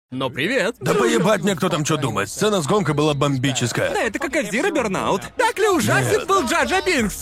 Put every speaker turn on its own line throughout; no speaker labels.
Ну привет.
Да поебать мне, кто там что думает. Сцена с гонкой была бомбическая.
Да, это как Зира Бернаут.
Так ли ужасен
Нет.
был Джаджа Бинкс?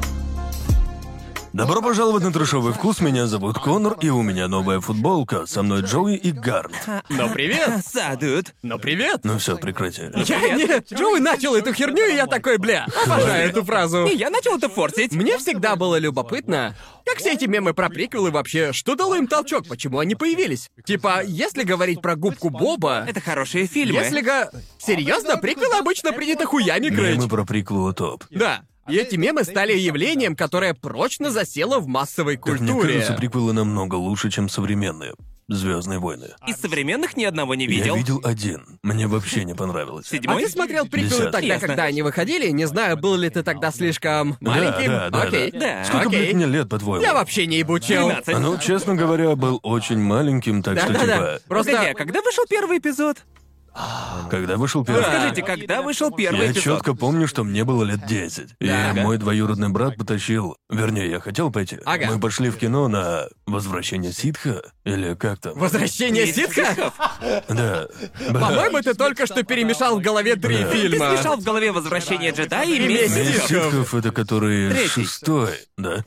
Добро пожаловать на трешовый вкус, меня зовут Конор, и у меня новая футболка. Со мной Джоуи и Гарнт.
Ну привет.
Садут.
Ну привет.
Ну все, прекрати.
Я не... Джоуи начал эту херню, и я такой, бля, обожаю эту фразу.
И я начал это форсить.
Мне всегда было любопытно, как все эти мемы про приквелы вообще, что дало им толчок, почему они появились? Типа, если говорить про губку Боба...
Это хорошие фильмы.
Серьезно, приквелы обычно принято хуями крыть.
Мемы про приквелы топ.
Да. И эти мемы стали явлением, которое прочно засело в массовой
Как мне
культуре.
кажется, приквелы намного лучше, чем современные. Звездные войны.
Из современных ни одного не
Я
видел.
видел один. Мне вообще не понравилось.
А
Седьмой?
ты смотрел приквелы
10-й.
тогда,
Ясно.
когда они выходили? Не знаю, был ли ты тогда слишком маленьким?
Да.
Окей.
Да.
Сколько,
Окей.
блядь, мне лет, по-твоему?
Я вообще не ебучел.
13.
Ну, честно говоря, был очень маленьким, так что
Да-да-да.
типа...
Просто...
Погоди, а когда вышел первый эпизод?
Когда вышел первый...
Расскажите, когда вышел первый
Я
эпизод?
четко помню, что мне было лет 10. И
Да.
мой двоюродный брат потащил... Вернее, я хотел пойти.
Ага.
Мы пошли в кино на «Возвращение Ситха» или как там.
Возвращение ситхов?
Да.
По-моему, ты только что перемешал в голове три
Да.
Ты
фильма.
смешал в голове «Возвращение джедая» и
Месть
«Месть
Месть
ситхов».
Ситхов — это который
Третий.
6-й, да?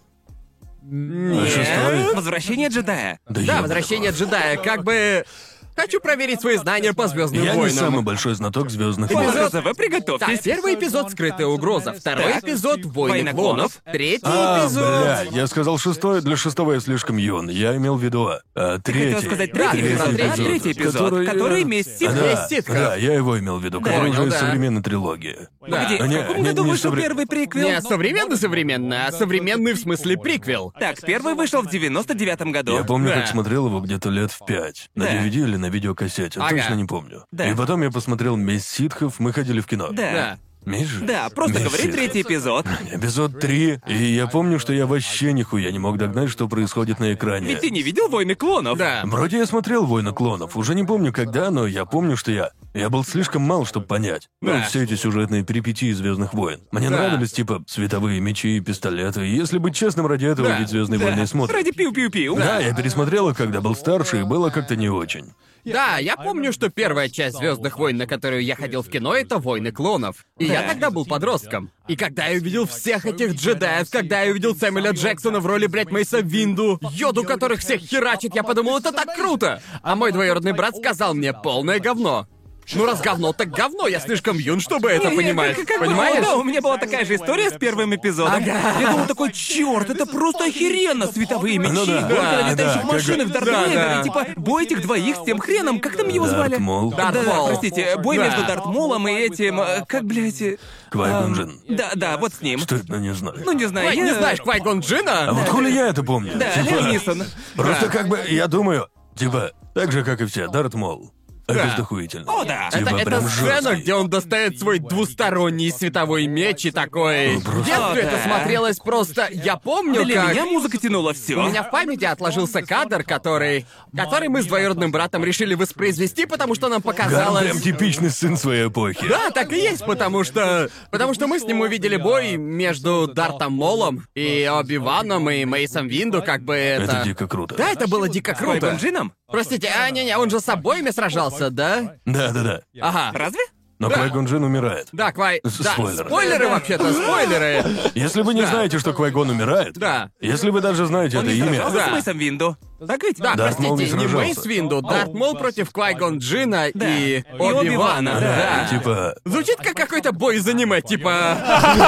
Нет.
Шестой?
«Возвращение джедая».
Да,
ёбаный
возвращение
рот.
джедая, как бы... Хочу проверить свои знания по Звездным
Я не
войнам.
самый большой знаток «Звездных
Эпизод,
войн».
вы
Так,
приготовьтесь.
первый эпизод «Скрытая угроза», второй
Так.
эпизод «Войны
«Война
клонов»,
клонов».
третий
А,
эпизод...
бля, я сказал 6-й, для 6-го я слишком юн. Я имел в виду, третий.
Хотел сказать
Да,
третий эпизод.
третий
Третий эпизод, который «Месть ситхов».
Месть ситхов.
Да, я его имел в виду, который
Понял,
уже из
да.
современной трилогии.
Погоди,
Не,
в каком
не-
году
не
вышел
совре-
первый приквел?
Не современный, а современный в смысле приквел.
Так, первый вышел в 99-м году.
Я помню,
Да.
как смотрел его где-то лет в 5. На
Да.
DVD или на видеокассете,
Ага.
точно не помню.
Да.
И потом я посмотрел «Месть ситхов», мы ходили в кино.
Да.
Месть же?
Да, просто
«Месть
говори
ситхов».
третий эпизод.
Эпизод 3, и я помню, что я вообще нихуя не мог догнать, что происходит на экране.
Ведь ты не видел «Войны клонов»?
Да.
Вроде я смотрел «Войны клонов», уже не помню когда, но я помню, что я был слишком мал, чтобы понять. Ну,
Да.
все эти сюжетные перипетии «Звездных войн». Мне
Да.
нравились, типа, световые мечи и пистолеты. И если быть честным, ради этого
Да.
ведь «Звездные
Да.
войны» и смотрят.
Ради пиу-пиу-пиу.
Да, я пересмотрел их, когда был старше, и было как-то не очень.
Да, я помню, что первая часть «Звездных войн», на которую я ходил в кино, это «Войны клонов». И я
Да.
тогда был подростком. И когда я увидел всех этих джедаев, когда я увидел Сэмюэля Джексона в роли, блядь, Мейса Винду, Йоду, которых всех херачит, я подумал, это так круто! А мой двоюродный брат сказал мне, полное говно. Ну раз говно, так говно, я слишком юн, чтобы это понимать. Понимаешь?
Да, у меня была такая же история с первым эпизодом. Я думал такой, черт, это просто охеренно! Световые мечи,
Ну да,
гонка на
да,
летающих
да,
машинах,
как-
Дарт
Да,
Вейдер,
да.
и типа бой этих двоих с тем хреном, как там его звали?
Дарт Мол.
Дарт
Да,
Мол.
простите, бой
Да.
между Дарт Молом и этим, как, блядь...
Квай-Гон Джинн.
Да, вот с ним.
Что это, не знаю.
Ну, не знаю,
Ой,
я...
не знаешь Квай-Гон Джинна?
А вот хули я это помню?
Да,
Типа,
Лиам Нисон.
Просто
Да.
как бы, я думаю, типа, так же, как и все, Дарт Мол. Это
Да.
охуительно.
О, да.
Типа,
Это
прям
сцена,
жёсткий.
где он достает свой двусторонний световой меч и такой...
просто-
В детстве
О,
это
да.
смотрелось просто... Я помню,
Для
как...
меня музыка тянула
У
все.
меня в памяти отложился кадр, который мы с двоюродным братом решили воспроизвести, потому что нам
Гарн
показалось...
прям типичный сын своей эпохи.
Да, так и есть, потому что мы с ним увидели бой между Дартом Молом и Оби-Ваном и Мейсом Винду, как бы это...
Это дико круто.
Да, это было дико круто.
Квай-Гон Джинном?
Простите, не, он же с обоими сражался, да?
Да.
Ага.
Разве?
Но
Да.
Квай-Гон Джинн умирает.
Да, Да,
Спойлеры.
спойлеры вообще-то, спойлеры.
Если вы не
Да.
знаете, что Квай-Гон умирает,
Да.
если вы даже знаете
Он
это
не
имя,
сражался
Да.
с Мейсом Винду? Так ведь?
Да,
Дарт Мол
простите,
не
не
сражался.
Мейс Винду, Дарт Мол против Квай-Гон Джинна
Да.
и
И
Оби-Вана.
Оби-Вана,
Да.
да.
типа,
Звучит как какой-то бой из аниме, типа...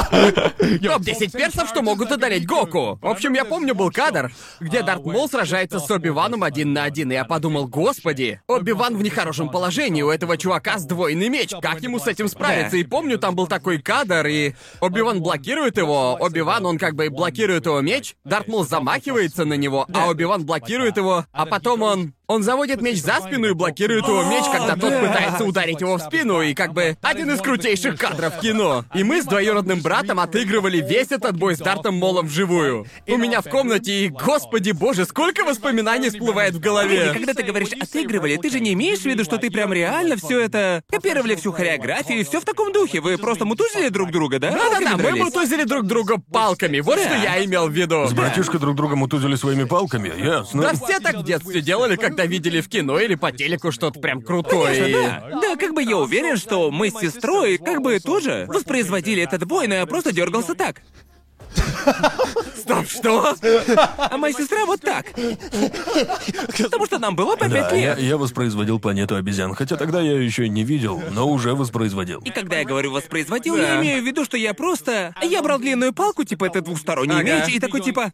Топ-10 персов, что могут одолеть Гоку. В общем, я помню, был кадр, где Дарт Мол сражается с Оби-Ваном 1 на 1, и я подумал, господи, Оби-Ван в нехорошем положении, у этого чувака сдвоенный меч, как ему с этим справиться?
Да.
И помню, там был такой кадр, и Оби-Ван блокирует его, Оби-Ван, он как бы блокирует его меч, Дарт Мол замахивается на него, а Оби-Ван блокирует его, а потом он заводит меч за спину и блокирует его меч, когда тот пытается ударить его в спину, и как бы один из крутейших кадров кино. И мы с двоюродным братом отыгрывали весь этот бой с Дартом Молом вживую. У меня в комнате, и, господи боже, сколько воспоминаний всплывает в
И
голове.
когда ты говоришь «отыгрывали», ты же не имеешь в виду, что ты прям реально все это... Копировали всю хореографию и все в таком духе. Вы просто мутузили друг друга, да?
Да-да-да,
Палками
мы
дрались?
мутузили друг друга палками, вот что я имел в виду.
с братишкой друг друга мутузили своими палками, ясно.
Да все так в детстве делали, когда когда видели в кино или по телеку что-то прям крутое.
Да, как бы я уверен, что мы с сестрой как бы тоже воспроизводили этот бой, но я просто дергался так.
Стоп, что?
А моя сестра вот так. Потому что нам было по 5
Да,
лет.
я воспроизводил «Планету обезьян», хотя тогда я еще не видел, но уже воспроизводил.
И когда я говорю воспроизводил,
Да.
я имею в виду, что я просто... Я брал длинную палку, типа это двухсторонний
Ага.
меч, и такой типа...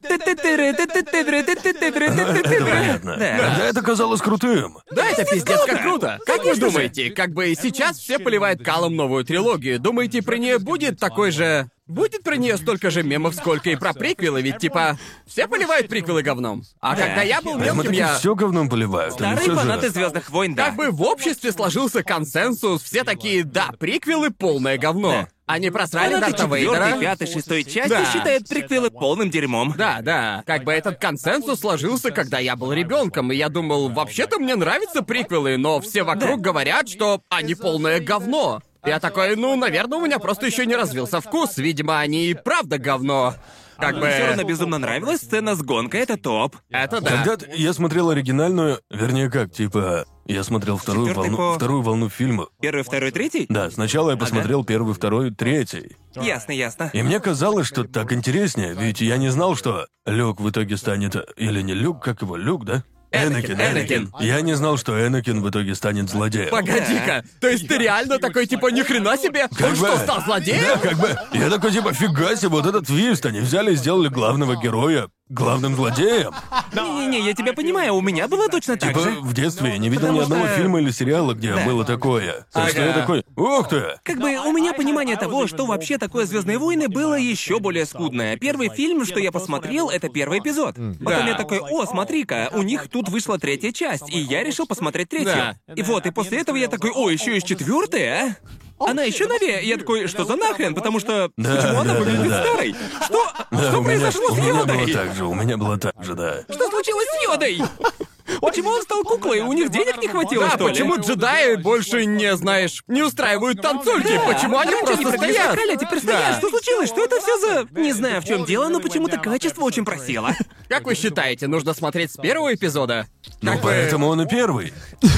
Это понятно.
Да.
Тогда это казалось крутым.
Да, это пиздец как круто. Как вы
Конечно же.
думаете, как бы сейчас все поливают калом новую трилогию, думаете, про нее будет такой же... Будет про нее столько же мемов, сколько и про приквелы, ведь типа все поливают приквелы говном. А
Да.
когда я был
Прямо
мелким,
таки
я...
все говном поливают. или
Старые
всё же-
фанаты Звездных войн, да.
Как бы в обществе сложился консенсус, все такие, да, приквелы полное говно.
Да.
Они просрали
Фанаты
Дарта
4,
Вейдера.
5, 6 части
Да.
считают приквелы полным дерьмом.
Да, да. Как бы этот консенсус сложился, когда я был ребенком, и я думал, вообще-то мне нравятся приквелы, но все вокруг говорят, что они полное говно. Я такой, ну, наверное, у меня просто еще не развился вкус. Видимо, они и правда говно. Как бы...
Все равно безумно нравилась сцена с гонкой, это топ.
Это да.
Когда я смотрел оригинальную, вернее как, типа, я смотрел
Четвёртый по-
вторую волну фильма.
Первый, второй, третий?
Да, сначала я посмотрел первый, второй, третий.
Ясно, ясно.
И мне казалось, что так интереснее, ведь я не знал, что Люк в итоге станет... Или не Люк, как его, Люк, да?
Энакин.
Я не знал, что Энакин в итоге станет злодеем.
Погоди-ка, то есть ты реально такой, типа, ни хрена себе?
Как
Он
бы-
что, стал злодеем?
Да, как бы... Я такой, типа, фига себе, вот этот твист. Они взяли и сделали главного героя главным злодеем.
Не-не-не, я тебя понимаю, у меня было точно так
Типа,
же.
в детстве я не видел
Потому
ни одного
что-
фильма или сериала, где было такое. Так что я
Ага.
такой, ух ты!
Как бы у меня понимание того, что вообще такое Звездные войны, было еще более скудное. Первый фильм, что я посмотрел, это первый эпизод. Потом
Да.
я такой, о, смотри-ка, у них тут вышла третья часть, и я решил посмотреть третью.
Да.
И вот, и после этого я такой, о, еще есть четвертая, а? Она еще новее. И я такой, что за нахрен? Потому что
Да,
почему она
да,
выглядит
да, да.
старой? Что?
Да,
Что
у меня
произошло с
было
Йодой?
так же, у меня было так же, да.
Что случилось с Йодой? Почему он стал куклой? У них денег не хватило,
Да,
что ли?
почему джедаи больше не, знаешь, не устраивают танцульки?
Да,
Почему они
раньше
просто
прогресс
стоят?
искали, а теперь стоят.
Да.
Что случилось? Что это все за... Не знаю, в чем дело, но почему-то качество очень просело.
Как вы считаете, нужно смотреть с первого эпизода?
Ну,
Как бы-
поэтому он и первый.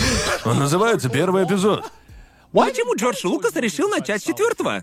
Он называется «Первый эпизод».
Почему Джордж Лукас решил начать с 4-го?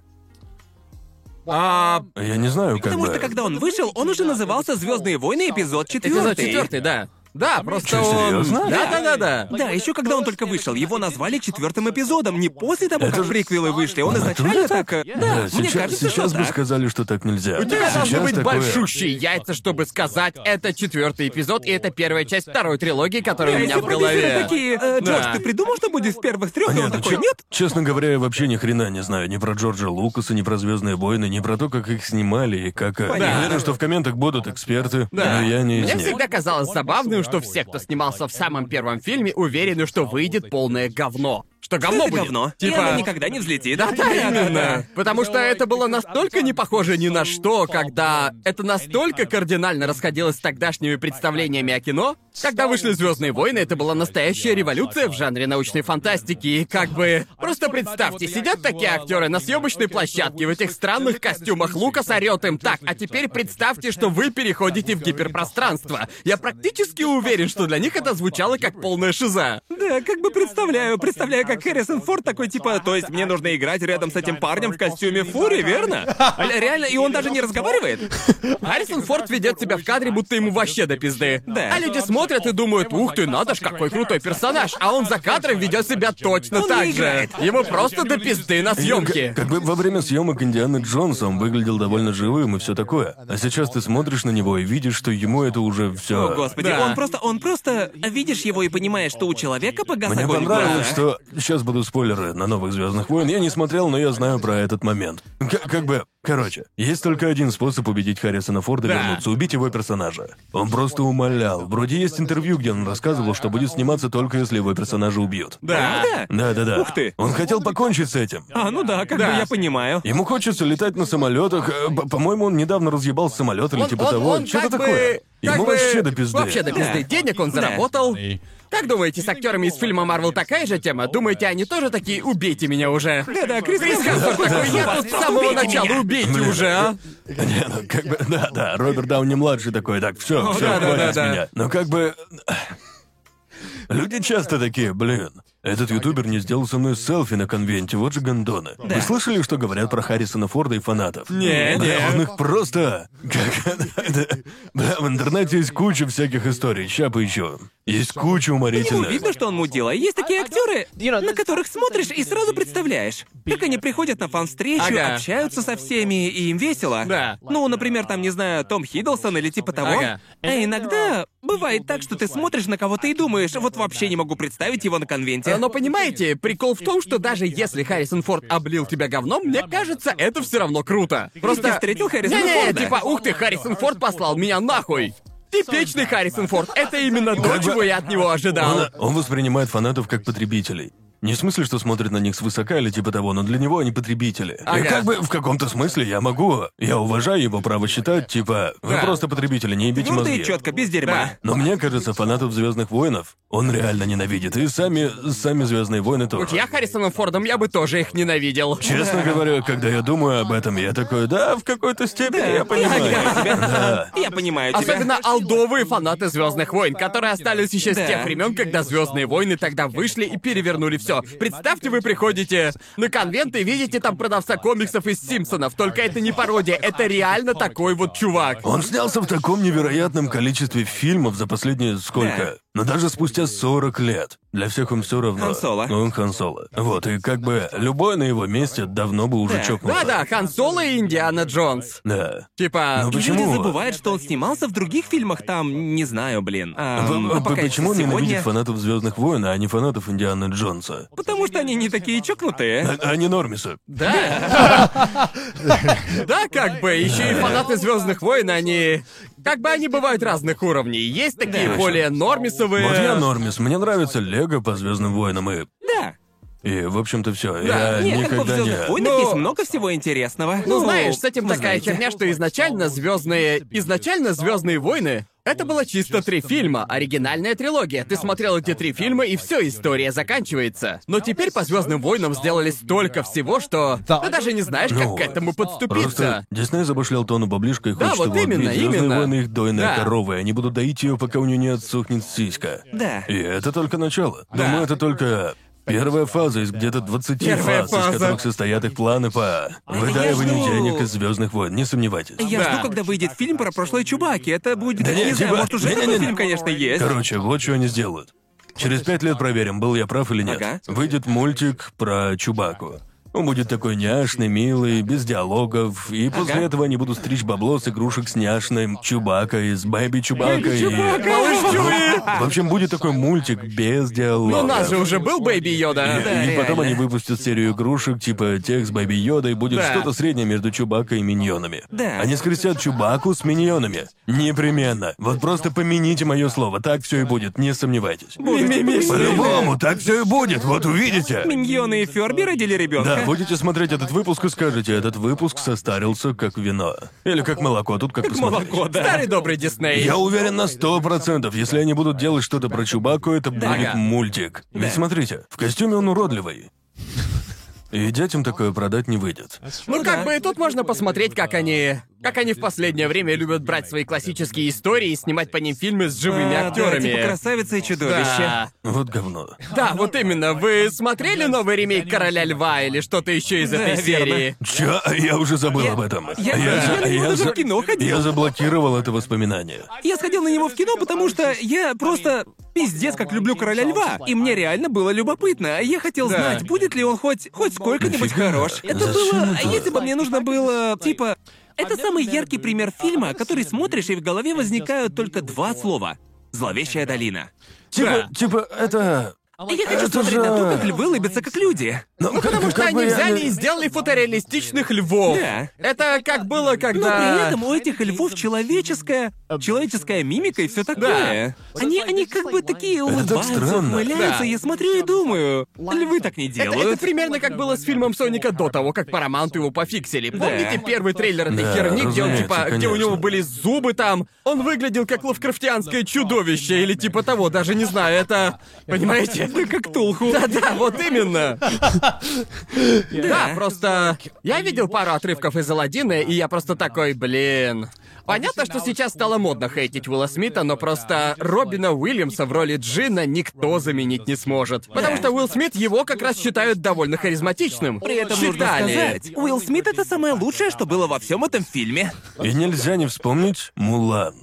Я не знаю, как
Потому
бы...
что когда он вышел, он уже назывался «Звездные войны. Эпизод 4».
Эпизод 4, да. Да, просто
Чё,
он...
серьёзно?
Да.
Да, еще когда он только вышел, его назвали 4-м эпизодом, не после того, как
же-
приквелы вышли. Он изначально так... Да, мне кажется, что
сейчас бы
так.
сказали, что так нельзя.
У тебя должны
Сейчас
быть
такое-
большущие яйца, чтобы сказать, это 4-й эпизод, и это первая часть второй трилогии, которая у
Да,
меня
если
в
продюсеры
голове.
такие, Джордж,
Да.
ты придумал, что будет в первых 3? И
Не,
он
ну
такой,
чё-
нет?
Честно говоря, я вообще ни хрена не знаю ни про Джорджа Лукаса, ни про «Звездные войны», ни про то, как их снимали и как...
Понятно.
Уверен, что в комментах будут эксперты,
Да.
но я не из
Мне
них.
всегда казалось забавным, что все, кто снимался в самом первом фильме, уверены, что выйдет полное говно. Что говно
Это
будет.
говно. И
Типа...
оно никогда не взлетит.
Да, именно. Потому что это было настолько не похоже ни на что, когда это настолько кардинально расходилось с тогдашними представлениями о кино. Когда вышли «Звездные войны», это была настоящая революция в жанре научной фантастики. И как бы... Просто представьте, сидят такие актеры на съемочной площадке в этих странных костюмах, Лукас орёт им так, а теперь представьте, что вы переходите в гиперпространство. Я практически уверен, что для них это звучало как полная шиза.
Да, как бы представляю, как Харрисон Форд такой, типа, то есть мне нужно играть рядом с этим парнем в костюме Фури, верно? Реально, и он даже не разговаривает?
Харрисон Форд ведет себя в кадре, будто ему вообще до пизды.
Да.
А люди смотрят и думают, ух ты, надо ж, какой крутой персонаж. А он за кадром ведет себя точно
Он
так
не
же.
играет.
Ему просто до пизды на съемке.
Как бы во время съемок Индианы Джонса он выглядел довольно живым и все такое. А сейчас ты смотришь на него и видишь, что ему это уже все.
О, господи,
Да.
он просто... Видишь его и понимаешь, что у человека погас
Мне
огонь в
понравилось,
глазах.
что... Сейчас будут спойлеры на новых «Звездных войн». Я не смотрел, но я знаю про этот момент. Как бы... Короче, есть только один способ убедить Харрисона Форда
Да.
вернуться, убить его персонажа. Он просто умолял. Вроде есть интервью, где он рассказывал, что будет сниматься только если его персонажа убьют.
Да.
Да.
Да-да-да.
Ух ты.
Он хотел покончить с этим.
А, ну да, как
Да.
бы я понимаю.
Ему хочется летать на самолетах. По-моему, он недавно разъебал самолет или типа того.
он
Что-то
как бы-
такое.
как
Ему
бы-
вообще до пизды.
Вообще до пизды.
Да.
Денег он
Да.
заработал. Как думаете, с актерами из фильма Марвел такая же тема? Думаете, они тоже такие «убейте меня уже»?
Да-да, Крис
Хэмсворт такой, я тут с самого
убейте
начала,
меня.
убейте уже, а?
Не, ну как бы, да, Роберт Дауни младший такой, так, все,
да, да,
хватит
да.
меня. Но как бы. Люди часто такие, блин, этот ютубер не сделал со мной селфи на конвенте, вот же гондоны.
Да.
Вы слышали, что говорят про Харрисона Форда и фанатов?
Нет,
Бля,
нет.
он их просто... Бля, в интернете есть куча всяких историй, ща поищу. Есть куча
Ему
уморительных.
видно, что он мудила. Есть такие актеры, на которых смотришь и сразу представляешь, как они приходят на фан-встречу,
Ага.
общаются со всеми, и им весело.
Да.
Ну, например, там, не знаю, Том Хиддлсон или типа того.
Ага.
А иногда бывает так, что ты смотришь на кого-то и думаешь, вот вообще не могу представить его на конвенте.
Но понимаете, прикол в том, что даже если Харрисон Форд облил тебя говном, мне кажется, это все равно круто. Просто...
Ты встретил Харрисона
Не-не,
Форда?
типа, ух ты, Харрисон Форд послал меня нахуй. Типичный Харрисон Форд. Это именно то, чего я от него ожидал.
Он воспринимает фанатов как потребителей. Не в смысле, что смотрит на них свысока или типа того, но для него они потребители. И
Ага.
как бы в каком-то смысле я уважаю его право считать, типа, вы
Да.
просто потребители, не ебите
Твердо
мозги.
и четко, без дерьма.
Да.
Но мне кажется, фанатов Звездных войнов он реально ненавидит. И сами Звездные войны тоже.
Будь я Харрисоном Фордом, я бы тоже их ненавидел.
Честно говоря, когда я думаю об этом, я такой, да, в какой-то степени я понимаю. Да.
Я понимаю тебя.
Особенно олдовые фанаты Звездных войн, которые остались еще с
Да.
тех времен, когда Звездные войны тогда вышли и перевернули все. Представьте, вы приходите на конвент и видите там продавца комиксов из Симпсонов. Только это не пародия, это реально такой вот чувак.
Он снялся в таком невероятном количестве фильмов за последние сколько? Но даже спустя 40 лет. Для всех он все равно.
Хан Соло.
Он Хан Соло. Вот, и как бы любой на его месте давно бы уже
Да.
чокнулся.
Да-да, Хан Соло и Индиана Джонс.
Да.
Типа...
Ну,
И
почему?
люди забывают, что он снимался в других фильмах, там, не знаю, блин.
Почему он
сегодня...
ненавидит фанатов Звездных войн, а не фанатов Индианы Джонса?
Потому что они не такие чокнутые.
Они нормисы.
Да. Да, как бы, еще и фанаты Звездных войн, они... Как бы они бывают разных уровней. Есть такие
Да.
более нормисовые...
Вот я нормис, мне нравится Лего по Звездным войнам
Да.
и в общем-то все.
Да.
Я
Нет, как бы в
никогда
«Звездных
не.
войнах»
Но-
есть много всего интересного.
Ну, знаешь, с этим
вы
такая
знаете.
херня, что изначально Звездные войны. Это было чисто 3 фильма, оригинальная трилогия. Ты смотрел эти 3 фильма, и все, история заканчивается. Но теперь по Звездным войнам сделали столько всего, что ты даже не знаешь, как
Ну,
к этому
Просто
подступиться.
Дисней забашлял тону баблишка и
Да,
хочет,
вот
чтобы
именно,
Звездные
именно.
войны их дойная
Да.
корова, и они будут доить ее, пока у нее не отсохнет сиська.
Да.
И это только начало. Думаю, это только первая фаза из где-то 20
Первая
фаз,
фаза.
из которых состоят их планы по выдаиванию
жду.
денег из Звездных войн. Не сомневайтесь.
Я
Да.
жду, когда выйдет фильм про прошлое Чубаки. Это будет,
Да не,
не знаю,
типа-
может, уже
не-не-не.
такой фильм, конечно, есть.
Короче, вот что они сделают. Через 5 лет проверим, был я прав или нет.
Ага.
Выйдет мультик про Чубаку. Он будет такой няшный, милый, без диалогов, и после
Ага.
этого они будут стричь бабло с игрушек с няшным Чубакой, с Бэби Чубакой. и-
Малыш Чуи!
В общем, будет такой мультик без диалогов.
Ну, у нас же уже был Бэйби Йода.
Да,
И потом
реально.
они выпустят серию игрушек, типа тех с Бэби Йодой, будет
Да.
что-то среднее между Чубакой и Миньонами.
Да.
Они скрестят Чубаку с Миньонами. Непременно. Вот просто помяните мое слово, так все и будет, не сомневайтесь.
Ми-ми-ми.
По-любому, так все и будет, вот увидите.
Миньоны и Фёрби родили ребенка.
Да, будете смотреть этот выпуск и скажете, этот выпуск состарился как вино. Или как молоко, тут как посмотреть.
Молоко, да.
Старый добрый Дисней.
Я уверен на 100%, если они будут делать что-то про Чубаку, это будет
Ага.
мультик. Ведь смотрите, в костюме он уродливый. И детям такое продать не выйдет.
Ну, как бы и тут можно посмотреть, как они в последнее время любят брать свои классические истории и снимать по ним фильмы с живыми
Да,
актерами.
типа «Красавица и чудовище».
Да.
Вот говно.
Да, вот именно. Вы смотрели новый ремейк «Короля льва» или что-то еще из
Да,
этой
верно.
серии?
Чё? Я уже забыл об этом.
я на него даже в кино ходил.
Я заблокировал это воспоминание.
Я сходил на него в кино, потому что я просто пиздец как люблю «Короля льва». И мне реально было любопытно. Я хотел
Да.
знать, будет ли он хоть сколько-нибудь
Нифига.
хорош. Это
Зачем
было...
это?
Если бы мне нужно было, типа... Это самый яркий пример фильма, который смотришь, и в голове возникают только 2 слова. «Зловещая долина».
Типа, это...
Я хочу
Это
смотреть
же-
на то, как львы лыбятся как люди.
Ну,
Потому что они
бы я-
взяли и сделали фотореалистичных львов.
Да.
Это как было,
Но
когда...
при этом у этих львов человеческая мимика и все такое. Они как бы такие
так
улыбаются,
странно.
ухмыляются.
Да.
Я смотрю и думаю, львы так не
Это
делают.
примерно как было с фильмом Соника до того, как Paramount его пофиксили. Помните первый трейлер этой
Да,
херни, где он
разумеется,
где у
конечно.
него были зубы там? Он выглядел как лавкрафтианское чудовище или типа того, даже не знаю, это... Понимаете?
Да как Тулху.
Да-да, вот именно. Да, просто... Я видел пару отрывков из Аладдина, и я просто такой, блин... Понятно, что сейчас стало модно хейтить Уилла Смита, но просто Робина Уильямса в роли Джина никто заменить не сможет. Потому что Уилл Смит его как раз считают довольно харизматичным.
При этом нужно
Считали.
сказать, Уилл Смит — это самое лучшее, что было во всем этом фильме.
И нельзя не вспомнить Мулан.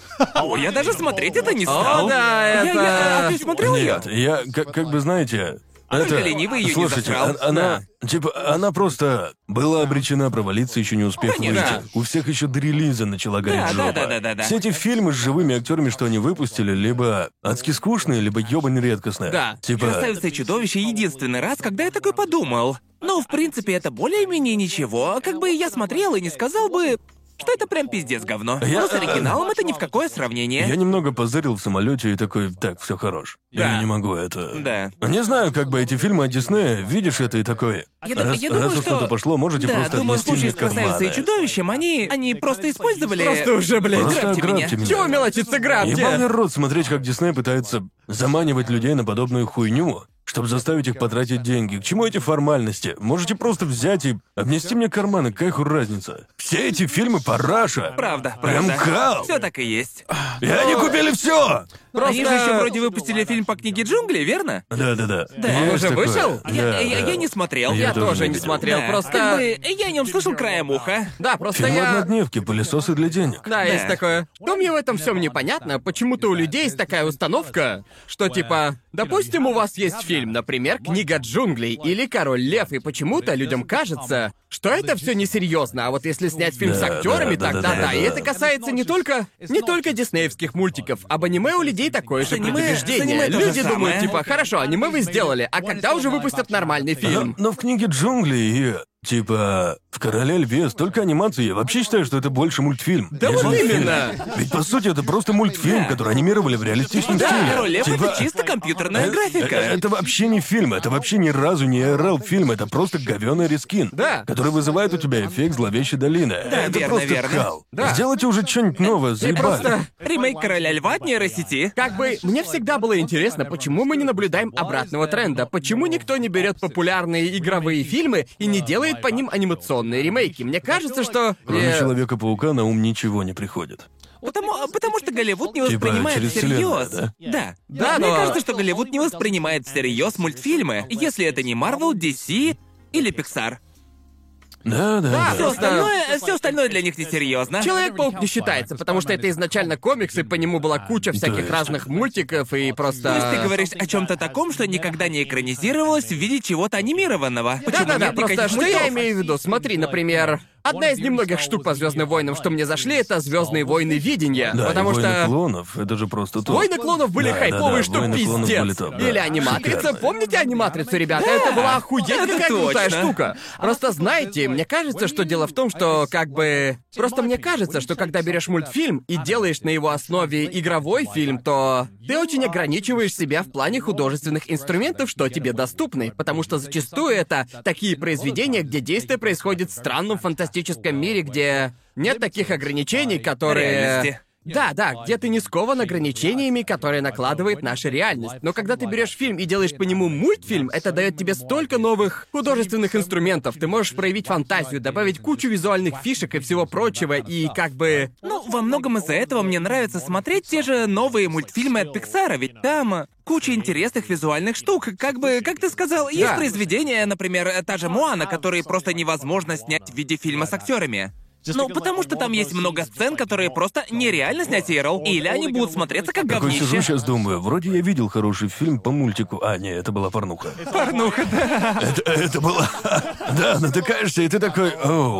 О, я даже смотреть это не
О,
стал.
да, это...
А ты смотрел ее?
Нет, я как бы, знаете...
Только ленивый её не
Слушайте,
засрал.
она... Типа, она просто была обречена провалиться, еще не успев
Конечно.
выйти. У всех еще до релиза начала гореть
Да,
жопа.
да.
Все эти фильмы с живыми актерами, что они выпустили, либо адски скучные, либо ёбань редкостные.
Да.
Типа...
«Красавица и чудовище» — единственный раз, когда я такой подумал. Ну, в принципе, это более-менее ничего. Как бы я смотрел и не сказал бы, что это прям пиздец говно.
Я-
Но с оригиналом это ни в какое сравнение.
Я немного позырил в самолете и такой, так, все хорош.
Да.
Я не могу это.
Да.
Не знаю, как бы эти фильмы от Диснея, видишь это и такое.
Я
раз
думаю,
раз уж
что...
что-то пошло, можете
да,
просто
думаю, в
отнести
случае
мне
с «Красавицей и
карманы.
чудовищем» они просто использовали...
Просто уже, блядь.
Просто
грабьте
ограбьте
меня.
меня.
Чего мелочиться, грабьте?
Ебаный рот смотреть, как Дисней пытается заманивать людей на подобную хуйню, чтобы заставить их потратить деньги. К чему эти формальности? Можете просто взять и обнести мне карманы, какая хуй разница? Все эти фильмы параша.
Правда,
Прям
правда.
кал.
Все так и есть.
И они купили все.
Они же еще вроде выпустили фильм по книге «Джунглей», верно?
Да.
Он уже вышел?
Я не смотрел.
Я
Я
тоже
тоже
не
не
видел.
смотрел,
Да,
просто...
как бы я о нем слышал краем уха.
Да, просто
Фильм
я...
однодневки, пылесосы для денег.
Да, есть такое. Что мне в этом всем непонятно, почему-то у людей есть такая установка, что типа, допустим, у вас есть фильм, например, «Книга джунглей» или «Король лев», и почему-то людям кажется, что это все несерьезно, а вот если снять фильм с
Да,
актерами,
да,
тогда да.
да.
И это касается не только диснеевских мультиков. Об аниме у людей такое же
С аниме
предубеждение.
то же
Люди думают,
самое.
типа, хорошо, аниме вы сделали, а когда уже выпустят нормальный фильм?
Но в книге «Джунгли» и, типа, в «Короле льве» столько анимации, я вообще считаю, что это больше мультфильм.
Да
нежели
вот
фильм.
именно.
Ведь, по сути, это просто мультфильм, который анимировали в реалистичном
Да,
стиле.
«Король лев» —
Типа,
это чисто компьютерная графика.
Это вообще не фильм, это вообще ни разу не РЛ-фильм, это просто говёный рескин,
Да.
который вызывает у тебя эффект зловещей долины. Это
верно,
просто
верно.
кал.
Да.
Сделайте уже что-нибудь новое, заебали.
просто-
Ремейк «Короля льва» от нейросети.
Как бы, мне всегда было интересно, почему мы не наблюдаем обратного тренда, почему никто не берет популярные игровые фильмы и не делает по ним анимационные ремейки. Мне кажется, что...
Кроме Человека-паука на ум ничего не приходит.
Потому что Голливуд не
Типа,
воспринимает
через
всерьез.
вселенную,
Да.
Да,
Мне
но-
кажется, что Голливуд не воспринимает всерьез мультфильмы, если это не Marvel, DC или Pixar.
Да.
Все остальное для них несерьезно.
Человек-паук не считается, потому что это изначально комикс, и по нему была куча всяких
есть-
разных мультиков, и просто...
То есть ты говоришь о чем-то таком, что никогда не экранизировалось в виде чего-то анимированного. Почему
Да-да-да,
нет
просто
никаких
что я
мультов?
имею в виду? Смотри, например, одна из немногих штук по Звездным войнам, что мне зашли, это Звездные войны видения.
Да,
потому
и «Войны
что.
клонов» — это же просто то.
Войны клонов были
Да,
хайповые,
да,
что
«Войны клонов» были
пиздец.
топ, да.
Или аниматрица.
Шикарно.
Помните аниматрицу, ребята? Это была охуеть
это
какая крутая
точно.
штука. Просто знаете, мне кажется, что дело в том, что как бы. Просто мне кажется, что когда берешь мультфильм и делаешь на его основе игровой фильм, то ты очень ограничиваешь себя в плане художественных инструментов, что тебе доступны. Потому что зачастую это такие произведения, где действие происходит в странном фантастическом мире, где нет таких ограничений, которые.
Реальности.
Да, где ты не скован ограничениями, которые накладывает наша реальность. Но когда ты берешь фильм и делаешь по нему мультфильм, это дает тебе столько новых художественных инструментов. Ты можешь проявить фантазию, добавить кучу визуальных фишек и всего прочего, и как бы...
Ну, во многом из-за этого мне нравится смотреть те же новые мультфильмы от Pixar, ведь там куча интересных визуальных штук. Как бы, как ты сказал, есть
Да.
произведения, например, та же Моана, которые просто невозможно снять в виде фильма с актерами. Ну, потому что там есть много сцен, которые просто нереально снять Эрл, или они будут смотреться как
Такой сижу
говнище.
сейчас думаю, вроде я видел хороший фильм по мультику. А, не, это была порнуха.
Порнуха, да.
Это было... Да, натыкаешься, и ты такой...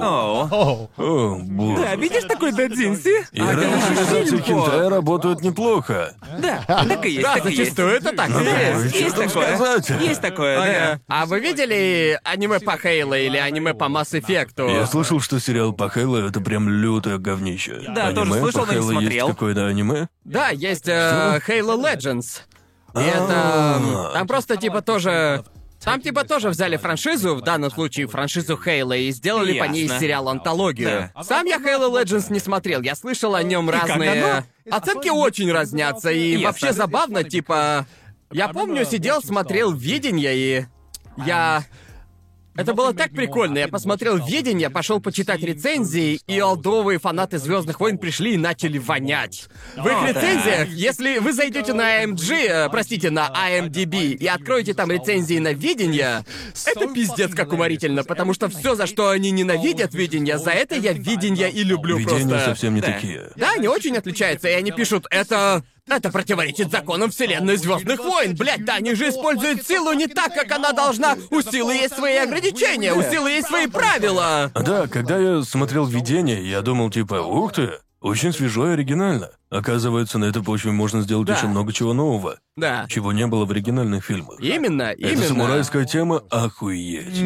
Оу,
О,
боже.
да, видишь такой Дадзинси?
И организации хентай работают неплохо.
Да, так и есть,
Да,
так и есть.
зачастую это так и
Ну,
есть.
что
Есть
там
такое.
сказать?
Есть такое, да.
Ага. А вы видели аниме по Хейло или аниме по Mass Effect?
Я слышал, что сериал по Хейло — это прям лютое говнище.
Да, тоже
Аниме
слышал,
по
но не
Хейло есть
смотрел.
какое-то аниме?
Да, есть Halo Legends. И это... Там просто типа тоже... Там типа тоже взяли франшизу, в данном случае франшизу Хейла, и сделали по ней
Ясно.
сериал-антологию.
Да.
Сам я Halo Legends не смотрел, я слышал о нем
как
разные...
оно?
Оценки очень разнятся, и
Ясно.
вообще забавно, типа... Я помню, сидел, смотрел «Видение», и... Это было так прикольно. Я посмотрел «Видение», пошел почитать рецензии, и олдовые фанаты «Звездных войн» пришли и начали вонять. В их рецензиях, если вы зайдете на на IMDb и откроете там рецензии на «Видение», это пиздец как уморительно, потому что все, за что они ненавидят «Видение», за это я «Видение» и люблю
Видения
просто.
совсем не такие.
Да, они очень отличаются, и они пишут, это противоречит законам вселенной «Звездных войн». Блять, да они же используют силу не так, как она должна. У силы есть свои ограничения, у силы есть свои правила.
Да, когда я смотрел «Видение», я думал типа, ух ты, очень свежо и оригинально. Оказывается, на этой почве можно сделать
Да.
еще много чего нового.
Да.
Чего не было в оригинальных фильмах.
Именно.
Эта самурайская тема охуеть.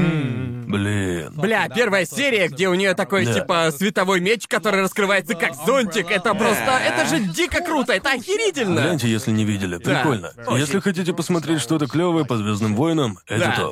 Блин.
Бля, первая серия, где у нее такой,
Да.
типа, световой меч, который раскрывается как зонтик, это просто... Это же дико круто, это охерительно!
Гляньте, если не видели. Прикольно.
Очень.
Если хотите посмотреть что-то клевое по Звездным войнам, это
Да.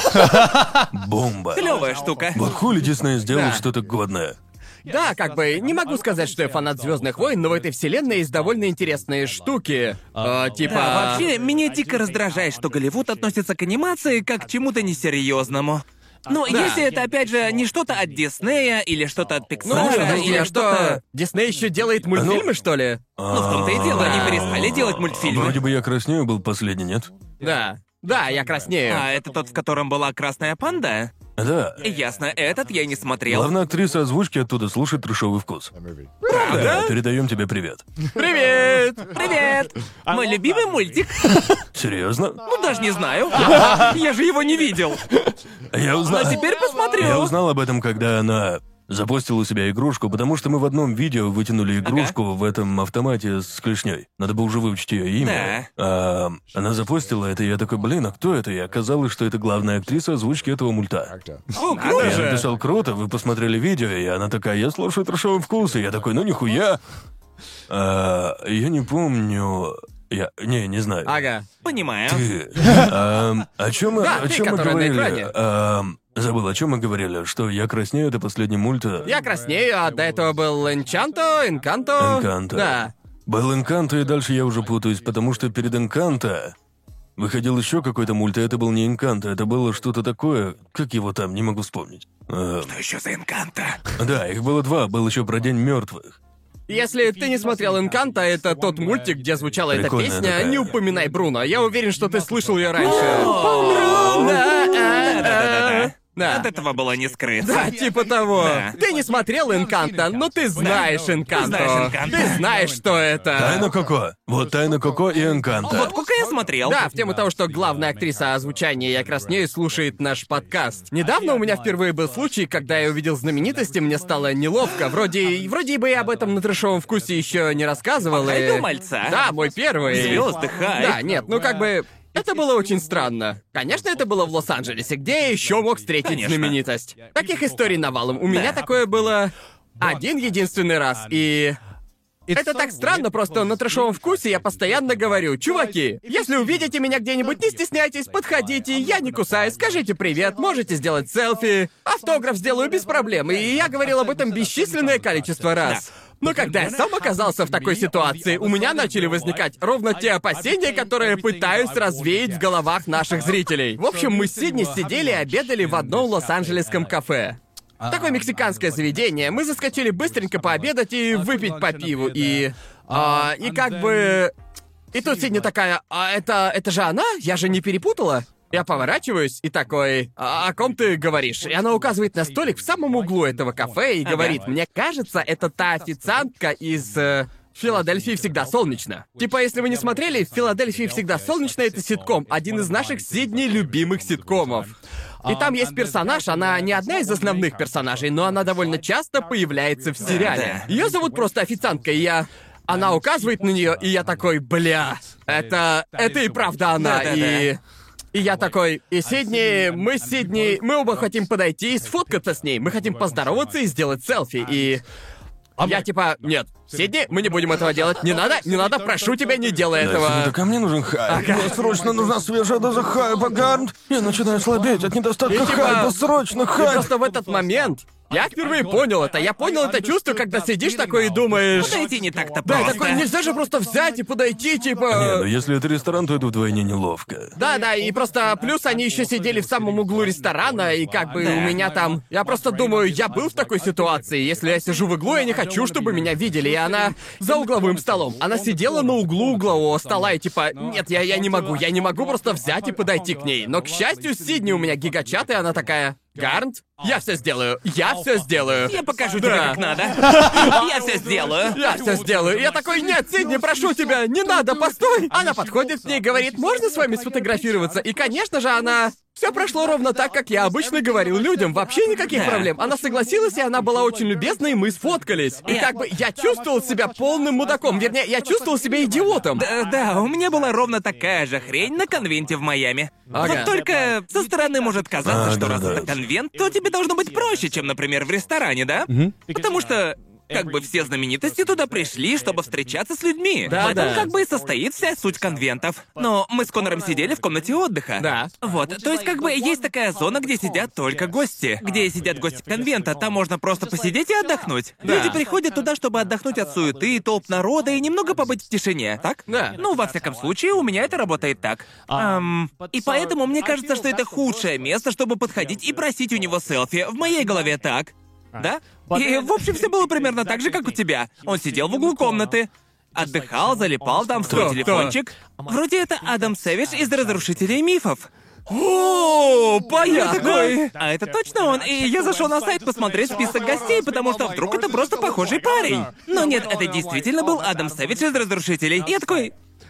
топ. Бомба.
Клевая штука.
Вот хули Дисней сделал
Да.
что-то годное.
Да, как бы, не могу сказать, что я фанат «Звездных войн», но в этой вселенной есть довольно интересные штуки. Типа...
Да, вообще, меня дико раздражает, что Голливуд относится к анимации как к чему-то несерьезному. Ну,
Да.
если это, опять же, не что-то от Диснея или что-то от
Ну,
Пиксара,
подожди,
или
а
что-то...
что? Дисней еще делает мультфильмы, что ли?
Ну, в том-то и дело, они перестали делать мультфильмы.
Вроде бы «Я краснею» был последний, нет?
Да. Да, я краснею.
А это тот, в котором была красная панда?
Да.
Ясно, этот я не смотрел.
Главная актриса озвучки оттуда слушает трешовый вкус. Да, передаем тебе привет.
Привет!
Привет! Мой любимый мультик.
Серьезно?
Ну, даже не знаю. Я же его не видел.
Я узнал.
А теперь посмотрю.
Я узнал об этом, когда она запостила у себя игрушку, потому что мы в одном видео вытянули игрушку в этом автомате с клешней. Надо было уже выучить ее имя. Она запостила это, и я такой, блин, а кто это? И оказалось, что это главная актриса озвучки этого мульта.
О, круто
Я
же!
написал круто, вы посмотрели видео, и она такая, я слушаю трешовый вкус, и я такой, ну нихуя. Я не помню. Не знаю.
Ага.
Понимаю.
О чем
Да,
о
ты,
чем мы
которая на
говорили?
экране.
Забыл, о чем мы говорили, что «Я краснею» — это последний мульт.
Я краснею, а до этого был Энчанто, Энканто.
Энканто.
Да.
Был Энканто, и дальше я уже путаюсь, потому что перед Энканто выходил еще какой-то мульт, и это был не Энканто, это было что-то такое, как его там, не могу вспомнить.
Что еще за Энканто?
Да, их было два, был еще про День мертвых.
Если ты не смотрел Энканто, это тот мультик, где звучала эта
Прикольная
песня
такая.
«Не упоминай Бруно». Я уверен, что ты слышал ее раньше.
Да-да-да-да.
Да.
От этого было не скрыться.
Да, типа того.
Да.
Ты не смотрел Энканто, но ты знаешь Энканто.
знаешь Энканто.
Ты знаешь, что это.
Тайна Коко. Вот Тайна Коко и Энканто.
Вот сколько я смотрел.
Да, в тему того, что главная актриса озвучания «Я краснею» слушает наш подкаст. Недавно у меня впервые был случай, когда я увидел знаменитости, мне стало неловко. Вроде бы я об этом на трешовом вкусе еще не рассказывал.
Хайпил
и...
мальца.
Да, мой первый.
Звезды, хайп.
Да, нет, ну как бы... Это было очень странно. Конечно, это было в Лос-Анджелесе, где я еще мог встретить
Конечно.
знаменитость. Таких историй навалом. У меня такое было один единственный раз, и... Это так странно, просто на трешовом вкусе я постоянно говорю, чуваки, если увидите меня где-нибудь, не стесняйтесь, подходите, я не кусаюсь, скажите привет, можете сделать селфи, автограф сделаю без проблем, и я говорил об этом бесчисленное количество раз. Но когда я сам оказался в такой ситуации, у меня начали возникать ровно те опасения, которые я пытаюсь развеять в головах наших зрителей. В общем, мы с Сидни сидели и обедали в одном лос-анджелесском кафе. Такое мексиканское заведение. Мы заскочили быстренько пообедать и выпить по пиву, и как бы... И тут Сидни такая, это же она? Я же не перепутала? Я поворачиваюсь и такой, о ком ты говоришь? И она указывает на столик в самом углу этого кафе и говорит, мне кажется, это та официантка из... В Филадельфии всегда солнечно. Типа, если вы не смотрели, в Филадельфии всегда солнечно — это ситком, один из наших с Сидни любимых ситкомов. И там есть персонаж, она не одна из основных персонажей, но она довольно часто появляется в сериале.
Да.
Ее зовут просто официантка, и она указывает на нее, и я такой, бля, это и правда она,
Да-да-да.
И я такой, и Сидни, мы оба хотим подойти и сфоткаться с ней, мы хотим поздороваться и сделать селфи, и... Я типа, нет, Сидни, мы не будем этого делать, не надо, прошу тебя, не делай этого.
Так а мне нужен хайп. Мне срочно нужна свежая доза хайпа, Гарнт. Я начинаю слабеть от недостатка
И типа,
хайпа, срочно
И
хайп.
просто в этот момент Я впервые понял это. Я понял это чувство, когда сидишь такой и думаешь...
Подойти не так-то
Да,
просто.
такой, нельзя же просто взять и подойти,
Не,
типа...
ну если это ресторан, то это вдвойне неловко.
Да, и просто плюс они еще сидели в самом углу ресторана, и как бы
Да.
у меня там... Я просто думаю, я был в такой ситуации. Если я сижу в углу, я не хочу, чтобы меня видели, и она за угловым столом. Она сидела на углу углового стола, и типа, нет, я не могу просто взять и подойти к ней. Но, к счастью, Сидни у меня гигачат, и она такая... Гарнт, я все сделаю. Я
покажу
Да.
тебе, как надо. Я все сделаю.
Я все сделаю. Я такой, нет, Сидни, прошу тебя, не надо, постой. Она подходит к ней и говорит, можно с вами сфотографироваться? И, конечно же, она... Все прошло ровно так, как я обычно говорил людям. Вообще никаких
Да.
проблем. Она согласилась, и она была очень любезна, и мы сфоткались. И как бы я чувствовал себя полным мудаком. Вернее, я чувствовал себя идиотом.
Да, у меня была ровно такая же хрень на конвенте в Майами.
Ага.
Вот только со стороны может казаться, что раз
да.
это конвент, то тебе должно быть проще, чем, например, в ресторане, да? Потому что как бы все знаменитости туда пришли, чтобы встречаться с людьми.
Да,
В этом
да.
как бы и состоит вся суть конвентов. Но мы с Конором сидели в комнате отдыха.
Да.
Вот, то есть как бы есть такая зона, где сидят только гости. Где сидят гости конвента, там можно просто посидеть и отдохнуть.
Да.
Люди приходят туда, чтобы отдохнуть от суеты, толп народа и немного побыть в тишине, так?
Да.
Ну, во всяком случае, у меня это работает так. И поэтому мне кажется, что это худшее место, чтобы подходить и просить у него селфи. В моей голове так. Да? И, в общем, все было примерно так же, как у тебя. Он сидел в углу комнаты, отдыхал, залипал там в свой
Кто?
телефончик. Вроде это Адам Сэвидж из «Разрушителей мифов».
О,
Я
понятно.
такой, а это точно он? И я зашел на сайт посмотреть список гостей, потому что вдруг это просто похожий парень. Но нет, это действительно был Адам Сэвидж из «Разрушителей». И я такой...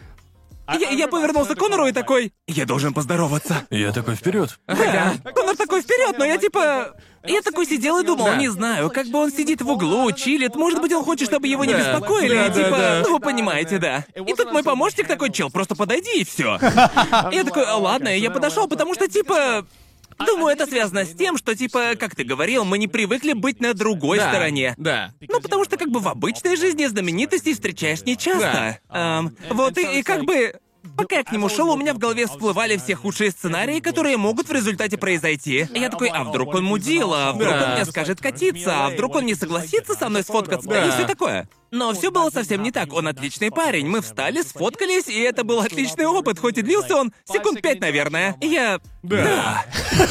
Я повернулся к Конору и такой... Я должен поздороваться.
Я такой вперед.
Да. Конор такой вперед, но я типа... Я такой сидел и думал,
Да.
не знаю, как бы он сидит в углу, чилит, может быть, он хочет, чтобы его не
Да.
беспокоили,
Да,
и
да,
типа,
да.
ну вы понимаете, да. И тут мой помощник такой, чел, просто подойди и все. Я такой, ладно, и я подошел, потому что типа... Думаю, это связано с тем, что, типа, как ты говорил, мы не привыкли быть на другой
Да,
стороне.
Да.
Ну, потому что, как бы, в обычной жизни знаменитостей встречаешь нечасто. Вот, и как бы... Пока я к нему шел, у меня в голове всплывали все худшие сценарии, которые могут в результате произойти. И я такой, а вдруг он мудила, а вдруг
Да.
он мне скажет катиться, а вдруг он не согласится со мной сфоткаться,
Да.
и все такое. Но все было совсем не так. Он отличный парень. Мы встали, сфоткались, и это был отличный опыт, хоть и длился он секунд 5, наверное. И я... Да.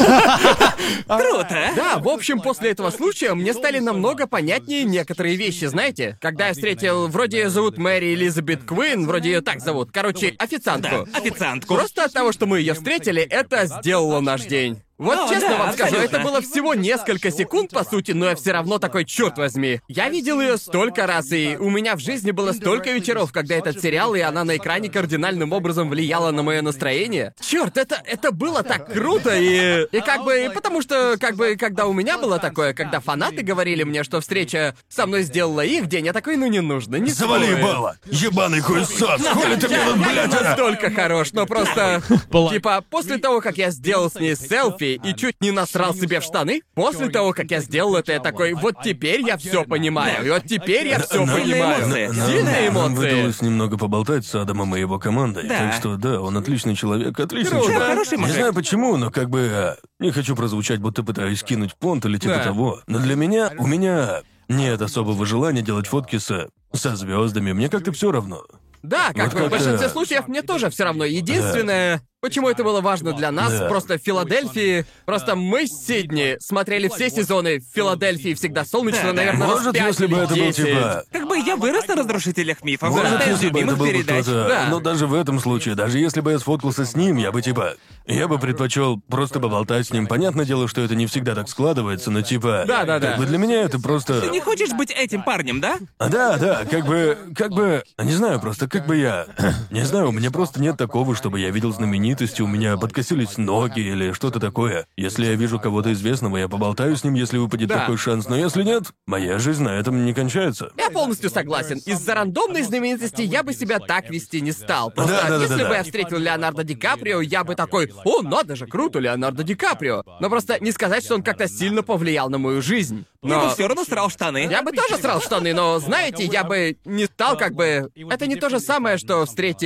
Круто.
Да, в общем, после этого случая мне стали намного понятнее некоторые вещи, знаете? Когда я встретил, вроде ее зовут Мэри Элизабет Куин, вроде ее так зовут, короче, официантку.
Да, официантку.
Просто от того, что мы ее встретили, это сделало наш день. Вот
О,
честно
да,
вам скажу,
абсолютно.
это было всего несколько секунд, по сути, но я все равно такой, черт возьми. Я видел ее столько раз, и у меня в жизни было столько вечеров, когда этот сериал, и она на экране кардинальным образом влияла на мое настроение. Черт, это было так круто, и как бы, потому что, как бы, когда у меня было такое, когда фанаты говорили мне, что встреча со мной сделала их день, я такой, ну не нужно, не
Завали
стоит.
ебало! Ебаный хуесос! Хули ты мне тут,
Я
блядь, а?
настолько хорош, но просто... Типа, после того, как я сделал с ней селфи и чуть не насрал себе в штаны, после того, как я сделал это, я такой, вот теперь я все понимаю, и вот теперь я все
Нам-
понимаю.
эмоции.
Сильные
Нам
эмоции.
выдалось немного поболтать с Адамом и его командой.
Да.
Так что да, он отличный человек, отличный
Круто.
человек.
Хороший
Не
мужик.
знаю почему, но как бы не хочу прозвучать, будто пытаюсь кинуть понт или типа
Да.
того. Но для меня, у меня нет особого желания делать фотки со звездами. Мне как-то все равно.
Да, как
Вот
бы в
как-то-
большинстве случаев мне тоже все равно. Единственное, почему это было важно для нас,
Да.
просто в Филадельфии, просто мы с Сидни смотрели все сезоны в Филадельфии всегда солнечно,
Да, да.
наверное, раз
Может,
5
если бы
или
это был
10.
типа...
Как бы я вырос на «Разрушителях мифов».
Может,
Это из
если бы это
любимых
был бы
передач.
кто-то...
Да.
Но даже в этом случае, даже если бы я сфоткался с ним, я бы типа... Я бы предпочел просто поболтать с ним. Понятное дело, что это не всегда так складывается, но типа...
Да-да-да.
Как бы для меня это просто...
Ты не хочешь быть этим парнем, да?
Да, как бы... Не знаю, просто как бы я... Не знаю, у меня просто нет такого, чтобы я видел знаменитости, у меня подкосились ноги или что-то такое. Если я вижу кого-то известного, я поболтаю с ним, если выпадет
Да.
такой шанс, но если нет, моя жизнь на этом не кончается.
Я полностью согласен. Из-за рандомной знаменитости я бы себя так вести не стал. Просто
Да-да-да-да-да.
если бы я встретил Леонардо Ди Каприо, я бы такой, о, надо же, круто, Леонардо Ди Каприо. Но просто не сказать, что он как-то сильно повлиял на мою жизнь.
Я бы
Но...
все равно срал штаны.
Я бы тоже срал штаны, но, знаете, я бы не стал как бы... Это не то же самое, что встретить...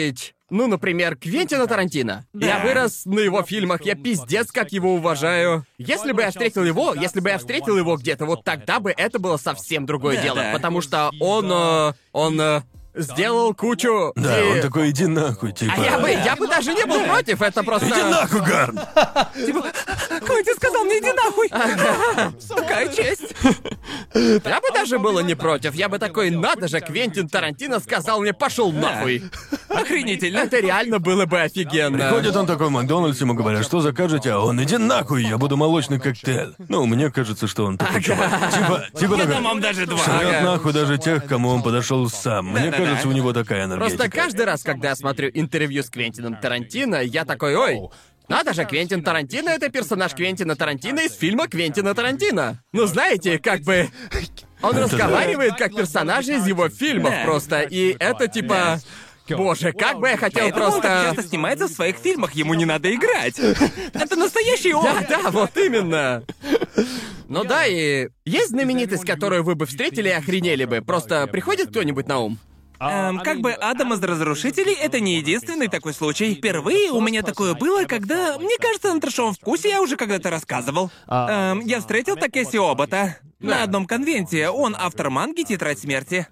Ну, например, Квентина Тарантино. Я вырос на его фильмах, я пиздец как его уважаю. Если бы я встретил его где-то, вот тогда бы это было совсем другое дело.
Да.
Потому что он сделал кучу...
Да,
и-
он такой, иди нахуй, типа.
А я бы даже не был против, это просто...
Иди нахуй, Гарн!
Квентин сказал мне, иди нахуй. Такая честь.
Я бы даже было не против. Я бы такой, надо же, Квентин Тарантино сказал мне, пошел нахуй.
Охренительно.
Это реально было бы офигенно.
Ходит он такой в Макдональдс, ему говорят, что закажете, а он, иди нахуй, я буду молочный коктейль. Ну, мне кажется, что он такой чувак. Типа
Я
такой,
дам вам даже 2.
шлёт нахуй даже тех, к кому он подошел сам. Мне
Да-да-да.
кажется, у него такая энергетика.
Просто каждый раз, когда я смотрю интервью с Квентином Тарантино, я такой, ой, надо же, Квентин Тарантино — это персонаж Квентина Тарантино из фильма Квентина Тарантино. Ну, знаете, как бы... Он разговаривает как персонаж из его фильмов
Да.
просто, и это типа... Боже, как бы я хотел
Поэтому он так
просто...
часто снимается в своих фильмах, ему не надо играть. Это настоящий он.
Да, вот именно. Ну да, и есть знаменитость, которую вы бы встретили и охренели бы. Просто приходит кто-нибудь на ум?
Как бы Адам из Разрушителей — это не единственный такой случай. Впервые у меня такое было, когда, мне кажется, на трешовом вкусе я уже когда-то рассказывал. Я встретил Такеси Обота на одном конвенте. Он автор манги «Тетрадь смерти».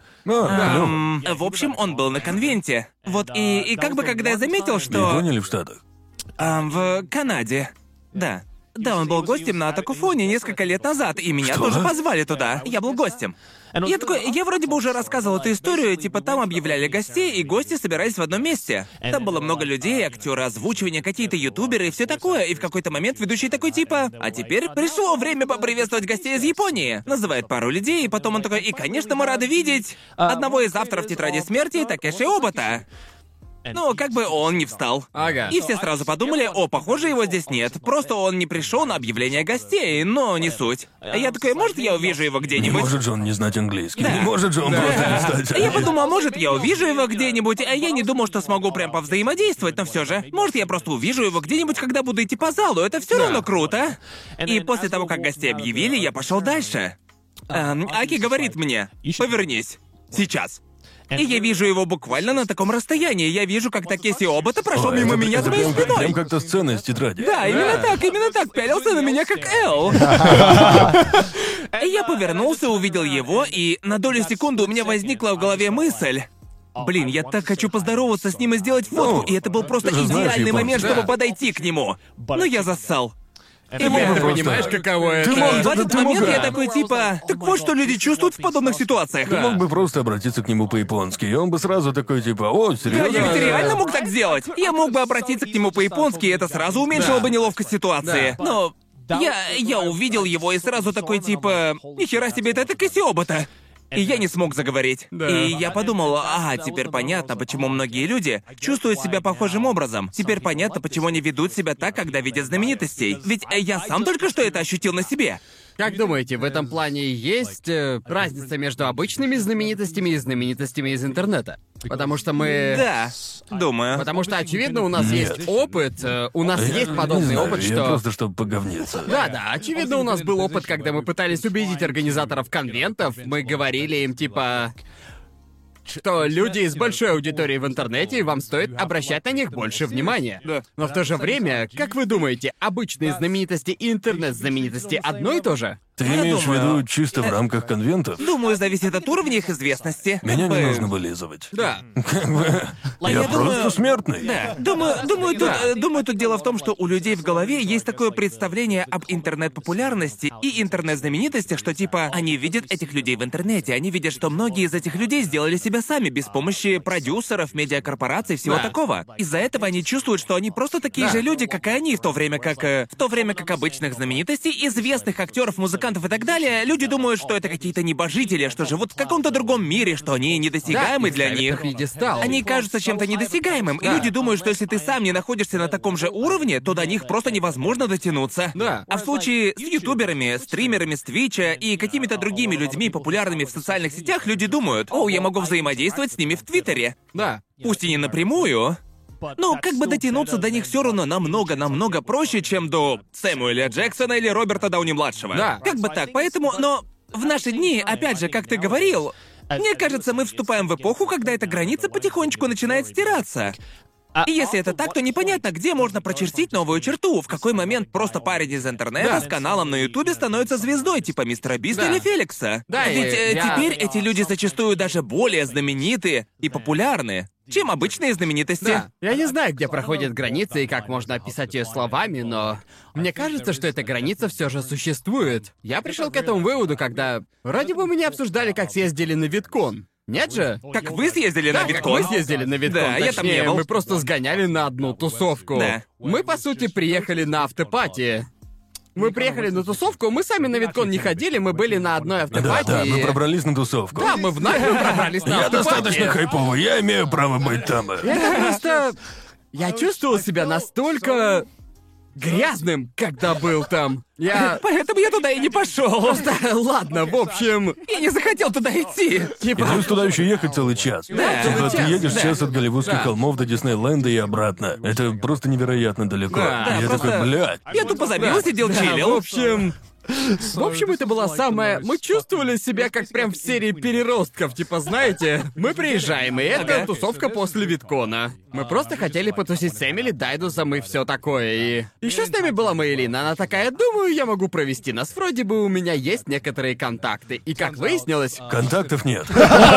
В общем, он был на конвенте. Вот, и как бы когда я заметил,
В
что...
Японии или в Штатах?
В Канаде. Да. Да, он был гостем на Атакуфоне несколько лет назад, и меня
Что?
тоже позвали туда. Я был гостем. Я такой, я вроде бы уже рассказывал эту историю, типа там объявляли гостей, и гости собирались в одном месте. Там было много людей, актеры озвучивания, какие-то ютуберы и все такое, и в какой-то момент ведущий такой типа, а теперь пришло время поприветствовать гостей из Японии. Называет пару людей, и потом он такой, и конечно мы рады видеть одного из авторов «Тетради смерти» Такеши Обота. Ну, как бы он не встал.
Ага.
И все сразу подумали, о, похоже, его здесь нет. Просто он не пришел на объявление гостей, но не суть. А я такой, может, я увижу его
Не
где-нибудь?
может же он не знать английский.
Да.
Не может же он просто не знать
А я
английский.
подумал, может, я увижу его где-нибудь, а я не думал, что смогу прям повзаимодействовать, но все же. Может, я просто увижу его где-нибудь, когда буду идти по залу, это все равно круто. И после того, как гостей объявили, я пошел дальше. Аки говорит мне, повернись. Сейчас. И я вижу его буквально на таком расстоянии. Я вижу, как Такеси Обота прошел
Ой,
мимо
это-
меня
это
за моей
прям,
спиной.
Прям как-то сцена из тетради.
Да, именно так, пялился на меня как Эл. И я повернулся, увидел его, и на долю секунды у меня возникла в голове мысль. Блин, я так хочу поздороваться с ним и сделать фотку, и это был просто
ты же знаешь
идеальный момент,
японцев.
чтобы
Да.
подойти к нему. Но я зассал.
Ты мог бы
Ты
просто-
понимаешь, каково это?
мог-
И в этот
ты мог-
момент я такой типа, так вот что люди чувствуют в подобных ситуациях.
Ты мог бы просто обратиться к нему по-японски, и он бы сразу такой типа, о,
Да,
серьезно?
я ведь реально мог так сделать. Я мог бы обратиться к нему по-японски, и это сразу уменьшило бы неловкость ситуации. Но я увидел его и сразу такой типа, нихера себе, это Такеси Обота. И я не смог заговорить.
Да.
И я подумал, теперь понятно, почему многие люди чувствуют себя похожим образом. Теперь понятно, почему они ведут себя так, когда видят знаменитостей. Ведь я сам только что это ощутил на себе.
Как думаете, в этом плане есть разница между обычными знаменитостями и знаменитостями из интернета? Потому что мы...
Да, думаю.
Потому что, очевидно, у нас
Нет.
есть опыт, у нас
Я
есть
не
подобный
знаю,
опыт,
я
что...
просто чтобы поговниться.
Да, очевидно, у нас был опыт, когда мы пытались убедить организаторов конвентов, мы говорили им, типа... что люди из большой аудитории в интернете, и вам стоит обращать на них больше внимания.
Да.
Но в то же время, как вы думаете, обычные знаменитости и интернет-знаменитости одно и то же?
Ты
Я
имеешь в
думаю,
виду чисто в рамках конвентов?
Думаю, зависит от уровня их известности.
Меня
Как
не
бы-
нужно вылизывать.
Да.
Я
я
просто
думаю-
смертный.
Да. Думаю, тут дело в том, что у людей в голове есть такое представление об интернет-популярности и интернет-знаменитостях, что типа они видят этих людей в интернете, они видят, что многие из этих людей сделали себя сами, без помощи продюсеров, медиакорпораций, всего
Да.
такого. Из-за этого они чувствуют, что они просто такие
Да.
же люди, как и они, в то время как обычных знаменитостей, известных актеров, музыкантов и так далее, люди думают, что это какие-то небожители, что живут в каком-то другом мире, что они недосягаемы
их
для
ставят
них.
на пьедестал.
Они кажутся чем-то недосягаемым, и
Да.
люди думают, что если ты сам не находишься на таком же уровне, то до них просто невозможно дотянуться.
Да.
А в случае с ютуберами, стримерами с Твича и какими-то другими людьми, популярными в социальных сетях, люди думают, о, я могу взаимодействовать с ними в Твиттере.
Да.
Пусть и не напрямую, но как бы дотянуться до них все равно намного проще, чем до Сэмюэля Джексона или Роберта Дауни-младшего.
Да.
Как бы так, поэтому, но в наши дни, опять же, как ты говорил, мне кажется, мы вступаем в эпоху, когда эта граница потихонечку начинает стираться. И если это так, то непонятно, где можно прочертить новую черту, в какой момент просто парень из интернета
Да.
с каналом на Ютубе становится звездой, типа Мистера Биста
Да.
или Феликса.
Да,
Ведь
и я-
теперь эти люди зачастую даже более знаменитые и популярны, чем обычные знаменитости.
Да. Я не знаю, где проходит граница и как можно описать ее словами, но мне кажется, что эта граница все же существует. Я пришел к этому выводу, когда вроде бы мы не обсуждали, как съездили на Виткон. Нет же?
Как вы съездили
Да,
на
как
Виткон?
мы съездили на Виткон.
Да, я там не
Точнее,
был.
мы просто сгоняли на одну тусовку.
Да.
Мы, по сути, приехали на автопати. Мы приехали на тусовку, мы сами на Виткон не ходили, мы были на одной автопати.
Да,
и-
мы пробрались на тусовку.
Да, мы вновь пробрались на
Я
автопати.
достаточно хайповый, я имею право быть там.
Это просто... Я чувствовал себя настолько грязным, когда был там.
Поэтому я туда и не пошел.
Ладно, в общем...
Я не захотел туда идти.
И плюс туда еще ехать целый час.
Да,
Типа
целый
ты
час,
едешь
да.
час от Голливудских
Да.
холмов до Диснейленда и обратно. Это просто невероятно далеко.
Да,
И я
просто-
такой, блядь.
Я тупо забил, сидел,
Да,
чилил.
в общем, это была самая... Мы чувствовали себя как прям в серии переростков, типа, знаете, мы приезжаем, и это
Ага.
тусовка после Виткона. Мы просто хотели потусить с Эмили, Дайдусом и все такое, и... Еще с нами была Мэйлин, она такая, думаю, я могу провести нас, вроде бы у меня есть некоторые контакты. И как выяснилось...
Контактов нет.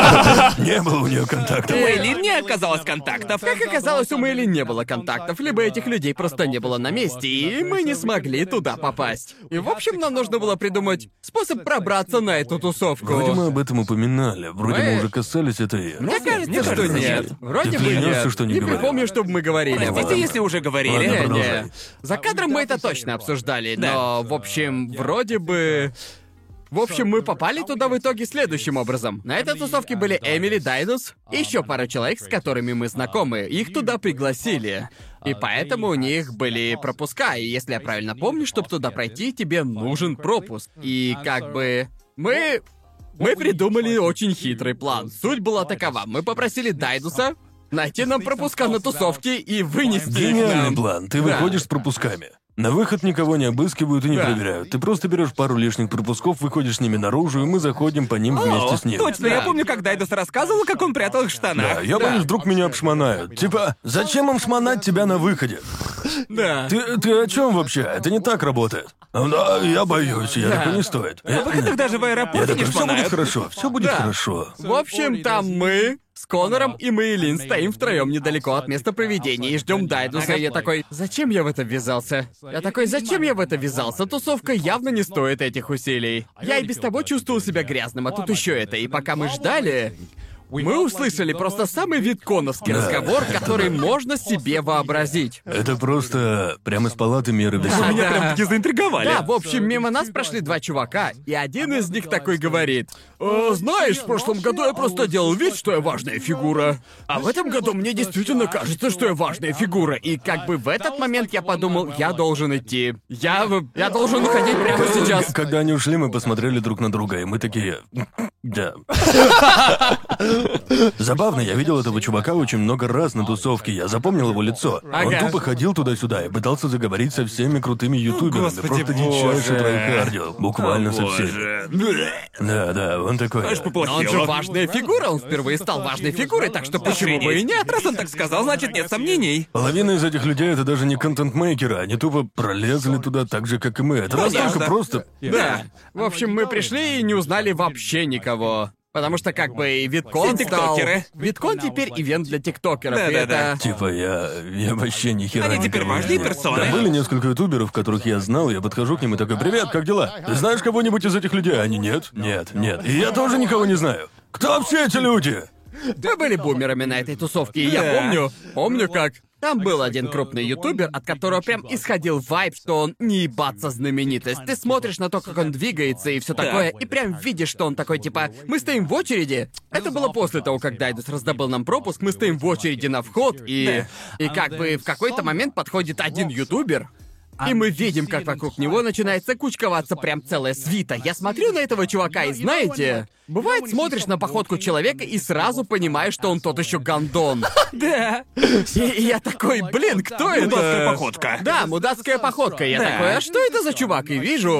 Не было у нее контактов.
У Эйлин не оказалось контактов.
Как оказалось, у Мэйлин не было контактов, либо этих людей просто не было на месте, и мы не смогли туда попасть. И, в общем, нам нужно было придумать способ пробраться на эту тусовку.
Вроде мы об этом упоминали. Вроде мы
Мы-
уже касались этой...
Мне кажется,
мне
что
кажется,
нет.
нет.
Вроде
Ты
бы
клянешься,
нет.
что не
не
говорил?
припомню, чтобы мы говорили об
Простите,
этом.
если уже говорили.
Ладно,
Не,
продолжай.
не. За кадром мы это точно обсуждали, но, в общем, вроде бы... В общем, мы попали туда в итоге следующим образом. На этой тусовке были Эмили, Дайдус и еще пара человек, с которыми мы знакомы. Их туда пригласили. И поэтому у них были пропуска. И если я правильно помню, чтобы туда пройти, тебе нужен пропуск. И как бы... Мы придумали очень хитрый план. Суть была такова. Мы попросили Дайдуса найти нам пропуска на тусовке и вынести их
Гениальный
нам.
план. Ты
Да.
выходишь с пропусками. На выход никого не обыскивают и не
Да.
проверяют. Ты просто берешь пару лишних пропусков, выходишь с ними наружу, и мы заходим по ним вместе с ним.
Точно, я помню, как Дайдус рассказывал, как он прятал их в
Да,
штанах.
я боюсь, вдруг меня обшмонают. Типа, зачем им шмонать тебя на выходе?
Да.
Ты о чем вообще? Это не так работает. Да, я боюсь, такой не стоит.
На выходах даже в
Я
аэропорте не
такой, все будет
шмонают.
хорошо, все будет
Да.
хорошо.
В общем, там мы с Конором и Мэйлин стоим втроем недалеко от места проведения и ждем Дайдуса. И я такой, зачем я в это ввязался? Я такой, зачем я в это ввязался? Тусовка явно не стоит этих усилий. Я и без того чувствовал себя грязным, а тут еще это. И пока мы ждали, мы услышали просто самый витконовский разговор, который можно себе вообразить.
Это просто прямо из палаты меры весов.
Меня прям таки заинтриговали.
Да, в общем, мимо нас прошли два чувака, и один из них такой говорит: знаешь, в прошлом году я просто делал вид, что я важная фигура. А в этом году мне действительно кажется, что я важная фигура. И как бы в этот момент я подумал, я должен идти. Я должен уходить прямо сейчас.
Когда они ушли, мы посмотрели друг на друга, и мы такие... Да. Забавно, я видел этого чувака очень много раз на тусовке, я запомнил его лицо. Он
Ага.
тупо ходил туда-сюда и пытался заговорить со всеми крутыми ютуберами.
Господи
Просто
боже.
дичайший тройкардио. Буквально со всеми. Да, он такой...
Аж
Но
поплохело.
он же важная фигура, он впервые стал важной фигурой, так что почему бы и нет?
Раз он так сказал, значит нет сомнений.
Половина из этих людей — это даже не контент-мейкеры, они тупо пролезли туда так же, как и мы. Это
Понятно.
настолько просто...
Да. В общем, мы пришли и не узнали вообще никого. Потому что как бы и Виткон
Все
стал...
тиктокеры.
Виткон теперь ивент для тиктокеров, и
Да-да-да.
это...
Типа, я вообще ни хера
Они
не
теперь
понимаю.
важные персоны.
Да, были несколько ютуберов, которых я знал, я подхожу к ним и такой: «Привет, как дела? Ты знаешь кого-нибудь из этих людей?» Они: «Нет, нет, нет». И я тоже никого не знаю. Кто все эти люди?
Мы были бумерами на этой тусовке, и я помню как... Там был один крупный ютубер, от которого прям исходил вайб, что он не ебаться знаменитость. Ты смотришь на то, как он двигается и все такое, и прям видишь, что он такой, типа, мы стоим в очереди. Это было после того, как Дайдус раздобыл нам пропуск, мы стоим в очереди на вход, и как бы в какой-то момент подходит один ютубер, и мы видим, как вокруг него начинается кучковаться прям целая свита. Я смотрю на этого чувака, и знаете, бывает, смотришь на походку человека и сразу понимаешь, что он тот еще гондон.
Да.
И я такой, блин, кто это?
Мудацкая походка.
Да, мудацкая походка. Я
Да.
такой, а что это за чувак? И вижу,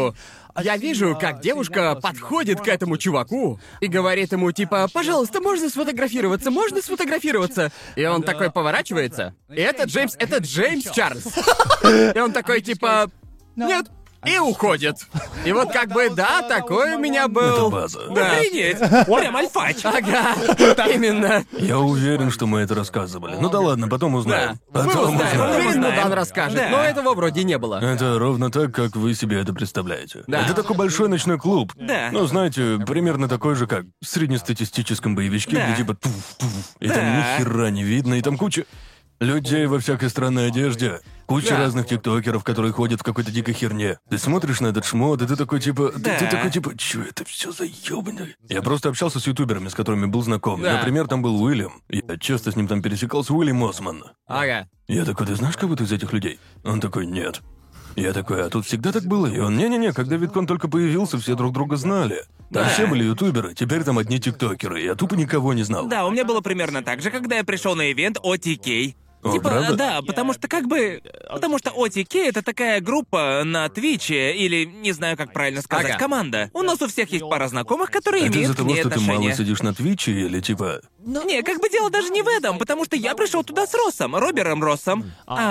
я вижу, как девушка подходит к этому чуваку и говорит ему, типа, пожалуйста, можно сфотографироваться, можно сфотографироваться? И он такой поворачивается. И это Джеймс Чарльз. И он такой, типа, нет. И уходит. И вот как бы, да, такой у меня был...
Это база.
Да.
Охренеть! Прям альфач!
Ага, именно.
Я уверен, что мы это рассказывали. Ну да ладно, потом
Да.
узнаем.
Мы
Потом
узнаем.
узнаем.
Уверен,
узнаем.
Дан расскажет.
Да.
Но этого вроде не было.
Это ровно так, как вы себе это представляете.
Да.
Это такой большой ночной клуб.
Да.
Ну, знаете, примерно такой же, как в среднестатистическом боевичке,
Да.
где типа туф-туф, и там
Да.
ни хера не видно, и там куча людей во всякой странной одежде. Куча
Да.
разных тиктокеров, которые ходят в какой-то дикой херне. Ты смотришь на этот шмот, и ты такой типа...
Да.
Ты такой типа, чё это все за ёбаное? Я просто общался с ютуберами, с которыми был знаком.
Да.
Например, там был Уильям. Я часто с ним там пересекался, Уильям Осман.
Ага.
Я такой, ты знаешь кого-то из этих людей? Он такой, нет. Я такой, а тут всегда так было? И он, не-не-не, когда Виткон только появился, все друг друга знали. Там
Да.
все были ютуберы, теперь там одни тиктокеры, я тупо никого не знал.
Да, у меня было примерно так же, когда я пришел на ивент OTK.
О,
Типа,
правда?
да, потому что Потому что OTK — это такая группа на Твиче, или, не знаю, как правильно сказать,
Ага.
команда. У нас у всех есть пара знакомых, которые
Это
имеют
из-за
к
того,
ней
что ты
отношение.
мало сидишь на Твиче, или типа...
Не, как бы дело даже не в этом, потому что я пришел туда с Россом, Робером Россом.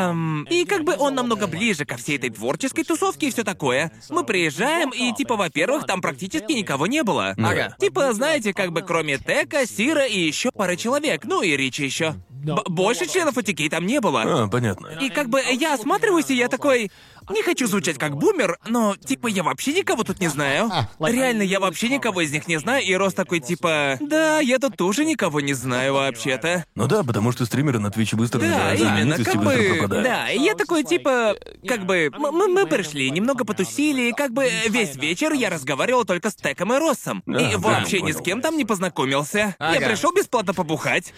И как бы он намного ближе ко всей этой творческой тусовке и все такое. Мы приезжаем, и типа, во-первых, там практически никого не было.
Ага.
Типа, знаете, как бы кроме Тека, Сира и еще пары человек, ну и Ричи еще. Больше членов OTK там не было.
А, понятно.
И как бы я осматриваюсь, и я такой... Не хочу звучать как бумер, но, типа, я вообще никого тут не знаю. Реально, я вообще никого из них не знаю, и Рос такой, типа... Да, я тут тоже никого не знаю вообще-то.
Ну да, потому что стримеры на Твиче быстро
Да,
набирают
именно,
знаменитость и
как
быстро
бы...
пропадают.
Да, и я такой, типа... Как бы... Мы пришли, немного потусили, и как бы весь вечер я разговаривал только с Теком и Россом.
Да,
И
да,
вообще ни с
понял.
кем там не познакомился. Я
Ага.
пришел бесплатно побухать.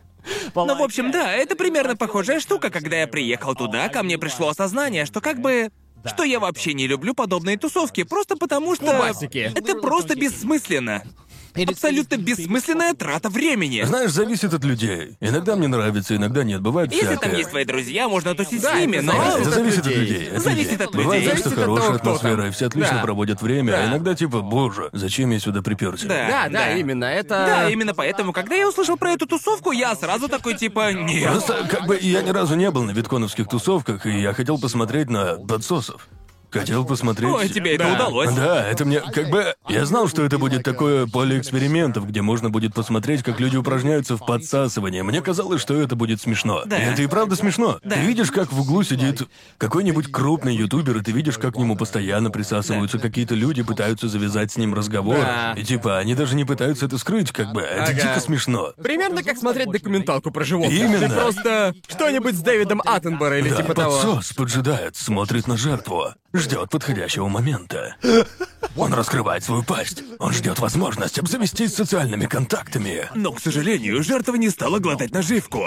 Ну, в общем, да, это примерно похожая штука, когда я приехал туда, ко мне пришло осознание, что как бы... Что я вообще не люблю подобные тусовки, просто потому что...
Классики.
Это просто бессмысленно. Абсолютно бессмысленная трата времени.
Знаешь, зависит от людей. Иногда мне нравится, иногда нет. Бывает
Если
всякое.
там есть твои друзья, можно тусить
Да,
с ними,
это
но...
зависит
Это
от
зависит от
людей.
людей.
Зависит от
Бывает
людей.
так, что
Зависит от того,
хорошая
кто
атмосфера,
там.
и все отлично
Да.
проводят время,
Да.
а иногда типа, боже, зачем я сюда приперся?
Да, именно, это...
Да, именно поэтому, когда я услышал про эту тусовку, я сразу такой типа, нет.
Просто, как бы, я ни разу не был на витконовских тусовках, и я хотел посмотреть на подсосов. Хотел посмотреть...
Ой, тебе это
Да.
удалось.
Да, это мне как бы... Я знал, что это будет такое поле экспериментов, где можно будет посмотреть, как люди упражняются в подсасывании. Мне казалось, что это будет смешно.
Да.
И это и правда смешно.
Да.
Ты видишь, как в углу сидит какой-нибудь крупный ютубер, и ты видишь, как к нему постоянно присасываются какие-то люди, пытаются завязать с ним разговор.
Да.
И типа, они даже не пытаются это скрыть, как бы. Это
Ага.
дико смешно.
Примерно как смотреть документалку про животных.
Именно.
Ты просто что-нибудь с Дэвидом Аттенборо или
Да,
типа того.
подсос поджидает, смотрит на жертву, ждет подходящего момента. Он раскрывает свою пасть. Он ждет возможность обзавестись социальными контактами.
Но, к сожалению, жертва не стала глотать наживку.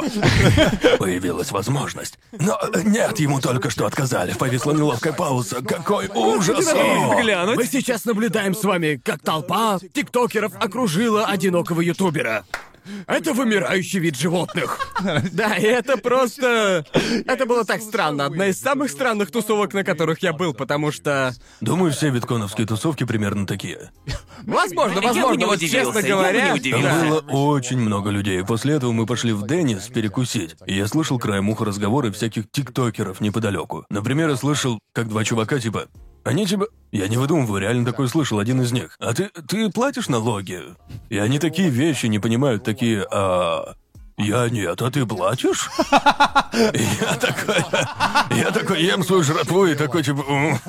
Появилась возможность. Но нет, ему только что отказали. Повисла неловкая пауза. Какой ужас! О!
Глянуть.
Мы сейчас наблюдаем с вами, как толпа тиктокеров окружила одинокого ютубера. Это вымирающий вид животных. Да, и это просто... Это было так странно. Одна из самых странных тусовок, на которых я был, потому что...
Думаю, все витконовские тусовки примерно такие.
Возможно,
Я бы не
вот
удивился,
честно
я бы
говоря...
не
Там
удивился.
да.
было очень много людей. После этого мы пошли в Деннис перекусить. И я слышал краем уха разговоры всяких тиктокеров неподалеку. Например, я слышал, как два чувака типа... Они типа... Я не выдумываю, реально такое слышал, один из них. А ты платишь налоги? И они такие вещи не понимают, такие... Я нет, а ты платишь? И я такой ем свою жратву и такой типа...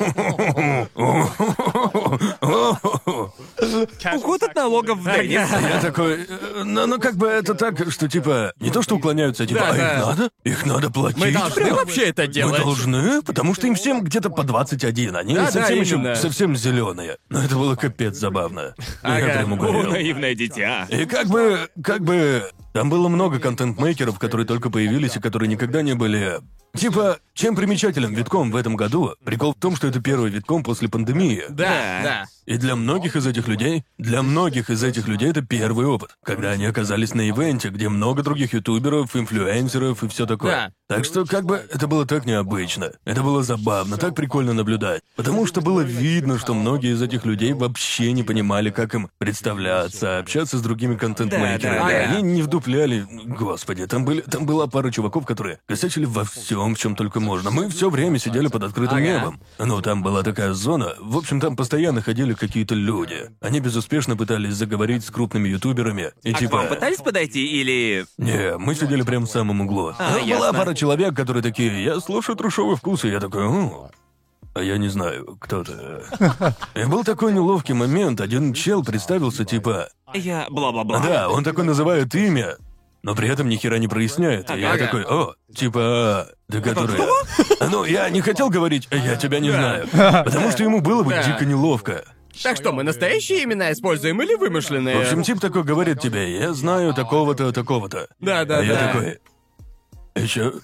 Уход от налогов в Деннис.
Я такой, ну как бы это так, что типа, не то что уклоняются, типа,
Да,
а
да.
их надо? Их надо платить?
Мы должны вообще это
Мы
делать.
должны, потому что им всем где-то по 21, они
Да, да,
совсем
именно.
еще совсем зеленые. Но это было капец забавно. Я
Ага.
прям
О,
угорел.
наивное дитя.
И как бы, там было много контент-мейкеров, которые только появились и которые никогда не были... Типа, чем примечателен Витком в этом году? Прикол в том, что это первый Витком после пандемии.
Да, да.
И для многих из этих людей это первый опыт, когда они оказались на ивенте, где много других ютуберов, инфлюенсеров и все такое.
Да.
Так что как бы это было так необычно. Это было забавно, так прикольно наблюдать. Потому что было видно, что многие из этих людей вообще не понимали, как им представляться, общаться с другими контент-мейкерами.
Да.
Они не вдупляли. Господи, там была пара чуваков, которые косячили во всем, в чем только можно. Мы все время сидели под открытым небом. Ну, там была такая зона. В общем, там постоянно ходили какие-то люди. Они безуспешно пытались заговорить с крупными ютуберами. И
А к вам пытались подойти или...
Не, мы сидели прямо в самом углу.
А,
Ну, была
ясно.
пара человек, которые такие: я слушаю трешовый вкус, и я такой: а я не знаю, кто ты. И был такой неловкий момент, один чел представился, типа...
Я бла-бла-бла.
Да, он такой называет имя, но при этом ни хера не проясняет. И я
Ага.
такой: типа, ты который... Ну, я не хотел говорить: я тебя не знаю. Потому что ему было бы
Да.
дико неловко.
Так что, мы настоящие имена используем или вымышленные?
В общем, тип такой говорит тебе: я знаю такого-то, такого-то.
Да.
А я такой: еще?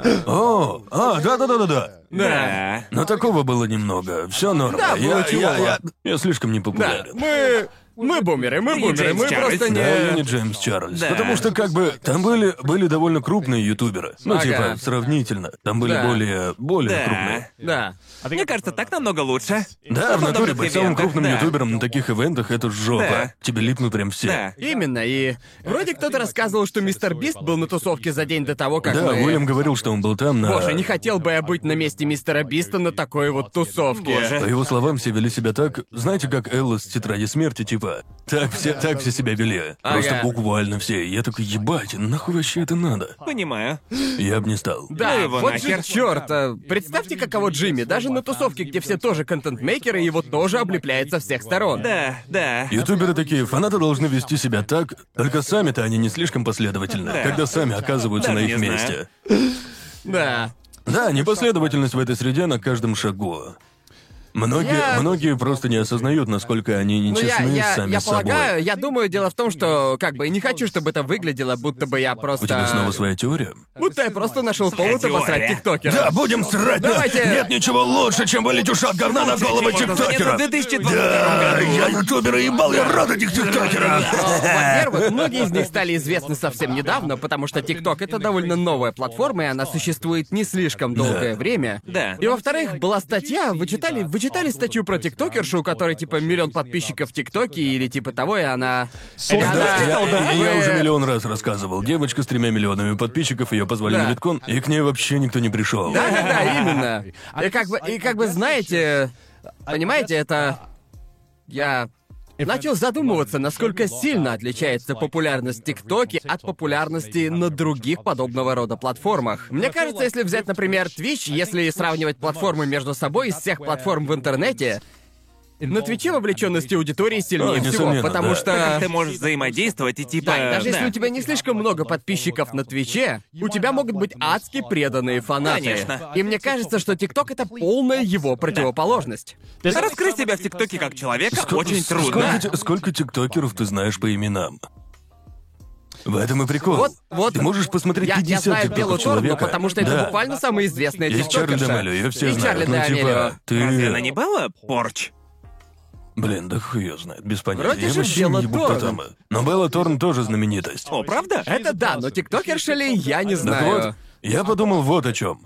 Да.
Да.
Но такого было немного. Все норм.
Да, было
Я слишком
Да,
непопулярен.
мы бумеры, мы
И Джеймс
мы
Чарльз.
просто
Да, я не
не...
Джеймс Чарльз.
Да.
Потому что как бы там были довольно крупные ютуберы. Ну,
Ага.
типа, сравнительно. Там были
Да.
более
Да.
крупные.
Да.
Мне кажется, так намного лучше.
Да, в натуре
подобных
быть самым
ивентах,
крупным
да.
ютубером на таких ивентах — это жопа.
Да.
Тебе липнут прям все.
Да.
Именно, и вроде кто-то рассказывал, что Мистер Бист был на тусовке за день до того, как
Да,
мы...
Уильям говорил, что он был там на...
Боже, не хотел бы я быть на месте Мистера Биста на такой вот тусовке.
Боже.
По его словам, все вели себя так, знаете, как Элла с «Тетради смерти», типа. Так все себя вели. Просто
Ага.
буквально все. И я такой: ебать, нахуй вообще это надо?
Понимаю.
Я бы не стал.
Да,
Ну его
вот
нахер.
же чёрт, представьте, каково Джимми, даже на тусовке, где все тоже контент-мейкеры, его тоже облепляет со всех сторон.
Да.
Ютуберы такие: фанаты должны вести себя так, только сами-то они не слишком последовательны,
Да.
когда сами оказываются
Даже
на их
не знаю.
месте.
Да.
Да, непоследовательность в этой среде на каждом шагу. Многие просто не осознают, насколько они
Ну,
нечестны сами
я
с собой.
полагаю, я думаю, дело в том, что, как бы, не хочу, чтобы это выглядело, будто бы я просто...
У тебя снова своя теория?
Будто я просто нашел повод
теория.
обосрать тиктокера.
Да, будем срать!
Давайте.
Нет ничего лучше, чем вылить ушат говна на головы
Чем можно заняться
тиктокеров!
в 2022
Да,
году.
я ютубер и ебал я рот этих тиктокеров!
Во-первых, многие из них стали известны совсем недавно, потому что ТикТок — это довольно новая платформа, и она существует не слишком долгое время.
Да.
И во-вторых, была статья, вы читали статью про тиктокершу, у которой типа 1 миллион подписчиков в ТикТоке или типа того, и она...
Да,
она-
я уже миллион раз рассказывал. Девочка с 3 миллионами подписчиков, ее позвали
Да.
на Виткон, и к ней вообще никто не пришел.
Да, именно. И как бы, знаете, понимаете, это... Я начал задумываться, насколько сильно отличается популярность в ТикТоке от популярности на других подобного рода платформах. Мне кажется, если взять, например, Twitch, если сравнивать платформы между собой из всех платформ в интернете, на Твиче вовлеченность аудитории сильнее всего,
несомненно,
потому
да.
что...
Как ты можешь взаимодействовать и типа...
Да, и даже если
да.
у тебя не слишком много подписчиков на Твиче, у тебя могут быть адски преданные фанаты.
Конечно.
И мне кажется, что ТикТок — это полная его противоположность.
Раскрыть себя в ТикТоке как человека очень трудно.
Сколько тиктокеров ты знаешь по именам? В этом и прикол.
Вот
Ты можешь посмотреть
я
50
знаю
тиктоков
Беллу Торну,
человека.
потому что это
Да.
буквально самая известная
Есть Чарли
тиктокерша.
Д'Амелио, ее все
И
знают.
Чарли
Ну,
Д'Амелио.
типа,
Разве она
ты...
не была Порч?
Блин, да хуй её знает, без понятия.
Вроде
Я
же
вообще
Белла
не ебу
Торн.
потом. Но Белла Торн тоже знаменитость.
О, правда?
Это да, но тиктокерша ли, я не
Так
знаю.
вот, я подумал вот о чем.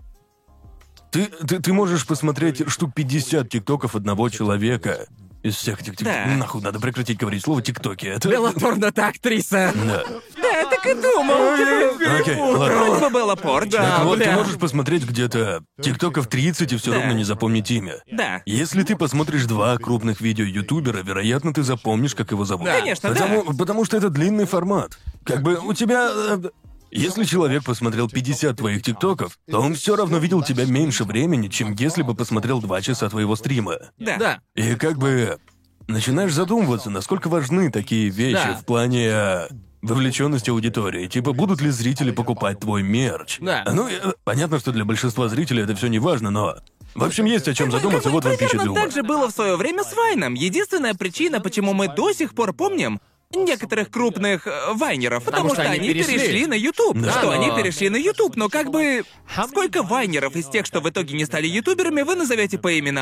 Ты можешь посмотреть штук 50 тиктоков одного человека. Из всех этих
Да.
Нахуй, надо прекратить говорить слово тиктоки. Это...
Белла Торн — это актриса.
Да.
Да, я так и думал.
Окей, ладно.
Вроде бы была Порч.
Так вот, ты
бля.
можешь посмотреть где-то тиктоков 30 и все
Да.
равно не запомнить имя.
Да.
Если ты посмотришь 2 крупных видео ютубера, вероятно, ты запомнишь, как его зовут.
Да.
Конечно,
потому что это длинный формат. Как бы у тебя... Если человек посмотрел 50 твоих тиктоков, то он все равно видел тебя меньше времени, чем если бы посмотрел 2 часа твоего стрима.
Да.
И как бы начинаешь задумываться, насколько важны такие вещи
Да.
в плане вовлеченности аудитории. Типа, будут ли зрители покупать твой мерч?
Да.
Ну, понятно, что для большинства зрителей это все не важно, но... В общем, есть о чем задуматься, вот вам пища для
Примерно
ума.
так же было в свое время с Вайном. Единственная причина, почему мы до сих пор помним некоторых крупных вайнеров, потому что они перешли на YouTube.
Да,
Что
но-
они перешли на YouTube, но как бы... Сколько вайнеров из тех, что в итоге не стали ютуберами, вы назовете по именам?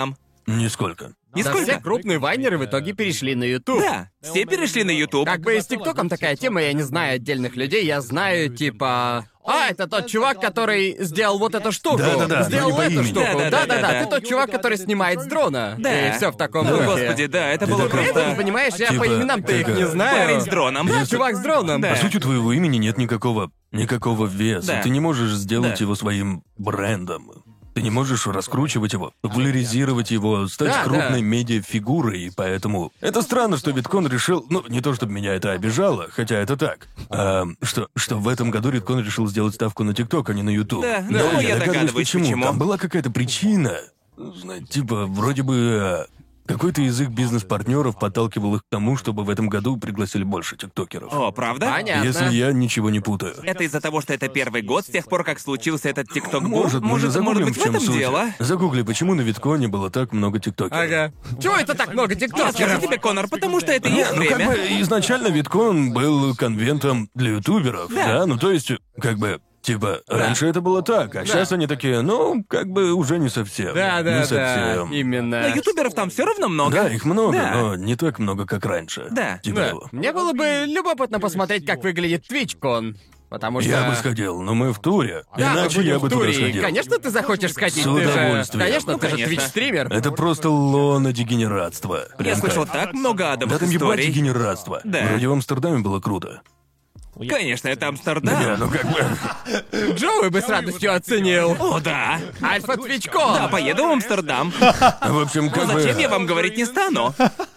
Нисколько.
Да
Нисколько.
все крупные вайнеры в итоге перешли на YouTube.
Да, все перешли на YouTube.
Как бы и с ТикТоком такая тема, я не знаю отдельных людей, я знаю, типа... это тот чувак, который сделал вот эту штуку.
Да-да-да,
сделал
но не по
эту
имени.
штуку.
Да-да-да-да-да.
Ты тот чувак, который снимает с дрона.
Да.
И все в таком
О,
духе.
господи, да, это было
такой,
При этом,
просто...
понимаешь, я
Типа,
по именам-то их
как,
не знаю.
Парень с дроном.
Да, чувак с дроном.
Да.
По сути, у твоего имени нет никакого веса.
Да.
Ты не можешь сделать
Да.
его своим брендом. Ты не можешь раскручивать его, популяризировать его, стать
Да,
крупной
да.
медиафигурой, и поэтому... Это странно, что Риткон решил... Ну, не то чтобы меня это обижало, хотя это так. Что в этом году Риткон решил сделать ставку на ТикТок, а не на Ютуб.
Да,
Но
ну,
догадываюсь,
я догадываюсь, почему.
Там была какая-то причина. Знаете, типа, вроде бы... Какой-то из их бизнес-партнеров подталкивал их к тому, чтобы в этом году пригласили больше тиктокеров.
О, правда?
Понятно.
Если я ничего не путаю.
Это из-за того, что это первый год с тех пор, как случился этот ТикТок-бум?
Может загуглим,
быть,
в чем
этом
суть.
дело?
Загугли, почему на Витконе было так много тиктокеров.
Ага. Чего это так много
Я скажу
тиктокеров?
тебе, Конор, потому что это их
Ну, как
время.
бы изначально Виткон был конвентом для ютуберов, да? Ну, то есть, как бы, типа, раньше это было так, а сейчас они такие, ну, как бы уже не совсем.
Да,
не
да, да.
совсем.
Но
Именно.
ютуберов там все равно много.
Да, их много,
Да.
но не так много, как раньше.
Да.
Типа
Да.
того.
Мне было бы любопытно посмотреть, как выглядит TwitchCon. Потому что...
Я бы сходил, но мы в туре.
Да, мы
Иначе
будем
я
в
бы туда
туре, и,
сходил.
конечно, ты захочешь сходить.
С
Ты же...
удовольствием.
Конечно,
Ну,
ты же
конечно.
твич-стример.
Это просто лоно дегенератства.
Я
Прям
слышал
так.
так много
Да
адовых
там ебать
историй.
дегенератство.
Да.
Вроде в Амстердаме было круто.
Конечно, это Амстердам.
Да, ну как бы...
Джоуи бы с радостью оценил.
О, да.
Альфа TwitchCon.
Да, поеду в Амстердам.
В общем, как бы...
Зачем я вам говорить не стану?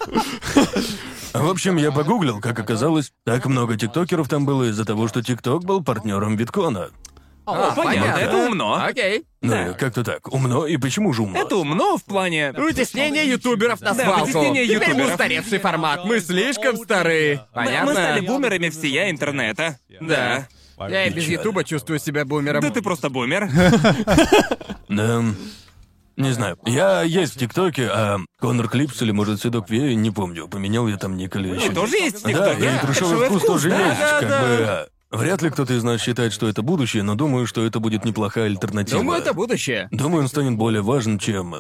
В общем, я погуглил, как оказалось, так много тиктокеров там было из-за того, что ТикТок был партнером Виткона.
Понятно, это умно.
Окей.
Ну,
Да.
как-то так. Умно, и почему же умно?
Это умно в плане...
Вытеснение ютуберов на
Да,
свалку.
вытеснение
Теперь мы
ютуберов.
устаревший формат. Мы слишком стары.
Да,
Понятно?
мы стали бумерами всея интернета. Да.
Я и без
Печально.
ютуба чувствую себя бумером.
Да ты просто бумер.
Да... Не знаю. Я есть в ТикТоке, а Конор Клипс или, может, Седок Вей, не помню, поменял я там ник или еще.
Тоже есть в
Да,
ТикТоке.
и трешовый вкус тоже
да.
есть.
Да,
Как
да.
бы... Вряд ли кто-то из нас считает, что это будущее, но думаю, что это будет неплохая альтернатива.
Думаю, это будущее.
Думаю, он станет более важен, чем...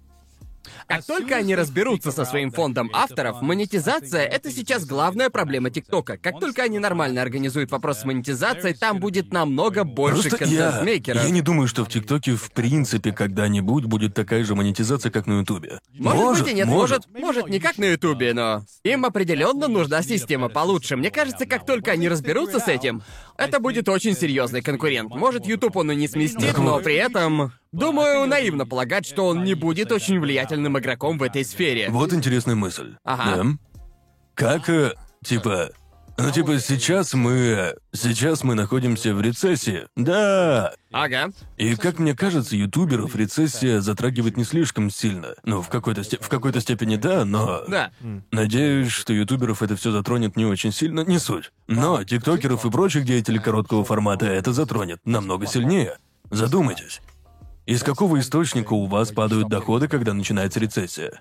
Как только они разберутся со своим фондом авторов, монетизация — это сейчас главная проблема ТикТока. Как только они нормально организуют вопрос с монетизацией, там будет намного больше
Просто
контент-мейкеров.
я не думаю, что в ТикТоке в принципе когда-нибудь будет такая же монетизация, как на Ютубе.
Может быть и нет, может не как на Ютубе, но им определенно нужна система получше. Мне кажется, как только они разберутся с этим, это будет очень серьезный конкурент. Может, Ютуб он и не сместит, но при этом, думаю, наивно полагать, что он не будет очень влиятельным игроком в этой сфере.
Вот интересная мысль.
Ага.
Да? Как, типа... Ну, типа, сейчас мы находимся в рецессии. Да.
Ага.
И, как мне кажется, ютуберов рецессия затрагивает не слишком сильно. Ну, в какой-то степени да, но...
Да.
Надеюсь, что ютуберов это все затронет не очень сильно, не суть. Но тиктокеров и прочих деятелей короткого формата это затронет намного сильнее. Задумайтесь. Из какого источника у вас падают доходы, когда начинается рецессия?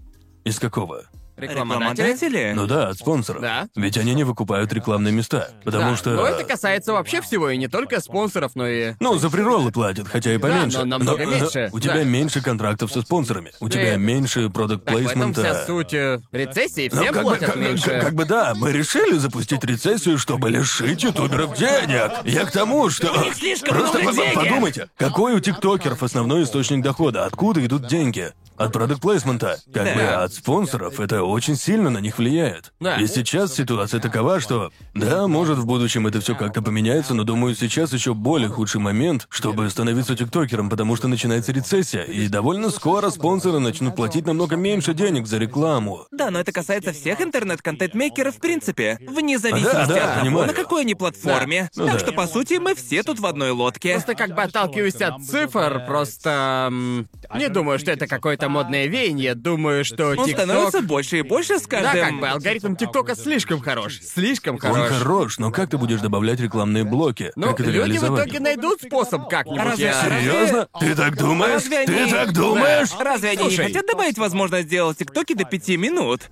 Из какого?
Рекламодатели?
Ну да, от спонсоров.
Да.
Ведь они не выкупают рекламные места. Потому
Да,
что...
но это касается вообще всего, и не только спонсоров, но и...
Ну, за приролы платят, хотя и поменьше.
но намного меньше.
У тебя
Да.
меньше контрактов со спонсорами. У тебя меньше продукт
Так в этом
плейсмента.
вся суть рецессии,
Ну,
всем
как бы,
платят меньше.
как бы да, мы решили запустить рецессию, чтобы лишить ютуберов денег. Я к тому, что... Просто подумайте, какой у тиктокеров основной источник дохода? Откуда идут деньги? От продакт-плейсмента. Как
Да.
бы от спонсоров это очень сильно на них влияет.
Да.
И сейчас ситуация такова, что... Да, может в будущем это все как-то поменяется, но думаю, сейчас еще более худший момент, чтобы становиться тиктокером, потому что начинается рецессия, и довольно скоро спонсоры начнут платить намного меньше денег за рекламу.
Да, но это касается всех интернет-контент-мейкеров в принципе. Вне зависимости
да,
от того,
понимаю.
на какой они платформе.
Да. Ну
так
да.
что, по сути, мы все тут в одной лодке.
Просто как бы отталкиваюсь от цифр, просто... не думаю, что это какое-то модное веяние. Думаю, что
Он
ТикТок...
становится больше и больше с
Да,
каждым...
как бы алгоритм ТикТока слишком хорош. Слишком
Он
хорош.
хорош, но как ты будешь добавлять рекламные блоки?
Ну,
как это
люди в
реализовать?
итоге найдут способ как-нибудь.
Разве-
я-
Серьезно? Ты так думаешь?
Разве
Ты
они-
так думаешь?
Разве они не
Слушай.
хотят добавить возможность сделать тиктоки до 5 минут?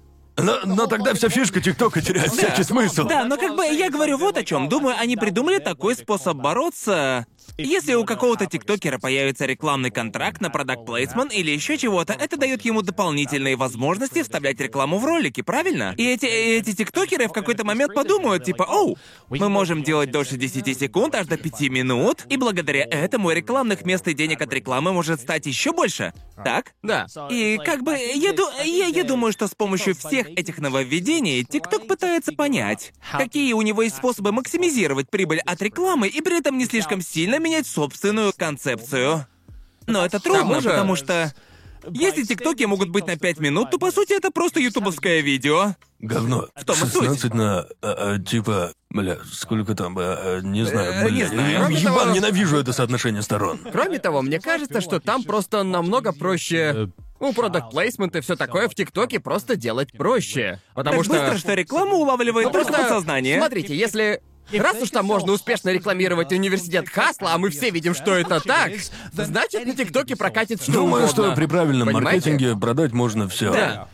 Но тогда вся фишка ТикТока теряет всякий смысл.
Да, но как бы я говорю вот о чем. Думаю, они придумали такой способ бороться. Если у какого-то тиктокера появится рекламный контракт на продакт плейсмент или еще чего-то, это дает ему дополнительные возможности вставлять рекламу в ролики, правильно? И эти тиктокеры в какой-то момент подумают, типа, оу, мы можем делать дольше 10 секунд, аж до 5 минут, и благодаря этому рекламных мест и денег от рекламы может стать еще больше. Так?
Да.
И как бы я думаю, что с помощью всех этих нововведений TikTok пытается понять, какие у него есть способы максимизировать прибыль от рекламы и при этом не слишком сильно менять собственную концепцию. Но это трудно,
же-
потому что если тиктоки могут быть на 5 минут, то по сути это просто ютубовское видео.
Говно.
том и суть.
16 на, типа, сколько там, не знаю,
не знаю.
Кроме
Ебан,
того-
ненавижу это соотношение сторон.
Кроме того, мне кажется, что там просто намного проще. Продакт плейсмент и все такое в ТикТоке просто делать проще. Потому
Так
что.
быстро, что реклама улавливает просто подсознание.
Смотрите, если. Раз уж там можно успешно рекламировать университет Хасла, а мы все видим, что это так, значит на ТикТоке прокатит что
Думаю,
угодно.
что при правильном
Понимаете?
маркетинге продать можно все.
Да.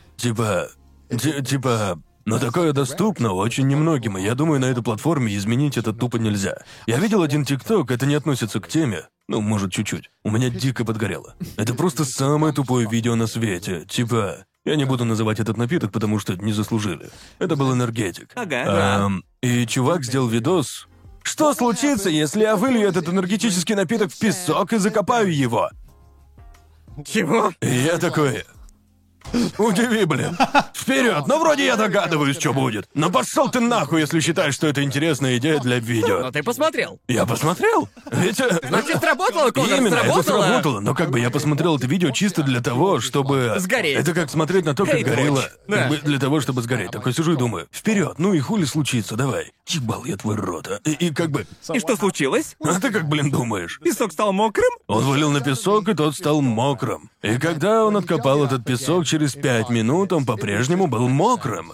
Типа, но такое доступно очень немногим, и я думаю, на этой платформе изменить это тупо нельзя. Я видел один ТикТок, это не относится к теме. Ну, может, чуть-чуть. У меня дико подгорело. Это просто самое тупое видео на свете. Типа, я не буду называть этот напиток, потому что не заслужили. Это был энергетик.
Ага.
И чувак сделал видос. Что случится, если я вылью этот энергетический напиток в песок и закопаю его?
Чего?
И я такой... Удиви, блин. Вперед! Ну, вроде я догадываюсь, что будет. Но пошел ты нахуй, если считаешь, что это интересная идея для
Но
видео.
ты посмотрел.
Я посмотрел. Ведь...
Значит, сработало, Конор,
Именно, это
сработало.
сработало. Но как бы я посмотрел это видео чисто для того, чтобы...
Сгореть.
Это как смотреть на то, как
Hate
горело.
watch.
Да.
Как бы для того, чтобы сгореть. Такой сижу и думаю, вперед, ну и хули случится, давай. Ебал я твой рот, а. И как бы...
И что случилось?
А ты как, блин, думаешь?
Песок стал мокрым?
Он валил на песок, и тот стал мокрым. И когда он откопал этот песок, через 5 минут он по-прежнему был мокрым.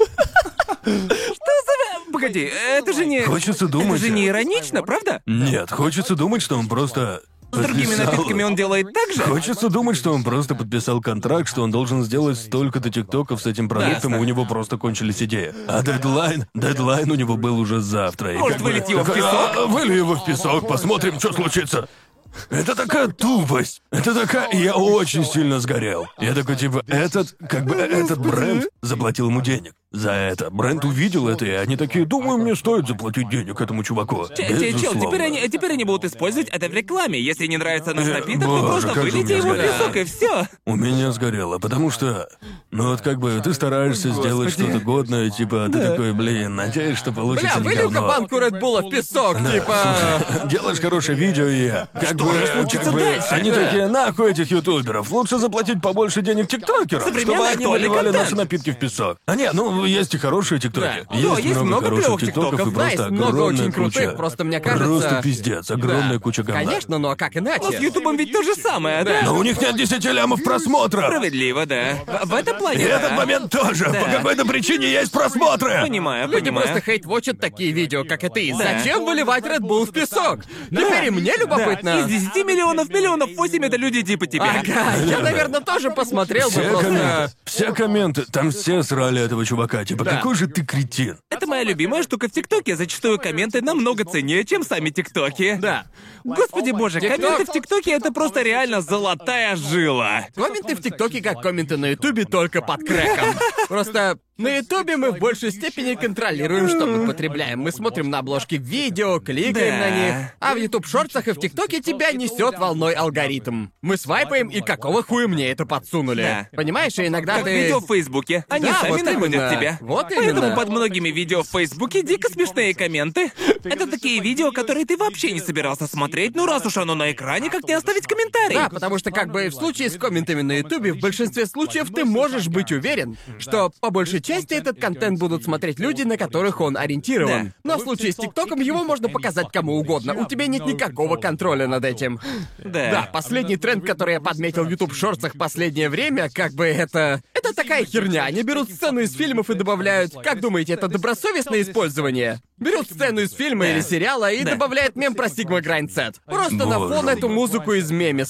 Погоди, это же не...
Хочется думать...
Это же не иронично, правда?
Нет, хочется думать, что он просто...
С другими
подписал-
напитками он делает так же?
Хочется думать, что он просто подписал контракт, что он должен сделать столько-то тиктоков с этим продуктом, и у него просто кончились идеи. А дедлайн у него был уже завтра. И
Может,
как бы
вылить его в
такой,
песок?
Вылью его в песок, посмотрим, что случится. Это такая тупость. Это такая... Я очень сильно сгорел. Я такой, типа, этот бренд заплатил ему денег за это. Бренд увидел это, и они такие, думаю, мне стоит заплатить денег этому чуваку.
Чел,
Безусловно.
теперь они будут использовать это в рекламе. Если не нравится наш напиток, то
боже,
просто
как же
вылейте
мне
его в
сгорело.
песок и все.
У меня сгорело, потому что... Ну вот как бы ты стараешься сделать что-то годное, типа, ты такой, блин, надеюсь, что получится
Бля,
не
вылил-ка
говно.
банку Red Bull в песок, типа...
Делаешь хорошее видео, и
случится дальше?
они такие, нахуй этих ютуберов, лучше заплатить побольше денег тиктокерам, чтобы
Современный
они
актуальный
выливали
контент.
наши напитки в песок. А нет, ну есть и хорошие тиктоки.
Да.
Есть много
хороших
клёвых
тиктоков, и
тиктоков.
Да,
просто
есть много
огромная
очень крутых,
куча.
просто мне кажется...
Просто пиздец, огромная
Да.
куча говна.
Конечно, но как
Но с
иначе?
Ютубом ведь то же самое, да?
Но у них нет 10 лямов просмотров.
Справедливо, да. В этом
И
плане,
этот
да.
момент тоже. По какой-то причине есть просмотры.
Понимаю,
Люди
понимаю.
просто хейт-вотчат такие видео, как и ты.
Да.
Зачем выливать Red Bull в песок? Теперь и мне
Да.
любопытно.
Из 10 миллионов, 8 это люди типа тебя.
Ага, я, наверное, тоже посмотрел бы просто...
Все комменты, там все срали этого чувака. Типа,
Да.
какой же ты кретин.
Это моя любимая штука в ТикТоке. Зачастую комменты намного ценнее, чем сами ТикТоки.
Да.
Господи боже,
TikTok.
комменты в ТикТоке это просто реально золотая жила.
Комменты в ТикТоке как комменты на Ютубе, только под крэком. Просто на Ютубе мы в большей степени контролируем, что мы потребляем. Мы смотрим на обложки видео, кликаем
Да.
на них. А в Ютуб шортсах и в ТикТоке тебя несет волной алгоритм. Мы свайпаем, и какого хуя мне это подсунули?
Да.
Понимаешь, и иногда
Как
ты...
видео в Фейсбуке. Они
Да,
сами
вот
наводят
именно.
тебя.
Вот
Поэтому
именно.
под многими видео в Фейсбуке дико смешные комменты. Это такие видео, которые ты вообще не собирался смотреть, ну раз уж оно на экране, как не оставить комментарий?
Да, потому что как бы в случае с комментами на Ютубе, в большинстве случаев ты можешь быть уверен, что по большей части этот контент будут смотреть люди, на которых он ориентирован.
Да.
Но в случае с ТикТоком его можно показать кому угодно. У тебя нет никакого контроля над этим. Да, последний тренд, который я подметил в YouTube шортсах в последнее время, как бы это такая херня. Они берут сцену из фильмов и добавляют... Как думаете, это добросовестное использование? Берут сцену из фильма или сериала и
Да.
добавляют мем про Sigma Grind Set. Просто на
Боже
фон
мой.
эту музыку из мемесов.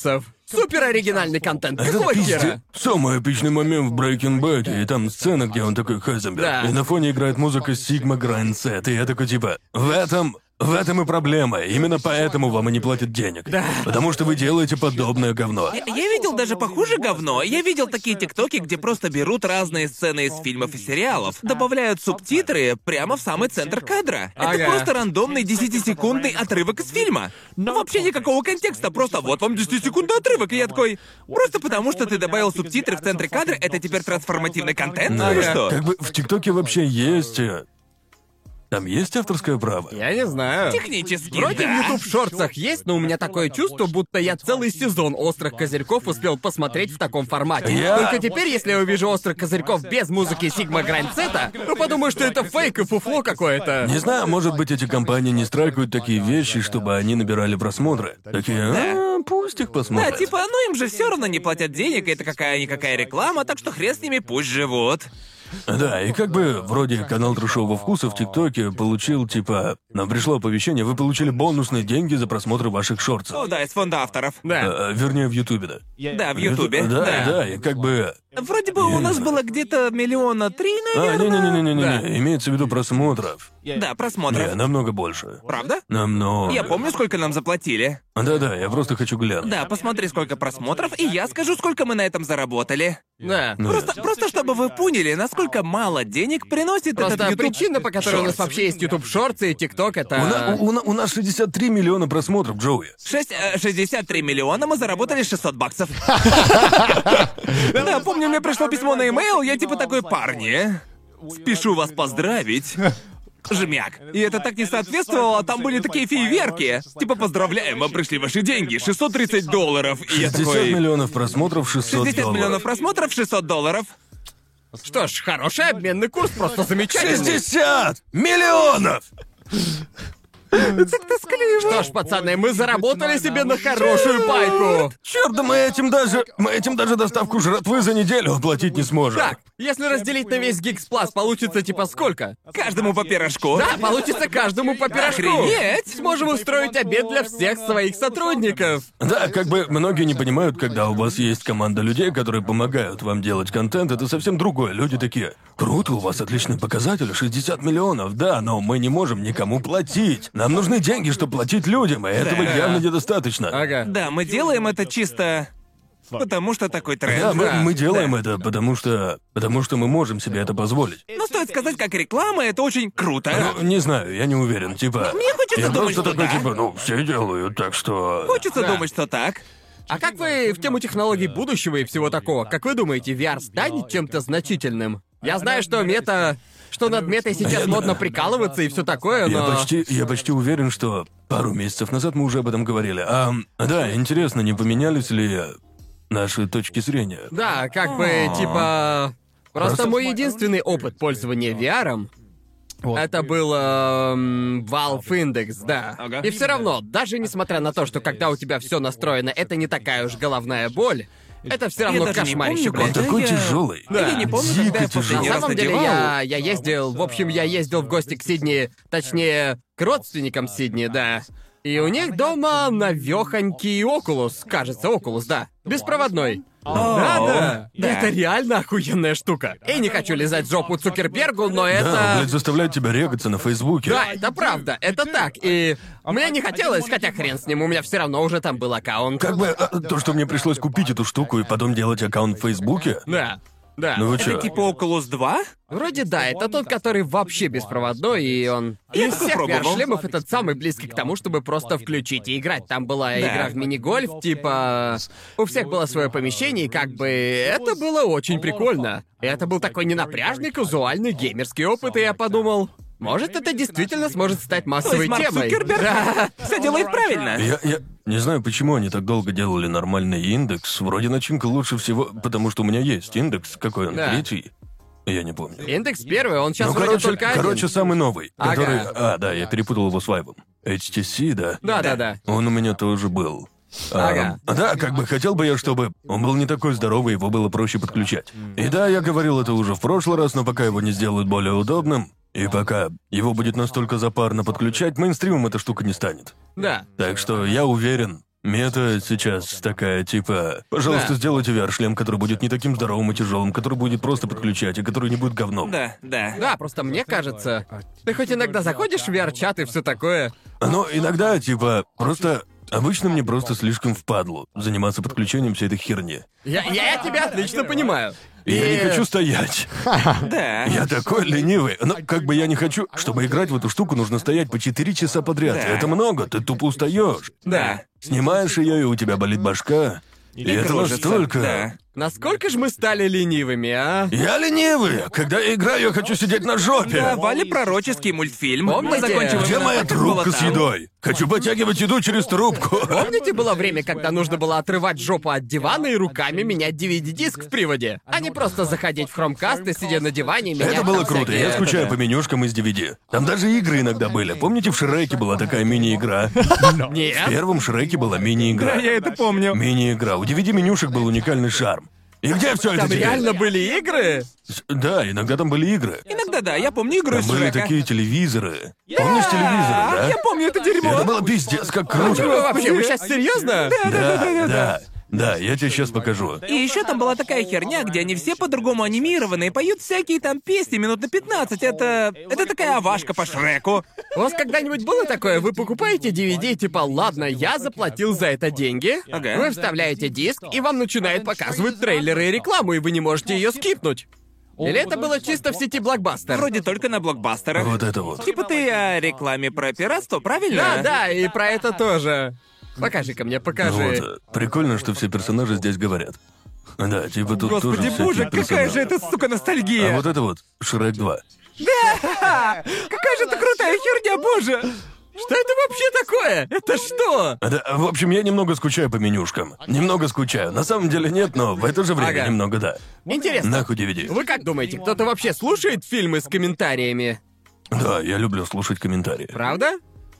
Супер оригинальный контент.
Это
Какого
пиздец.
хера?
Самый эпичный момент в Breaking Bad, и там сцена, где он такой Хайзенберг.
Да.
И на фоне играет музыка Sigma Grindset, и я такой типа, в этом и проблема. Именно поэтому вам и не платят денег.
Да.
Потому что вы делаете подобное говно.
Я видел даже похуже говно. Я видел такие тиктоки, где просто берут разные сцены из фильмов и сериалов, добавляют субтитры прямо в самый центр кадра. Это
Ага.
просто рандомный 10-секундный отрывок из фильма. Вообще никакого контекста, просто вот вам 10-секундный отрывок, и я такой... Просто потому, что ты добавил субтитры в центре кадра, это теперь трансформативный контент?
Да.
Или что?
Как бы в ТикТоке вообще есть... Там есть авторское право?
Я не знаю.
Технически,
Вроде
да.
в YouTube шортсах есть, но у меня такое чувство, будто я целый сезон «Острых козырьков» успел посмотреть в таком формате.
Я-
Только теперь, если я увижу «Острых козырьков» без музыки Sigma Grindset, то подумаю, что это фейк и фуфло какое-то.
Не знаю, может быть, эти компании не страйкают такие вещи, чтобы они набирали просмотры. Такие, пусть их
Да,
посмотрят.
типа, ну им же все равно не платят денег, и это какая-никакая реклама, так что хрен с ними, пусть живут.
Да, и как бы вроде канал трешового вкуса в ТикТоке получил, типа, нам пришло оповещение, вы получили бонусные деньги за просмотр ваших шортсов.
О, да, из фонда авторов.
Да.
Вернее, в Ютубе, да.
Да, в Ютубе.
Да, и как бы...
Вроде бы у нас было где-то 3 миллиона, наверное.
Не-не-не-не-не, имеется в виду просмотров.
Да, просмотров.
Не, намного больше.
Правда?
Намного.
Я помню, сколько нам заплатили.
Да-да, я просто хочу глянуть.
Да, посмотри, сколько просмотров, и я скажу, сколько мы на этом заработали.
Да.
Ну,
Просто чтобы вы поняли, насколько мало денег приносит
Просто
этот YouTube.
причина, по которой у нас вообще есть YouTube Shorts и TikTok, это...
У нас 63 миллиона просмотров, Джоуи.
63 миллиона, мы заработали 600 баксов. Да, помню, мне пришло письмо на имейл, я типа такой, парни, спешу вас поздравить. Жмяк. И это так не соответствовало, там были такие фейерверки. Типа, поздравляем, вам пришли ваши деньги, $630. И я
60
такой...
миллионов просмотров, 600
60
долларов.
миллионов просмотров, $600.
Что ж, хороший обменный курс, просто замечательный.
60 миллионов!
Что ж, пацаны, мы заработали себе на хорошую пайку.
Черт, да мы этим даже доставку жратвы за неделю оплатить не сможем.
Так, если разделить на весь Geeks Plus, получится типа сколько?
Каждому по пирожку.
Да, получится каждому по пирожку.
Охренеть!
Сможем устроить обед для всех своих сотрудников.
Да, как бы многие не понимают, когда у вас есть команда людей, которые помогают вам делать контент, это совсем другое. Люди такие, круто, у вас отличные показатели, 60 миллионов, да, но мы не можем никому платить. Нам нужны деньги, чтобы платить людям, и этого
Да.
явно недостаточно.
Ага.
Да, мы делаем это чисто... Потому что такой
Да,
тренд.
мы делаем это, потому что мы можем себе это позволить.
Но стоит сказать, как реклама, это очень круто.
Ну, не знаю, я не уверен, типа...
Мне хочется
я
думать,
просто
что
такой,
да.
типа, ну, все делают, так что...
Хочется
Да.
думать, что так.
А как вы в тему технологий будущего и всего такого? Как вы думаете, VR станет чем-то значительным? Я знаю, что над метой сейчас модно прикалываться и все такое, но...
Я почти уверен, что пару месяцев назад мы уже об этом говорили. Да, интересно, не поменялись ли наши точки зрения?
Да, как бы, типа... Просто мой единственный опыт пользования VR это был Valve Index, да.
Ага.
И все равно, даже несмотря на то, что когда у тебя все настроено, это не такая уж головная боль, это все равно
даже не
кошмарище,
помню,
Он
блядь.
такой
я-
тяжелый.
Я не помню, когда я
Дико
последний
На
раз
самом деле,
надевал.
я ездил в гости к Сидни, точнее, к родственникам Сидни, да. И у них дома навёхонький Окулус, кажется, Окулус, да. Беспроводной. Да. Это реально охуенная штука. И не хочу лизать жопу Цукербергу, но
Да,
это...
блядь, заставляет тебя регаться на Фейсбуке.
Да, это правда, это так. И мне не хотелось, хотя хрен с ним, у меня все равно уже там был аккаунт.
Как бы то, что мне пришлось купить эту штуку и потом делать аккаунт в Фейсбуке.
Да. Да.
Ну вы
Это
чё?
типа Oculus 2?
Вроде да, это тот, который вообще беспроводной, и он...
Я
Из
такой
всех
пробовал.
VR-шлемов этот самый близкий к тому, чтобы просто включить и играть. Там была игра в мини-гольф, типа... У всех было свое помещение, и как бы... Это было очень прикольно. И это был такой ненапряжный, казуальный геймерский опыт, и я подумал... Может, это действительно сможет стать
То
массовой
есть Марк
темой.
Цукерберг
Да.
все делает правильно.
Я не знаю, почему они так долго делали нормальный индекс. Вроде начинка лучше всего, потому что у меня есть индекс. Какой он?
Да.
Третий? Я не помню.
Индекс первый, он сейчас
Ну,
вроде только один.
короче, самый новый,
Ага.
который... Да, я перепутал его с Вайбом. HTC, да?
Да.
Он у меня тоже был.
Ага.
Да, как бы хотел бы я, чтобы он был не такой здоровый, его было проще подключать. И да, я говорил это уже в прошлый раз, но пока его не сделают более удобным, и пока его будет настолько запарно подключать, мейнстримом эта штука не станет.
Да.
Так что я уверен, Мета сейчас такая, типа, пожалуйста,
Да.
сделайте VR-шлем, который будет не таким здоровым и тяжелым, который будет просто подключать, и который не будет говном.
Да, да.
Да, просто мне кажется, ты хоть иногда заходишь в VR-чат и все такое.
Но иногда, типа, просто... Обычно мне просто слишком впадлу заниматься подключением всей этой херни.
Я тебя отлично понимаю.
Я не хочу стоять.
Да.
Я такой ленивый. Но как бы я не хочу, чтобы играть в эту штуку, нужно стоять по 4 часа подряд.
Да.
Это много, ты тупо устаешь.
Да.
Снимаешь ее, и у тебя болит башка. И это
кружится,
настолько...
да.
Насколько же мы стали ленивыми, а?
Я ленивый. Когда я играю, я хочу сидеть на жопе.
Да, Вали пророческий мультфильм.
Помните?
Мы закончим
Где
именно
моя
так, как было
трубка с
там.
едой? Хочу потягивать еду через трубку.
Помните, было время, когда нужно было отрывать жопу от дивана и руками менять DVD-диск в приводе? А не просто заходить в Chromecast и сидя на диване и менять
Это было
там
круто,
всякие-
я скучаю
да.
по менюшкам из DVD. Там даже игры иногда были. Помните, в Шреке была такая мини-игра? В
Нет.
первом Шреке была мини-игра.
Да, я это помню.
Мини-игра. У DVD-менюшек был уникальный шарм. И где все это
Там
теперь?
реально были игры?
Да, иногда там были игры.
Иногда да, я помню игру
Там
из
были
Шрека.
такие телевизоры. Помнишь телевизоры, да?
Я помню это дерьмо.
Это было пиздец как
Вы
круто.
вообще, вы сейчас серьезно?
Да. Да, я тебе сейчас покажу.
И еще там была такая херня, где они все по-другому анимированы и поют всякие там песни минут на 15. Это такая овашка по Шреку.
У вас когда-нибудь было такое? Вы покупаете DVD, типа, ладно, я заплатил за это деньги.
Ага.
Вы вставляете диск, и вам начинают показывать трейлеры и рекламу, и вы не можете ее скипнуть. Или это было чисто в сети Блокбастер?
Вроде только на блокбастерах.
Вот это вот.
Типа ты о рекламе про пиратство, правильно?
Да, да, и про это тоже. Покажи-ка мне, покажи.
Вот. Прикольно, что все персонажи здесь говорят. Да, типа тут
Господи
тоже всякие
боже, какая
персонажи.
же это, сука, ностальгия.
А вот это вот Шрек 2.
Какая же это крутая херня, боже.
Что это вообще такое? Это что?
Да, в общем, я немного скучаю по менюшкам. Немного скучаю. На самом деле нет, но в это же время
Ага.
немного да.
Интересно.
Нахуй DVD.
Вы как думаете, кто-то вообще слушает фильмы с комментариями?
Да, я люблю слушать комментарии.
Правда?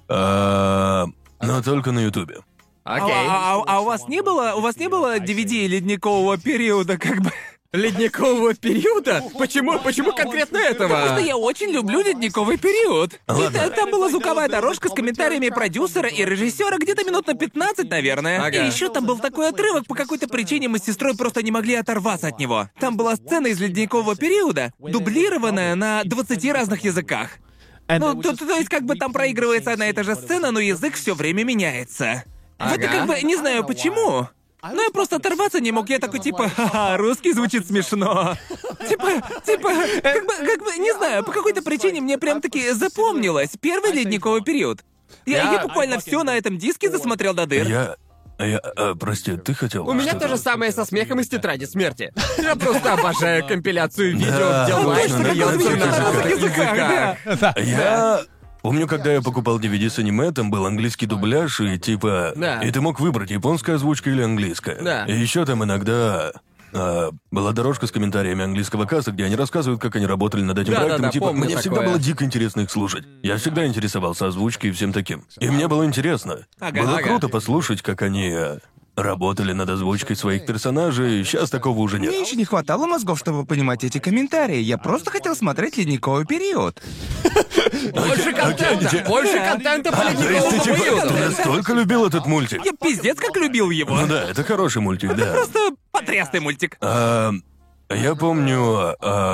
Но только на Ютубе.
Окей.
А у вас не было DVD ледникового периода, как бы?
Ледникового периода? Почему конкретно этого?
Потому что я очень люблю ледниковый период.
Ладно.
И там была звуковая дорожка с комментариями продюсера и режиссера где-то минут на 15, наверное.
Ага.
И еще там был такой отрывок, по какой-то причине мы с сестрой просто не могли оторваться от него. Там была сцена из ледникового периода, дублированная на 20 разных языках. Ну, то есть как бы там проигрывается одна и та же сцена, но язык все время меняется. Вот и
Ага.
как бы не знаю почему. Но я просто оторваться не мог, я такой типа, ха-ха, русский звучит смешно. Типа, как бы, не знаю, по какой-то причине мне прям таки запомнилось первый ледниковый период. Я буквально все на этом диске засмотрел до дыр.
Прости, ты хотел?
У меня
что-то?
то же самое со смехом из тетради смерти. Я просто обожаю компиляцию видео,
Да,
где
точно,
Лайт
да,
смеется
точно,
на разных
точно.
языках.
Я помню, когда я покупал DVD с аниме, там был английский дубляж, и типа...
Да.
И ты мог выбрать, японская озвучка или английская.
Да.
И еще там иногда... была дорожка с комментариями английского касса, где они рассказывают, как они работали над этим проектом.
Да-да-да,
Типа,
помню
мне всегда
такое.
было дико интересно их слушать. Я всегда интересовался озвучкой и всем таким. И мне было интересно.
Ага,
Было
ага.
круто послушать, как они работали над озвучкой своих персонажей. Сейчас такого уже нет.
Мне еще не хватало мозгов, чтобы понимать эти комментарии. Я просто хотел смотреть ледниковый период.
Больше контента! Больше контента по
То есть ты
ледниковому
типа,
периоду!
ты настолько любил этот мультик?
Я пиздец как любил его.
Ну да, это хороший мультик, да.
Просто потрясный мультик.
Я помню,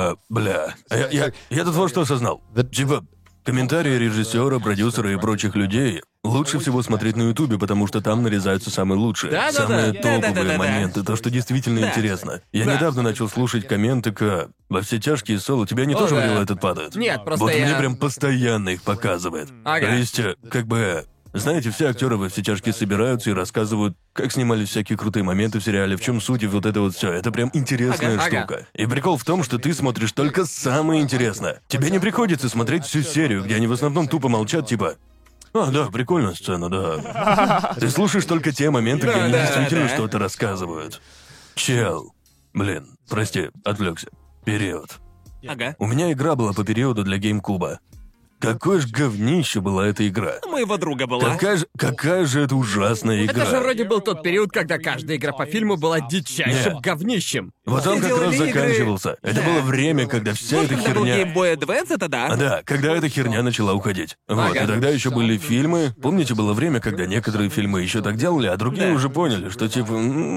я тут вот что осознал. Типа, комментарии режиссера, продюсера и прочих людей лучше всего смотреть на Ютубе, потому что там нарезаются самые лучшие,
Да-да-да.
самые топовые
Да-да-да-да-да.
моменты, то, что действительно
Да.
интересно. Я
Да.
недавно начал слушать комменты «Во все тяжкие соло». Тебя не тоже
да.
врило этот падает?
Нет, просто
Вот
я-
мне прям постоянно их показывает.
Ага.
То есть, как бы... Знаете, все актеры во все тяжкие собираются и рассказывают, как снимались всякие крутые моменты в сериале, в чем суть и вот это вот все. Это прям интересная
Ага, ага.
штука. И прикол в том, что ты смотришь только самое интересное. Тебе не приходится смотреть всю серию, где они в основном тупо молчат, типа. Да, прикольная сцена, да. Ты слушаешь только те моменты, где
Да,
они
да,
действительно
да.
что-то рассказывают. Чел. Блин, прости, отвлекся. Период.
Ага.
У меня игра была по периоду для GameCube. Какое ж говнище была эта игра.
У моего друга была.
Какая же это ужасная игра.
Это же вроде был тот период, когда каждая игра по фильму была дичайшим
Нет.
говнищем.
Вот он как
делали
раз
игры.
заканчивался. Это было время, когда вся эта
Когда был
херня...
Game Boy Advance, это да.
Да, когда эта херня начала уходить. Вот,
Ага.
и тогда еще были фильмы. Помните, было время, когда некоторые фильмы еще так делали, а другие
Да.
уже поняли, что типа...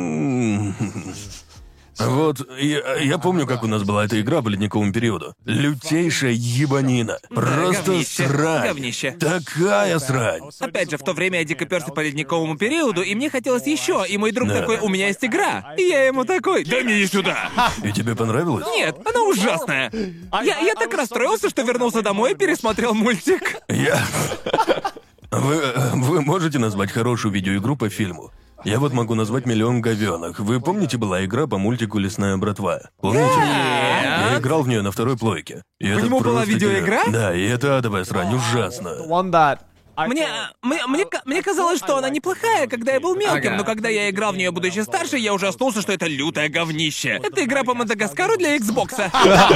Вот, я помню, как у нас была эта игра по ледниковому периоду. Лютейшая ебанина. Просто
говнище,
срань.
говнище.
Такая срань.
Опять же, в то время я дико пёрся по ледниковому периоду, и мне хотелось еще. И мой друг
Да.
такой: у меня есть игра. И я ему такой: дай мне ее сюда.
И тебе понравилось?
Нет, она ужасная. Я так расстроился, что вернулся домой и пересмотрел мультик.
Вы можете назвать хорошую видеоигру по фильму? Я вот могу назвать «Миллион говёнок». Вы помните, была игра по мультику «Лесная братва»? Помните? Я играл в нее на второй плойке. И это
нему была
просто
видеоигра?
Да, и это адовая срань, ужасно.
One that
Мне казалось, что она неплохая, когда я был мелким,
Ага.
но когда я играл в нее, будучи старше, я ужаснулся, что это лютое говнище. Это игра по Мадагаскару для Xbox.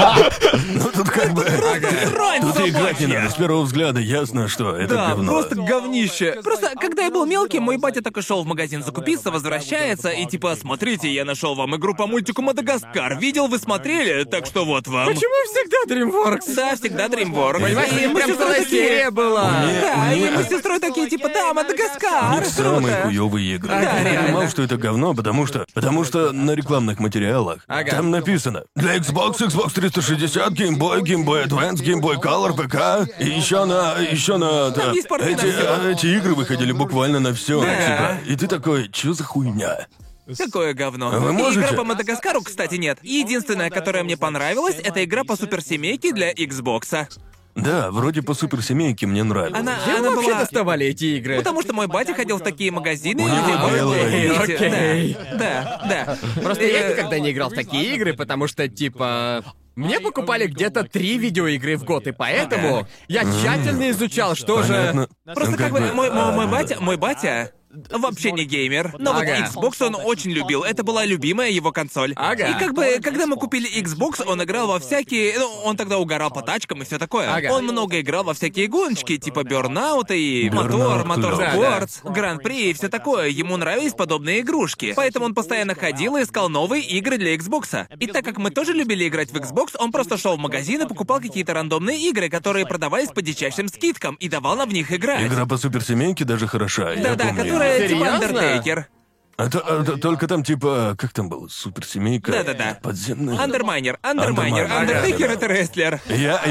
Ну тут как бы...
Срань
Тут и играть не
собачья.
надо. С первого взгляда ясно, что это
Да,
говно.
просто говнище. Просто, когда я был мелким, мой батя так и шел в магазин закупиться, возвращается, и типа: смотрите, я нашел вам игру по мультику Мадагаскар. Видел, вы смотрели? Так что вот вам.
Почему всегда DreamWorks?
Да, всегда DreamWorks.
Понимаешь,
И
у них
мы с
прям
сестрой
целая
такие-
серия была.
Да, и
Мне-
мы с сестрой такие, типа: да,
У
Мадагаскар,
них самые
круто.
хуёвые игры.
Да,
Я
реально.
понимал, что это говно, потому что на рекламных материалах
Ага.
там написано: для Xbox, Xbox 360, Game Boy, Game Boy Advance, Game Boy Color, ПК, и еще на... да,
есть порты на всё.
эти игры выходили буквально на все.
Да.
И ты такой: чё за хуйня?
Какое говно.
Вы
И
можете?
игра по Мадагаскару, кстати, нет. Единственная, которая мне понравилась, это игра по суперсемейке для Xbox.
Да, вроде по суперсемейке мне нравилось.
Она
Вообще
была...
доставали эти игры.
Потому что мой батя ходил в такие магазины,
У
и
него
где
было,
видите,
окей.
Да.
Просто я никогда не играл в такие игры, потому что, типа... Мне покупали где-то 3 видеоигры в год, и поэтому я тщательно изучал, что
Понятно.
же...
Просто
Ну,
как бы мой
да.
батя вообще не геймер, но
Ага.
вот Xbox он очень любил. Это была любимая его консоль.
Ага.
И как бы, когда мы купили Xbox, он играл во всякие... Ну, он тогда угорал по тачкам и все такое.
Ага.
Он много играл во всякие гоночки, типа Бёрнаута и
Burnout,
Мотор
да.
Спортс, Гран-при и все такое. Ему нравились подобные игрушки. Поэтому он постоянно ходил и искал новые игры для Xbox. И так как мы тоже любили играть в Xbox, он просто шел в магазин и покупал какие-то рандомные игры, которые продавались по дичайшим скидкам, и давал нам в них играть.
Игра по суперсемейке даже хороша, я
Да-да,
помню.
которая типа
Серьёзно?
Undertaker.
Только там типа... Как там было? Суперсемейка?
Да-да-да.
Подземная?
Андермайнер.
Underminer.
Undertaker — это рестлер.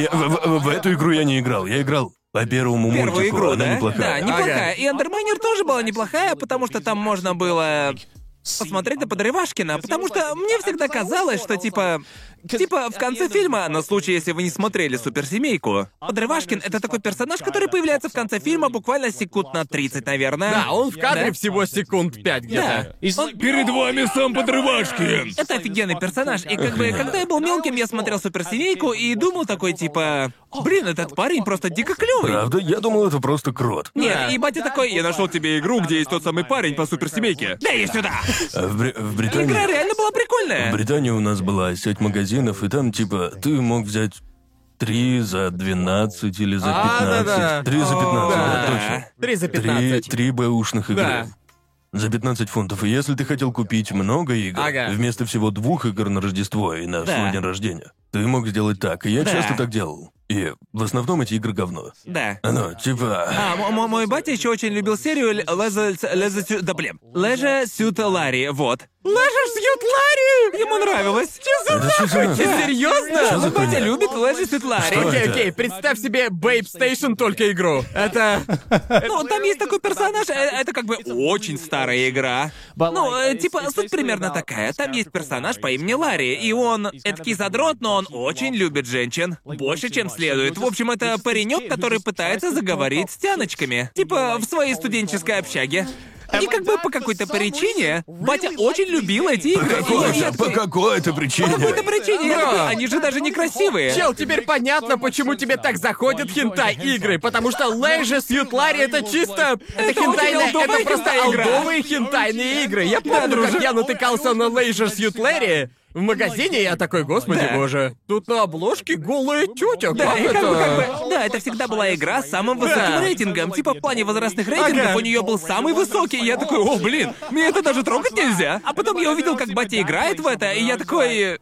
В эту игру я не играл. Я играл по первому
Первую
мультику.
игру,
Она
да?
неплохая.
Да, неплохая. И Андермайнер тоже была неплохая, потому что там можно было посмотреть на Подрывашкина, потому что мне всегда казалось, что типа в конце фильма, на случай, если вы не смотрели «Суперсемейку», Подрывашкин — это такой персонаж, который появляется в конце фильма буквально секунд на 30, наверное.
Да, он в кадре
Да?
всего секунд 5 где-то.
Он-
Перед вами сам Подрывашкин!
Это офигенный персонаж. И как бы, когда я был мелким, я смотрел «Суперсемейку» и думал такой, типа... Блин, этот парень просто дико клёвый.
Правда? Я думал, это просто крот.
Нет,
Да.
и батя такой: я нашел тебе игру, где есть тот самый парень по суперсемейке. Дай ее сюда!
А в Британии...
Игра реально была
В
прикольная.
Британии у нас была сеть магазинов, и там типа ты мог взять 3 за 12 или за 15.
да-да.
3 за 15, да,
да.
точно.
3 за 15.
3 бэушных игры.
Да.
За 15 фунтов. И если ты хотел купить много игр,
Ага.
вместо всего 2 игр на Рождество и на
Да.
свой день рождения, ты мог сделать так. И я
Да.
часто так делал. И в основном эти игры говно.
Да.
Оно, типа...
Мой батя еще очень любил серию Leisure Suit Larry, вот.
Leisure Suit Larry!
Ему нравилось.
Это что за
Ты
нахуй?
серьезно?
Что за
Мой батя
хуйня?
любит Leisure Suit Larry.
Что
Окей,
это?
окей, представь себе Babe Station, только игру. Это...
Ну, там есть такой персонаж, это как бы очень старая игра. Ну, типа, суть примерно такая. Там есть персонаж по имени Ларри, и он эдакий задрот, но он очень любит женщин. Больше, чем следует. В общем, это паренек, который пытается заговорить с тяночками. Типа, в своей студенческой общаге. И как бы по какой-то причине батя очень любил эти игры. И я
По
такой,
какой-то
по
причине.
какой-то причине. Я
Бро.
такой, они же даже некрасивые.
Чел, теперь понятно, почему тебе так заходят хентай-игры, потому что Leisure Suit Larry это чисто... Это хентайная...
олдовая
Это просто
хентай-игра.
олдовые хентайные игры. Я помню, как я натыкался на Leisure Suit Larry, В магазине я такой, господи
Да.
боже, тут на обложке голая тетя,
Да,
как
и
это?
да, это всегда была игра с самым высоким
Да.
рейтингом. Типа в плане возрастных рейтингов
Ага.
у нее был самый высокий. И я такой, о, блин, мне это даже трогать нельзя. А потом я увидел, как батя играет в это, и я такой...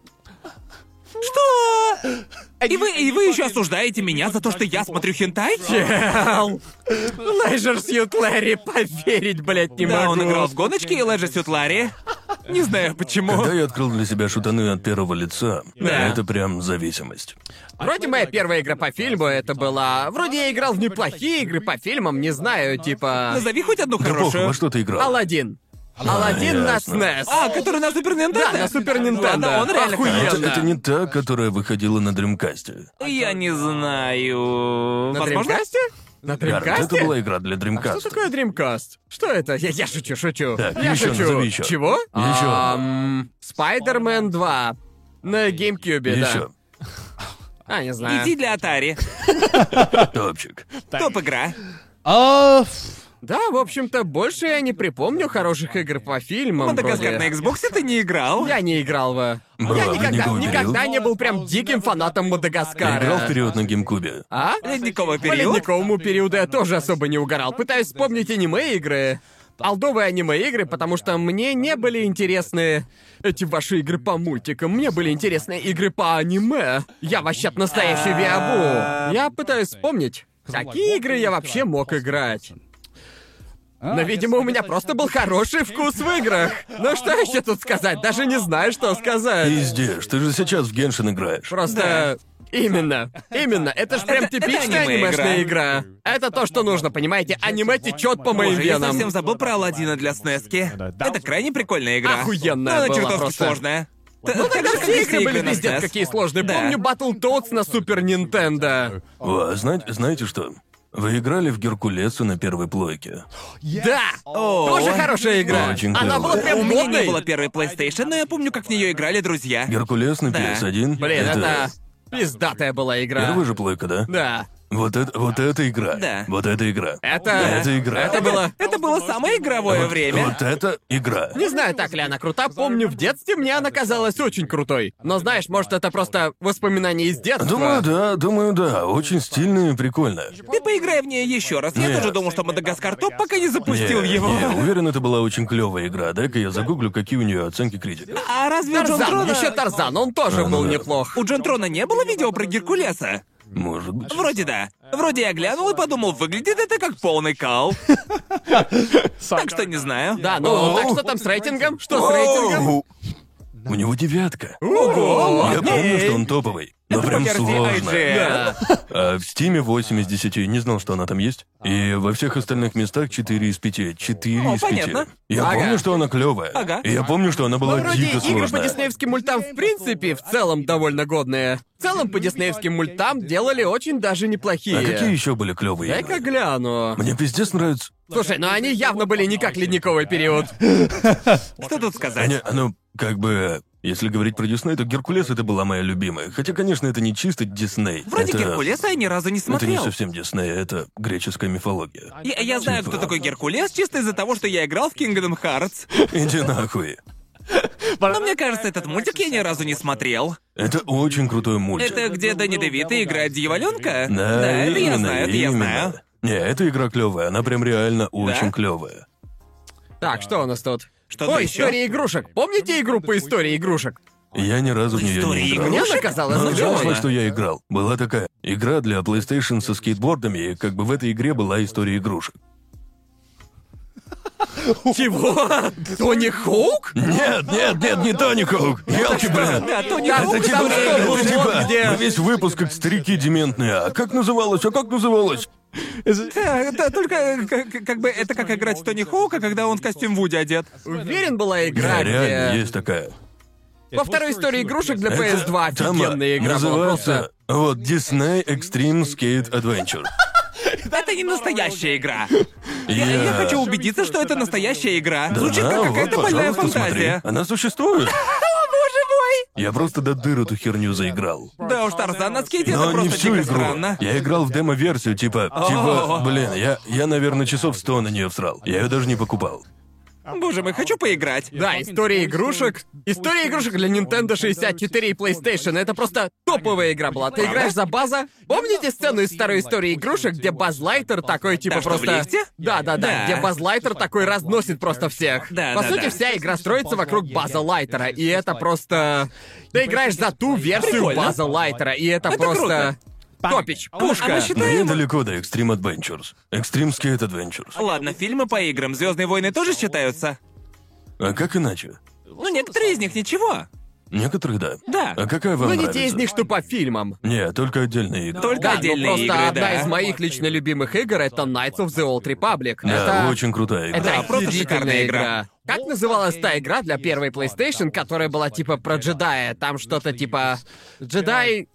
Что? И вы еще осуждаете меня за то, что я смотрю хентай?
Чел. Leisure Suit Larry, поверить, блядь, не
Да,
могу.
он играл в гоночки и Leisure Suit Larry. Не знаю почему.
Когда я открыл для себя шутаны от первого лица,
Да.
это прям зависимость.
Вроде моя первая игра по фильму это была... Вроде я играл в неплохие игры по фильмам, не знаю, типа...
Назови хоть одну
Да похуй,
хорошую.
во что ты играл?
Аладдин. Аладдин на
ясно.
SNES.
А, который на Супер Нинтендо?
Да, на Супер Нинтендо.
Ладно, он реально
Охуенно.
хороший.
Это не та, которая выходила на Дримкасте.
Я не знаю.
На
Возможно?
Дримкасте? На
Гард,
Дримкасте?
это была игра для
Что
Дримкаста.
такое Dreamcast? Что это? Я шучу.
Так,
я
еще,
шучу.
назови еще.
Чего?
Еще.
Spider-Man 2. На GameCube, да.
Еще.
Не знаю.
Иди для Atari.
Топчик.
Топ-игра.
Да, в общем-то, больше я не припомню хороших игр по фильмам.
Мадагаскар
вроде.
на Xbox ты не играл?
Я не играл в...
Бро,
Я
в ледниковый
никогда
период?
не был прям диким фанатом Мадагаскара.
Играл вперед на геймкубе.
А?
Ледниковый
По
период?
ледниковому периоду я тоже особо не угорал. Пытаюсь вспомнить аниме-игры. Алдовые аниме-игры, потому что мне не были интересны эти ваши игры по мультикам. Мне были интересны игры по аниме. Я вообще настоящий виабу. Я пытаюсь вспомнить, какие игры я вообще мог играть. Но, видимо, у меня просто был хороший вкус в играх. Ну что еще тут сказать? Даже не знаю, что сказать.
Пиздешь, ты же сейчас в Геншин играешь.
Просто... Именно. Это ж прям
Это
типичная
аниме-игра.
анимешная игра. Это то, что нужно, понимаете? Аниме течет по моим
Боже, я
венам.
совсем забыл про Аладдина для снески. Это крайне прикольная игра.
Охуенная
Но она
была
чертовски
просто.
сложная.
Ну тогда все игры были
на
пиздец
SNES.
какие сложные.
Да.
Помню Battletoads на Супер Нинтендо.
О, знаете что? Вы играли в Геркулесу на первой плойке.
Да!
О.
Тоже хорошая игра.
Очень
Она
клёвая.
была
У
прям
меня
годной.
не было первой PlayStation, но я помню, как в нее играли друзья.
Геркулес на
Да.
PS1.
Блин, это пиздатая была игра.
Первая же плойка, да?
Да.
Вот это игра.
Да.
Вот это игра.
Это
игра.
Это было...
Это было самое игровое время.
Вот это игра.
Не знаю, так ли она крута. Помню, в детстве мне она казалась очень крутой. Но знаешь, может, это просто воспоминания из детства.
Думаю, да. Очень стильно и прикольно.
Ты поиграй в нее еще раз. Я
Нет.
тоже думал, что Мадагаскар топ, пока не запустил
Не,
его.
не, уверен, это была очень клевая игра. Дай-ка я загуглю, какие у нее оценки критиков.
А разве у Джон
Тарзан,
Трона...
еще Тарзан, он тоже был
да.
неплох.
У Джон Трона не было видео про Геркулеса?
Может быть.
Вроде да. Вроде я глянул и подумал, выглядит это как полный кал. Так что не знаю.
Да, ну так что там с рейтингом? Что с рейтингом?
Оу. У него 9.
Ого!
Я помню, что он топовый. Но прям
покер
сложно.
IGN.
Да.
А в Стиме 8 из 10. Не знал, что она там есть. И во всех остальных местах 4 из 5. 4
О,
из 5.
понятно.
Я
Ага.
помню, что она клевая.
Ага.
И я помню, что она была
Ну, вроде
дико
игры по
сложная.
диснеевским мультам в принципе в целом довольно годные. В целом по диснеевским мультам делали очень даже неплохие.
А какие еще были клевые?
Дай-ка гляну.
Мне пиздец нравится.
Слушай, ну они явно были не как ледниковый период.
Что тут сказать?
Ну, как бы, если говорить про Дисней, то Геркулес это была моя любимая. Хотя, конечно, это не чисто Дисней.
Вроде
это...
Геркулеса я ни разу не
Это не
смотрел.
совсем Дисней, это греческая мифология.
Я знаю, кто такой Геркулес, чисто из-за того, что я играл в Kingdom Hearts.
Иди нахуй.
Но мне кажется, этот мультик я ни разу не смотрел.
Это очень крутой мультик.
Это где Дэнни Девито играет дьяволёнка?
Да,
это я
именно,
знаю, это я
именно.
знаю.
Не, эта игра клевая, она прям реально очень клевая.
Так, что у нас тут?
Что-то
Ой,
еще?
история игрушек. Помните игру по истории игрушек?
Я ни разу в нее
История
не играл.
Мне
игрушек?
она казалась
Но
клёвой.
вышло, что я играл. Была такая игра для PlayStation со скейтбордами, и как бы в этой игре была история игрушек.
Чего? Тони Хоук?
Нет, не Тони Хоук. Ёлки, блин.
Да, Тони
Да,
Хоук
это
там
типа-
что, был
это
вот
типа-
где...
Мы весь выпуск как старики дементные. А как называлось?
Да, только как бы это как играть в Тони Хоука, когда он в костюм Вуди одет.
Уверен, была игра,
Да, реально,
где...
есть такая.
Во второй истории игрушек для
Это
PS2
там,
офигенная игра была
называется
просто.
вот Disney Extreme Skate Adventure.
Это не настоящая игра. Я хочу убедиться, что это настоящая игра.
Да,
Звучит как
вот,
какая-то больная
пожалуйста,
фантазия.
смотри. Она существует.
Боже мой!
Я просто до дыр эту херню заиграл.
Да уж, Тарзан на скейте это
Но не
просто
всю
дико
игру.
странно.
Я играл в демо-версию, типа, блин, я, наверное, часов 100 на нее всрал. Я ее даже не покупал.
Боже мой, хочу поиграть.
Да, история игрушек. История игрушек для Nintendo 64 и PlayStation. Это просто топовая игра была. Ты играешь за База. Помните сцену из старой истории игрушек, где Базз Лайтер такой типа
Да, что в
просто...
лифте?
Да. Где Базз Лайтер такой разносит просто всех.
Да,
По
да,
сути,
да.
вся игра строится вокруг База Лайтера, и это просто... Ты играешь за ту версию
Прикольно.
База Лайтера, и это
Это
просто... Топич,
А
пушка.
мы считаем...
Мне далеко до Extreme Adventures. Extreme Skate Adventures.
Ладно, фильмы по играм «Звездные войны» тоже считаются?
А как иначе?
Ну, некоторые из них ничего.
Некоторых да.
Да.
А какая вам
Ну не
нравится?
те из них, что по фильмам.
Не, только отдельные игры.
Только
Да,
отдельные
ну просто
игры,
одна
да.
из моих лично любимых игр — это Knights of the Old Republic.
Да,
это...
очень крутая игра.
Это
Да, просто
охерительная
шикарная игра.
Как называлась та игра для первой PlayStation, которая была типа про джедая? Там что-то типа... Джедай...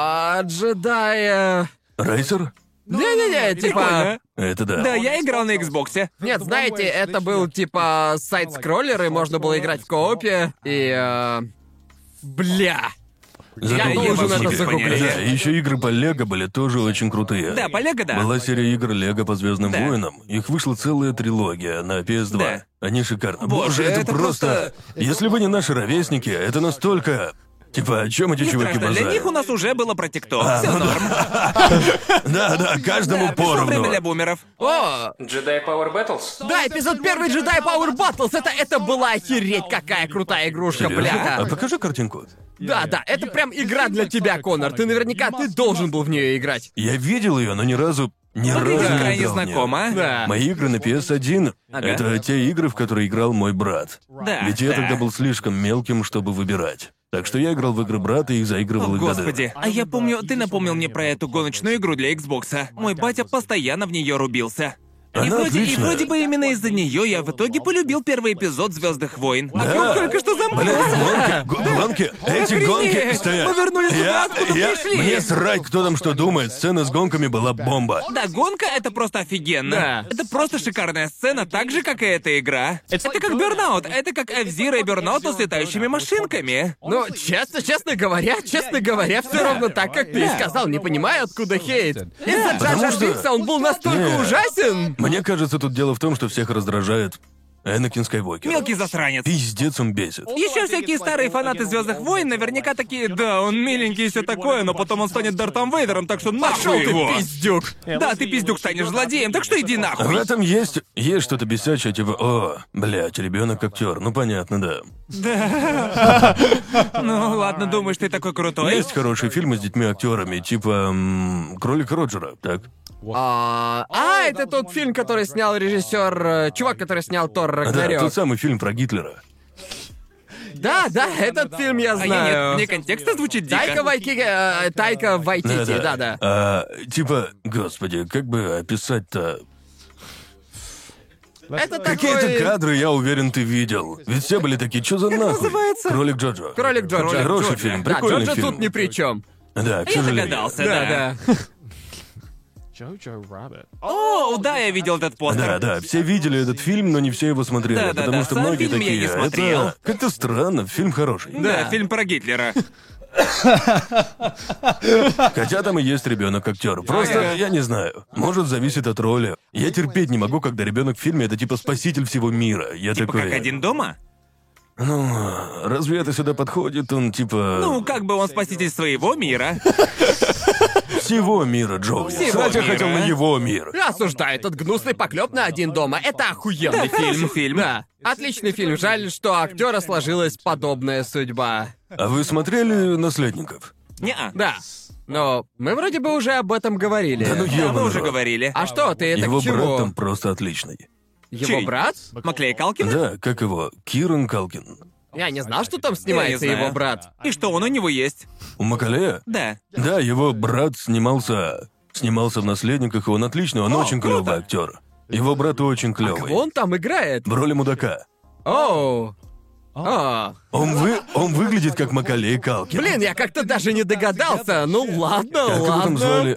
Джедая...
Рейсер?
Не-не-не, типа...
Прикольно.
Это да.
Да, я играл на Xbox.
Нет, знаете, это был типа сайд-скроллер, и можно было играть в коопе, и... Бля...
Загугли,
должен это
посмотри.
загуглить.
Да, и еще игры по Лего были тоже очень крутые.
Да, по Лего, да.
Была серия игр Лего по Звездным
Да.
войнам. Их вышла целая трилогия на PS2.
Да.
Они шикарны.
Боже,
это
это
просто. Если вы не наши ровесники, это настолько. Типа, о чем эти
Не
чуваки
страшно, для них у
базарят?
нас уже было про ТикТок. Все норм.
Да, каждому
Да, пришло время
поровну.
для бумеров.
О,
Jedi Power Battles?
да, эпизод 1 Jedi Power Battles, это была охереть какая крутая игрушка,
Серьезно? А
бляха.
покажи картинку.
Да, это прям игра для тебя, Конор. Ты наверняка должен был в нее играть.
Я видел ее, но ни разу не
Выглядит
играл
крайне
в неё.
знакомо.
Да.
Мои игры на PS1
Ага.
это те игры, в которые играл мой брат.
Да,
Ведь я
да.
тогда был слишком мелким, чтобы выбирать. Так что я играл в игры брата и их заигрывал
О,
их годы.
господи. А я помню, ты напомнил мне про эту гоночную игру для Xbox. Мой батя постоянно в нее рубился. И
Она
вроде
отличная.
бы именно из-за нее я в итоге полюбил первый эпизод «Звездных войн». А
Да.
круг только что
Блин,
замкнулся.
гонки, эти гонки
Охренеть!
стоят.
Мы вернулись туда, откуда пришли.
Мне срать, кто там что думает. Сцена с гонками была бомба.
Да, гонка — это просто офигенно.
Да.
Это просто шикарная сцена, так же, как и эта игра. Это как Burnout, это как F-Zero и Burnout, но с летающими машинками.
Ну, честно говоря, все ровно так, как ты и сказал. Не понимаю, откуда хейт. Из-за
Потому
Джаджа
что-
Бинкса он был настолько
Не.
ужасен.
Мне кажется, тут дело в том, что всех раздражает Энакин Скайуокер.
Мелкий засранец.
Пиздец он бесит.
Еще всякие старые фанаты «Звездных войн» наверняка такие: да, он миленький и все такое, но потом он станет Дартом Вейдером, так что
Пошел
нахуй
ты,
его.
пиздюк.
Да, ты пиздюк станешь злодеем, так что иди
В
нахуй.
этом есть что-то бесячее, типа, о, блядь, ребенок актер. Ну понятно, да.
Ну ладно, думаешь, ты такой крутой.
Есть хорошие фильмы с детьми-актерами, типа Кролик Роджера, так?
Это тот фильм, который снял режиссер, чувак, который снял Тор
Да,
Рагнарёк.
тот самый фильм про Гитлера.
Да, этот фильм я
А я
знаю.
нет, вне контекста звучит дико.
Тайка Вайтити, да.
Типа, господи, как бы описать-то?
Это
Какие-то
такой...
кадры, я уверен, ты видел. Ведь все были такие, что за нахуй?
называется?
Кролик Джоджо.
Кролик Джорджа.
Хороший
Джорджа.
фильм,
Да,
прикольный
Джорджа
фильм.
тут ни при чем.
Да, к
Я
сожалению.
догадался, да.
Да.
Jojo Rabbit.
О, да, я видел этот постер.
Да, все видели этот фильм, но не все его смотрели,
Да-да-да,
потому что
сам
многие
фильм я
такие,
не смотрел.
это как-то странно, фильм хороший.
Да, фильм про Гитлера.
Хотя там и есть ребенок-актер. Просто, я не знаю, может, зависит от роли. Я терпеть не могу, когда ребенок в фильме это типа спаситель всего мира. Я
Типа
такой.
как «Один дома»?
Ну, разве это сюда подходит? Он типа.
Ну, как бы он спаситель своего мира.
Всего мира, Джоуи.
Всего
Срать я
мира.
хотел на его мир.
Осуждаю этот гнусный поклеп на «Один дома». Это охуенный
Да, хороший
фильм.
фильм.
Да. Отличный фильм. Жаль, что у актера сложилась подобная судьба.
А вы смотрели «Наследников»?
Не-а.
Да. Но мы вроде бы уже об этом говорили.
Да ну
Да, мы
ёбаный
уже
рот.
говорили.
А что, ты это
Его
к чему?
брат там просто отличный.
Его
Чей?
брат?
Маклей Калкин?
Да, как его? Киран Калкин.
Я не знал, что там снимается
Я не знаю.
его брат.
И что, он у него есть?
У Макалея?
Да.
Да, его брат снимался в «Наследниках», и он отличный, он очень
круто.
клевый актер. Его брат очень
Кого
клевый.
он там играет?
В роли мудака.
Оу.
Он выглядит как Макалей Калкин.
Блин, я как-то даже не догадался. Ну ладно,
Как его
ладно.
там звали?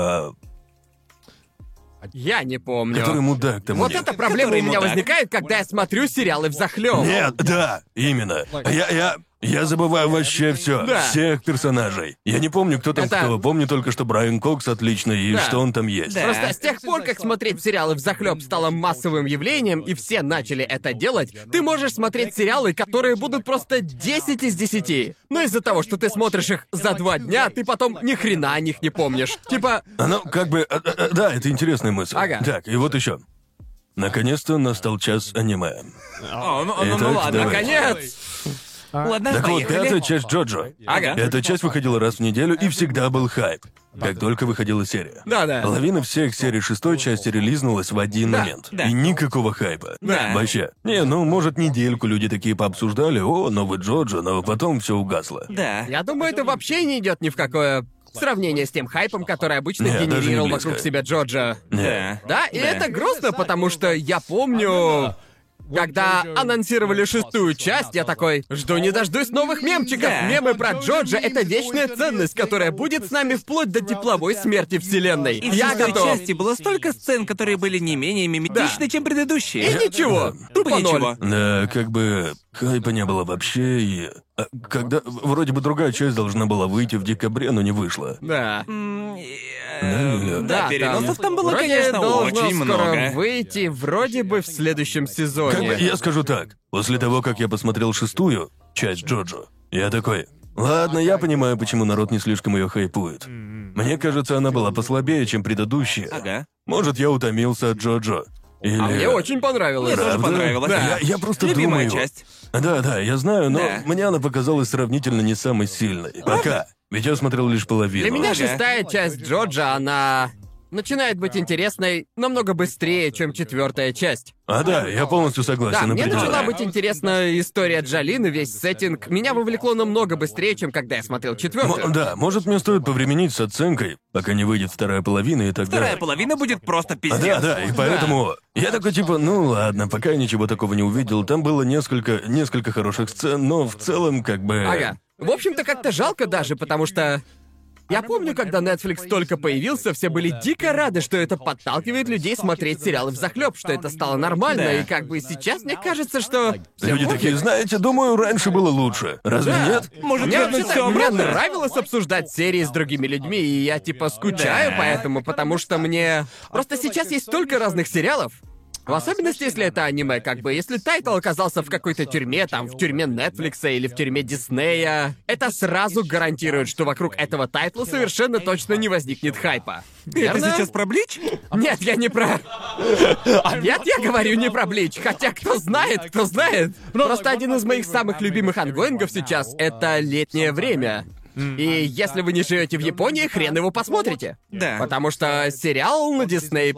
Я не помню.
Который мудак там.
Вот
нет.
эта проблема у
Который
меня
мудак.
возникает, когда я смотрю сериалы взахлёб.
Нет, да, именно. Я забываю вообще все,
Да.
всех персонажей. Я не помню, кто там
Это-
кто. Помню только, что Брайан Кокс отличный и
Да.
что он там есть.
Да.
Просто с тех пор, как смотреть сериалы взахлёб стало массовым явлением, и все начали это делать, ты можешь смотреть сериалы, которые будут просто 10 из 10. Но из-за того, что ты смотришь их за 2 дня, ты потом ни хрена о них не помнишь. Типа,
Оно как бы... да, это интересная мысль.
Ага.
Так, и вот еще. Наконец-то настал час аниме.
Ну
Итак,
ладно,
давай.
наконец!
Ладно,
Так вот,
поехали.
пятая часть Джоджо.
Ага.
Эта часть выходила раз в неделю, и всегда был хайп. Как только выходила серия.
Да-да.
Половина всех серий шестой части релизнулась в один момент.
да.
И никакого хайпа.
Да.
Вообще. Не, ну, может, недельку люди такие пообсуждали, о, новый Джоджо, но потом все угасло.
Да.
Я думаю, это вообще не идет ни в какое сравнение с тем хайпом, который обычно
Не, даже не
генерировал
близко.
вокруг себя Джоджо.
Не.
Да, и это грустно, потому что я помню, когда анонсировали шестую часть, я такой, жду не дождусь новых мемчиков.
Да.
Мемы про Джоджо — это вечная ценность, которая будет с нами вплоть до тепловой смерти вселенной.
И в
Я
шестой
готов.
части было столько сцен, которые были не менее миметичны, чем предыдущие.
И ничего.
Тупо
Тупо ноль.
ничего.
Да, как бы хайпа не было вообще, и... когда... Вроде бы другая часть должна была выйти в декабре, но не вышла.
Да.
Да, переносов там было,
вроде
конечно,
должно
очень
скоро
много.
выйти вроде бы в следующем сезоне.
Как бы, я скажу так, после того, как я посмотрел шестую часть Джоджо, я такой, ладно, я понимаю, почему народ не слишком ее хайпует. Мне кажется, она была послабее, чем предыдущие.
Ага.
Может, я утомился от Джоджо. Или...
А мне очень понравилось.
Мне тоже
Правда?
понравилось.
Да. Я просто
Любимая
думаю...
часть.
Да, я знаю, но
Да.
мне она показалась сравнительно не самой сильной. Пока. Ведь я смотрел лишь половину.
Для меня
Ага.
шестая часть Джоджо, она начинает быть интересной намного быстрее, чем четвертая часть.
Да, я полностью
Да,
согласен.
мне
определенно.
начала быть интересна история Джолины, весь сеттинг. Меня вовлекло намного быстрее, чем когда я смотрел четвертую.
Да, может, мне стоит повременить с оценкой, пока не выйдет вторая половина и так
Вторая
далее.
половина будет просто
Да,
пиздец.
и поэтому я такой типа, ну ладно, пока я ничего такого не увидел. Там было несколько хороших сцен, но в целом как бы...
Ага. В общем-то, как-то жалко даже, потому что... Я помню, когда Netflix только появился, все были дико рады, что это подталкивает людей смотреть сериалы взахлёб, что это стало нормально,
Да.
и как бы сейчас мне кажется, что... всем
Люди
пофиг.
такие, знаете, думаю, раньше было лучше. Разве
Да.
нет?
Может,
Мне
вернуть
вообще-то
все
мне
обратно?
нравилось обсуждать серии с другими людьми, и я типа скучаю
Да.
поэтому, потому что мне... Просто сейчас есть столько разных сериалов. В особенности, если это аниме, как бы, если тайтл оказался в какой-то тюрьме, там, в тюрьме Нетфликса или в тюрьме Диснея, это сразу гарантирует, что вокруг этого тайтла совершенно точно не возникнет хайпа.
Это
Верно?
сейчас про Блич?
Нет, я не про... Нет, я говорю не про Блич. Хотя кто знает, кто знает. Просто один из моих самых любимых ангоингов сейчас — это «Летнее время». И если вы не живете в Японии, хрен его посмотрите.
Да.
Потому что сериал на Disney+.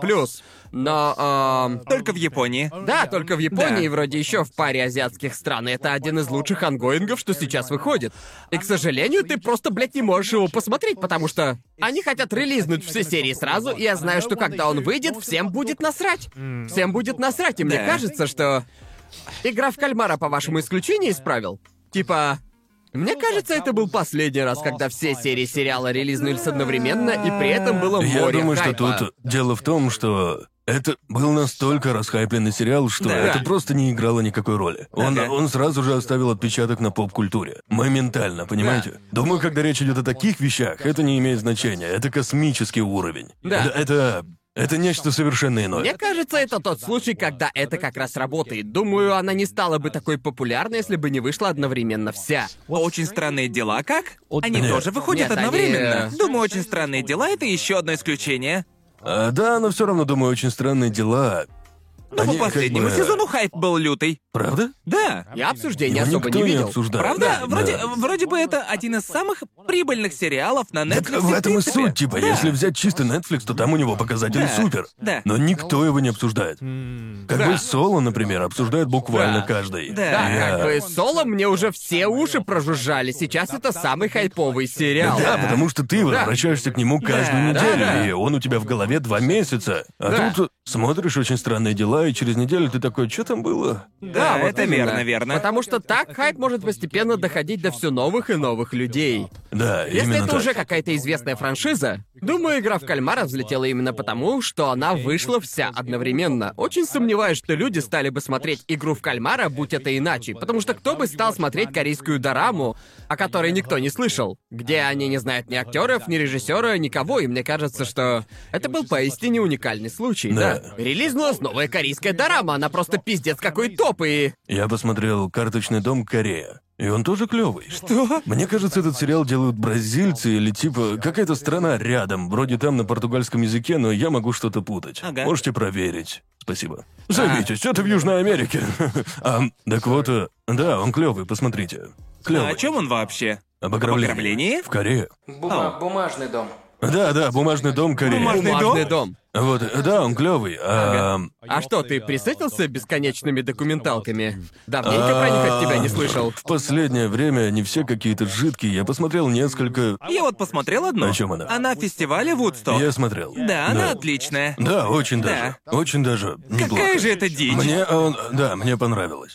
Но,
Только в Японии.
да, только в Японии
Да.
и вроде еще в паре азиатских стран. И это один из лучших ангоингов, что сейчас выходит. И, к сожалению, ты просто, блядь, не можешь его посмотреть, потому что они хотят релизнуть все серии сразу, и я знаю, что когда он выйдет, всем будет насрать. Всем будет насрать, и мне
Да.
кажется, что... Игра в кальмара, по вашему исключению, исправил. Типа... Мне кажется, это был последний раз, когда все серии сериала релизнулись одновременно, и при этом было море
Я думаю, что
хайпа.
тут дело в том, что это был настолько расхайпленный сериал, что
Да.
это просто не играло никакой роли.
Ага.
Он сразу же оставил отпечаток на поп-культуре. Моментально, понимаете? Думаю, когда речь идет о таких вещах, это не имеет значения. Это космический уровень.
Да.
Это нечто совершенно иное.
Мне кажется, это тот случай, когда это как раз работает. Думаю, она не стала бы такой популярной, если бы не вышла одновременно вся.
Очень странные дела, как? Они
Нет.
тоже выходят
Нет, они,
одновременно. Думаю, очень странные дела это еще одно исключение.
Да, но все равно, думаю, очень странные дела.
Но
Они
по
как
последнему
бы-
сезону хайп был лютый.
Правда?
Да.
Я обсуждения
Его
особо
никто
не
не
видел.
обсуждает.
Правда?
Да.
Вроде бы это один из самых прибыльных сериалов на
Так
Netflix.
в этом и
принципе.
суть, типа,
Да.
если взять чисто Netflix, то там у него показатели
Да.
супер.
Да.
Но никто его не обсуждает. Как
Да.
бы Соло, например, обсуждает буквально
Да.
каждый.
Да.
Да,
Я-
как бы Соло мне уже все уши прожужжали. Сейчас это самый хайповый сериал.
Да, потому что ты
Да.
возвращаешься к нему каждую
Да,
неделю,
да.
и он у тебя в голове 2 месяца. А
Да.
тут смотришь «Очень странные дела», и через неделю ты такой, что там было?
Да,
вот
это
именно.
верно, верно.
Потому что так хайп может постепенно доходить до все новых и новых людей.
Да,
Если
именно
это
так.
уже какая-то известная франшиза, думаю, игра в кальмара взлетела именно потому, что она вышла вся одновременно. Очень сомневаюсь, что люди стали бы смотреть игру в кальмара, будь это иначе. Потому что кто бы стал смотреть корейскую дораму, о которой никто не слышал, где они не знают ни актеров, ни режиссера, никого, и мне кажется, что это был поистине уникальный случай,
Да.
да. Релизнулась новая корейская дорама, она просто пиздец какой топ, и...
Я посмотрел «Карточный дом. Корея». И он тоже клевый.
Что?
Мне кажется, этот сериал делают бразильцы или типа какая-то страна рядом, вроде там на португальском языке, но я могу что-то путать.
Ага.
Можете проверить. Спасибо. Займитесь, это в Южной Америке. Так вот, да, он клевый, посмотрите.
А
Клевый.
о чем он вообще?
Об ограблении.
Ограблении?
В Корее.
Бумажный дом.
Да, бумажный дом Корея.
Бумажный дом.
Вот, да, он клевый.
А что, ты присытился бесконечными документалками? Давненько про них от тебя не слышал.
В последнее время они все какие-то жидкие. Я посмотрел несколько.
Я вот посмотрел одну.
О чем она?
Она в фестивале Вудсток.
Я смотрел.
Да, она отличная.
Да, очень даже. Очень даже неплохо.
Какая же это дичь?
Мне понравилось.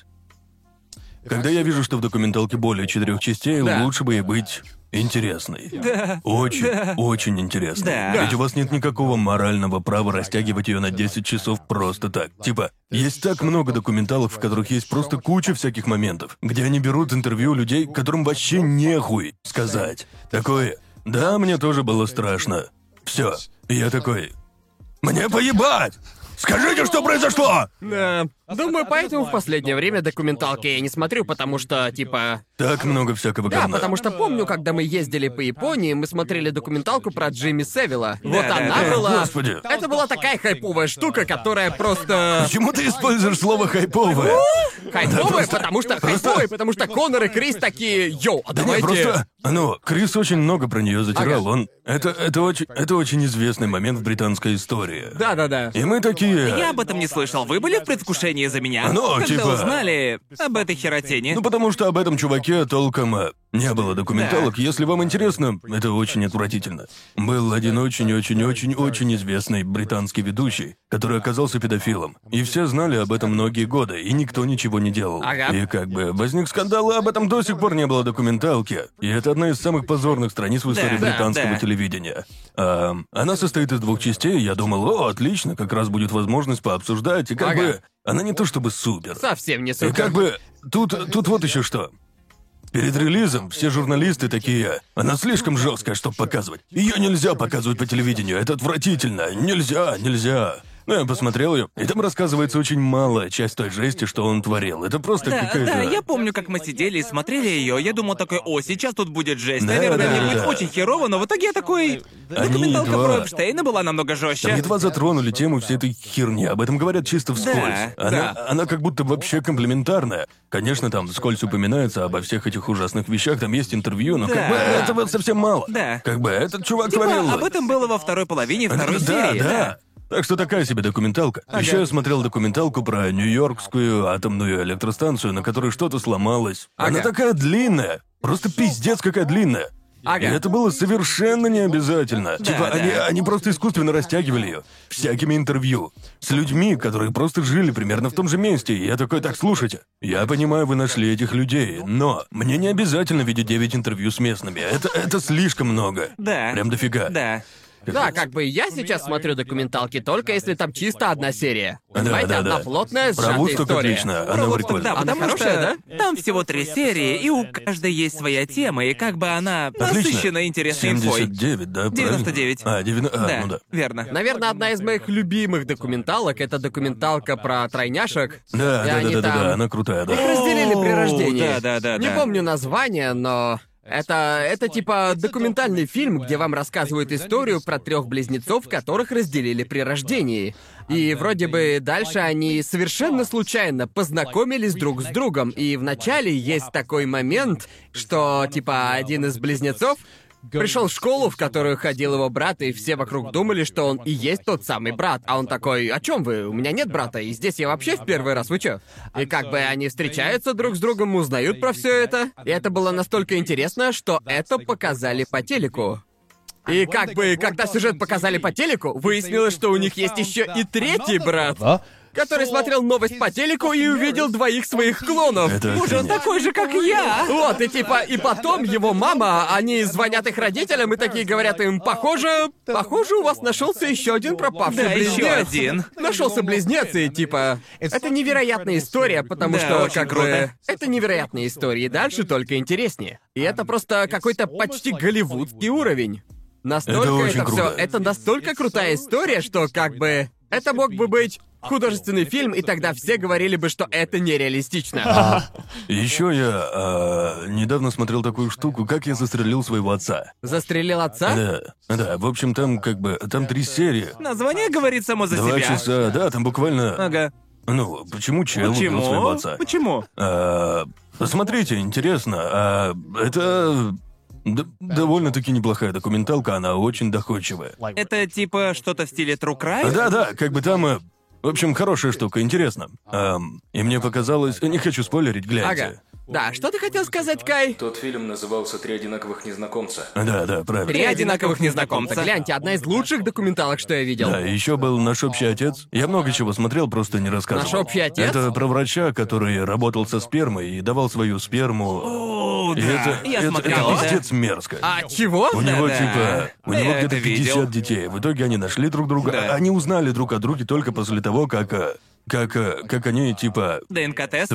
Когда я вижу, что в документалке более 4 частей,
Да.
лучше бы и быть интересной.
Да.
Очень интересной.
Да.
Ведь у вас нет никакого морального права растягивать ее на 10 часов просто так. Типа, есть так много документалок, в которых есть просто куча всяких моментов, где они берут интервью людей, которым вообще нехуй сказать. Такое, да, мне тоже было страшно. Все. Я такой, мне поебать! Скажите, что произошло!
Да. Думаю, поэтому в последнее время документалки я не смотрю, потому что, типа...
Так много всякого
Да,
говна.
потому что помню, когда мы ездили по Японии, мы смотрели документалку про Джимми Севилла. Вот
да,
она
да.
была...
Господи.
Это была такая хайповая штука, которая просто...
Почему ты используешь слово «хайповое»?
Хайповая,
просто-
потому что хайповая, потому что Конор и Крис такие, йоу, а
Да не,
давайте...
просто... Крис очень много про нее затирал.
Ага.
Он... Это очень известный момент в британской истории.
Да-да-да.
И мы такие...
Я об этом не слышал. Вы были в предвкушении за меня?
Ну,
Когда
типа-
узнали об этой херотине?
Ну, потому что об этом чуваке толком не было документалок. Если вам интересно, это очень отвратительно. Был один очень-очень-очень-очень известный британский ведущий, который оказался педофилом. И все знали об этом многие годы, и никто ничего не делал.
Ага.
И как бы возник скандал, и об этом до сих пор не было документалки. И это одна из самых позорных страниц в истории
Да,
британского
да.
телевидения. Она состоит из 2 частей, я думал, отлично, как раз будет возможность пообсуждать, и как
Ага.
бы... Она не то чтобы супер.
Совсем не
И
супер.
как бы тут вот еще что. Перед релизом все журналисты такие, она слишком жесткая, чтобы показывать. Ее нельзя показывать по телевидению, это отвратительно. Нельзя. Ну, я посмотрел ее, и там рассказывается очень малая часть той жести, что он творил. Это просто
Да,
какая-то...
да, я помню, как мы сидели и смотрели ее. Я думал такой, сейчас тут будет жесть.
Да,
Наверное,
да,
мне будет
да.
очень херово, но в итоге я такой...
Они
Документалка
едва-
про Эпштейна была намного жестче.
Там едва затронули тему всей этой херни, об этом говорят чисто вскользь.
Да,
Она как будто вообще комплементарная. Конечно, там вскользь упоминается обо всех этих ужасных вещах, там есть интервью, но как
Да.
бы этого совсем мало.
Да.
Как бы этот чувак
Типа,
творил...
об этом было во второй половине второй серии.
Да. Так что такая себе документалка. Еще я смотрел документалку про Нью-Йоркскую атомную электростанцию, на которой что-то сломалось. Она
Ага.
такая длинная. Просто пиздец какая длинная.
Ага.
И это было совершенно не обязательно. Типа,
да.
они просто искусственно растягивали ее. Всякими интервью. С людьми, которые просто жили примерно в том же месте. И я такой, так, слушайте, я понимаю, вы нашли этих людей, но мне не обязательно видеть 9 интервью с местными. Это слишком много.
Да.
Прям дофига.
Да.
Да, как бы я сейчас смотрю документалки только если там чисто одна серия.
Да,
Понимаете,
да,
одна
да.
плотная,
Про
сжатая
Вудсток
история.
отлично, она
Вот
прикольная.
да,
Она
потому
хорошая,
что там всего 3 серии, и у каждой есть своя тема, и как бы она
Отлично.
насыщена интересной инфой.
79, да? правильно?
99.
Да. Ну да.
верно.
Наверное, одна из моих любимых документалок — это документалка про тройняшек.
Да,
И они там
она крутая,
их
да.
разделили при рождении.
да.
Не помню название, но... Это типа документальный фильм, где вам рассказывают историю про 3 близнецов, которых разделили при рождении. И вроде бы дальше они совершенно случайно познакомились друг с другом. И вначале есть такой момент, что типа один из близнецов пришел в школу, в которую ходил его брат, и все вокруг думали, что он и есть тот самый брат. А он такой, о чем вы? У меня нет брата, и здесь я вообще в первый раз, вы чё? И как бы они встречаются друг с другом, узнают про все это. И это было настолько интересно, что это показали по телеку. И как бы, когда сюжет показали по телеку, выяснилось, что у них есть еще и третий брат, который смотрел новость по телеку и увидел двоих своих клонов.
Это
Боже, он
охренеть.
такой же, как я!
Вот, и типа, и потом его мама, они звонят их родителям и такие говорят им, похоже, у вас нашелся еще один пропавший
Да,
близнец.
еще один.
Нашелся близнец, и типа, это невероятная история, потому
Да,
что,
очень
как
круто.
бы, это невероятная история, и дальше только интереснее. И это просто какой-то почти голливудский уровень. Настолько
Это очень
это все,
круто.
это настолько крутая история, что как бы, это мог бы быть художественный фильм, и тогда все говорили бы, что это нереалистично.
Еще я недавно смотрел такую штуку, как я застрелил своего отца.
Застрелил отца?
Да, в общем, там как бы, там 3 серии.
Название говорит само за
2
себя.
часа, да, там буквально...
Ага.
Ну, почему чел убил своего отца?
Почему?
Посмотрите, интересно. Это довольно-таки неплохая документалка, она очень доходчивая.
Это типа что-то в стиле True Crime?
Да, как бы там... в общем, хорошая штука, интересно. И мне показалось... Не хочу спойлерить, гляньте.
Ага. Да, что ты хотел сказать, Кай?
Тот фильм назывался «Три одинаковых незнакомца».
Да, правильно.
Три одинаковых незнакомца. Гляньте, одна из лучших документалок, что я видел.
Да, еще был «Наш общий отец». Я много чего смотрел, просто не рассказывал.
«Наш общий отец»?
Это про врача, который работал со спермой и давал свою сперму.
О,
И
да. Я
это
смотрел.
пиздец мерзко.
А чего?
У него
Да-да.
типа... У
Я
него
это
где-то 50
видел.
детей. В итоге они нашли друг друга.
Да.
Они узнали друг о друге только после того, как они, типа...
ДНК-тест?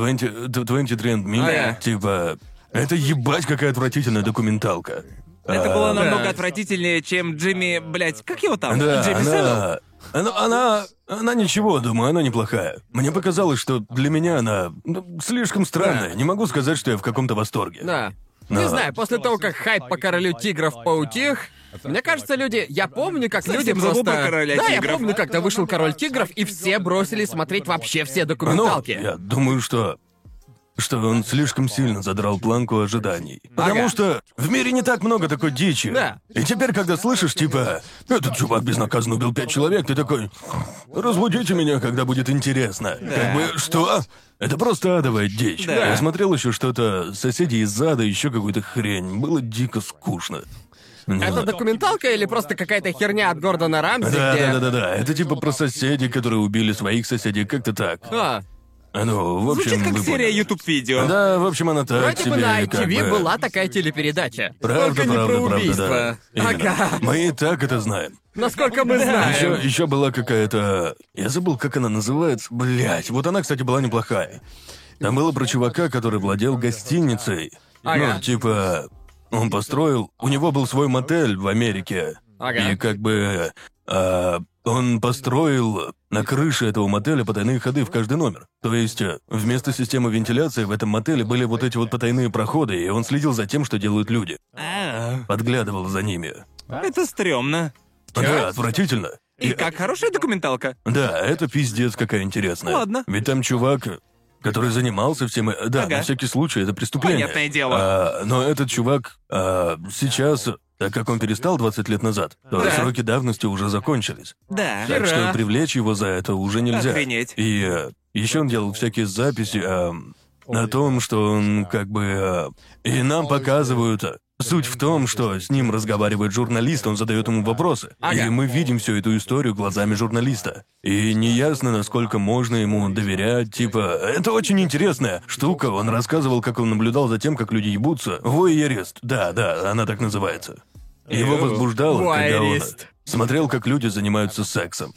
23 and Me,
Да.
типа... Это ебать какая отвратительная документалка.
Это было намного
Да.
отвратительнее, чем Джимми, блядь, как его там?
Да,
Джимми Севилл?
она ничего, думаю, она неплохая. Мне показалось, что для меня она слишком странная.
Да.
Не могу сказать, что я в каком-то восторге.
Да.
Но-
Не знаю, после того, как хайп по Королю Тигров поутих, мне кажется, люди... Я помню, как люди
Совсем забыл
просто...
про Короля
Да, я
Тигров.
помню, когда вышел Король Тигров, и все бросили смотреть вообще все
Ну,
документалки.
я думаю, что он слишком сильно задрал планку ожиданий. Потому
Ага.
что в мире не так много такой дичи.
Да.
И теперь, когда слышишь, типа, этот чувак безнаказанно убил 5 человек, ты такой, разбудите меня, когда будет интересно. Как бы, что? Это просто адовая дичь.
Да.
Я смотрел еще что-то «Соседи из ада», еще какую-то хрень. Было дико скучно.
Это документалка или просто какая-то херня от Гордона Рамзи, где...
Да. Это типа про соседей, которые убили своих соседей, как-то так.
А,
Ну, в общем,
Звучит как
вы
серия
поняли.
YouTube-видео.
Да, в общем, она так
вроде
себе,
бы на
как
ITV
бы...
была такая телепередача.
Правда,
Только не про
правда,
убийство.
да. Именно.
Ага.
Мы и так это знаем.
Насколько мы знаем.
Еще была какая-то... Я забыл, как она называется. Блять, вот она, кстати, была неплохая. Там было про чувака, который владел гостиницей.
Ага.
Ну, типа... Он построил... У него был свой мотель в Америке.
Ага.
И как бы... он построил на крыше этого мотеля потайные ходы в каждый номер. То есть, вместо системы вентиляции в этом мотеле были вот эти вот потайные проходы, и он следил за тем, что делают люди. Подглядывал за ними.
Это стрёмно.
Да, отвратительно.
И как хорошая документалка.
Да, это пиздец какая интересная.
Ладно.
Ведь там чувак, который занимался всем... Да,
Ага.
на всякий случай, это преступление.
Понятное дело.
Но этот чувак сейчас, так как он перестал 20 лет назад, то
Да.
сроки давности уже закончились.
Да.
Так что привлечь его за это уже нельзя.
Охренеть.
И еще он делал всякие записи о том, что он как бы... и нам показывают... Суть в том, что с ним разговаривает журналист, он задает ему вопросы.
Ага.
И мы видим всю эту историю глазами журналиста. И неясно, насколько можно ему доверять, типа... Это очень интересная штука. Он рассказывал, как он наблюдал за тем, как люди ебутся. Вуайерист. Да, она так называется. Его возбуждало, когда он
Вуайерист.
смотрел, как люди занимаются сексом.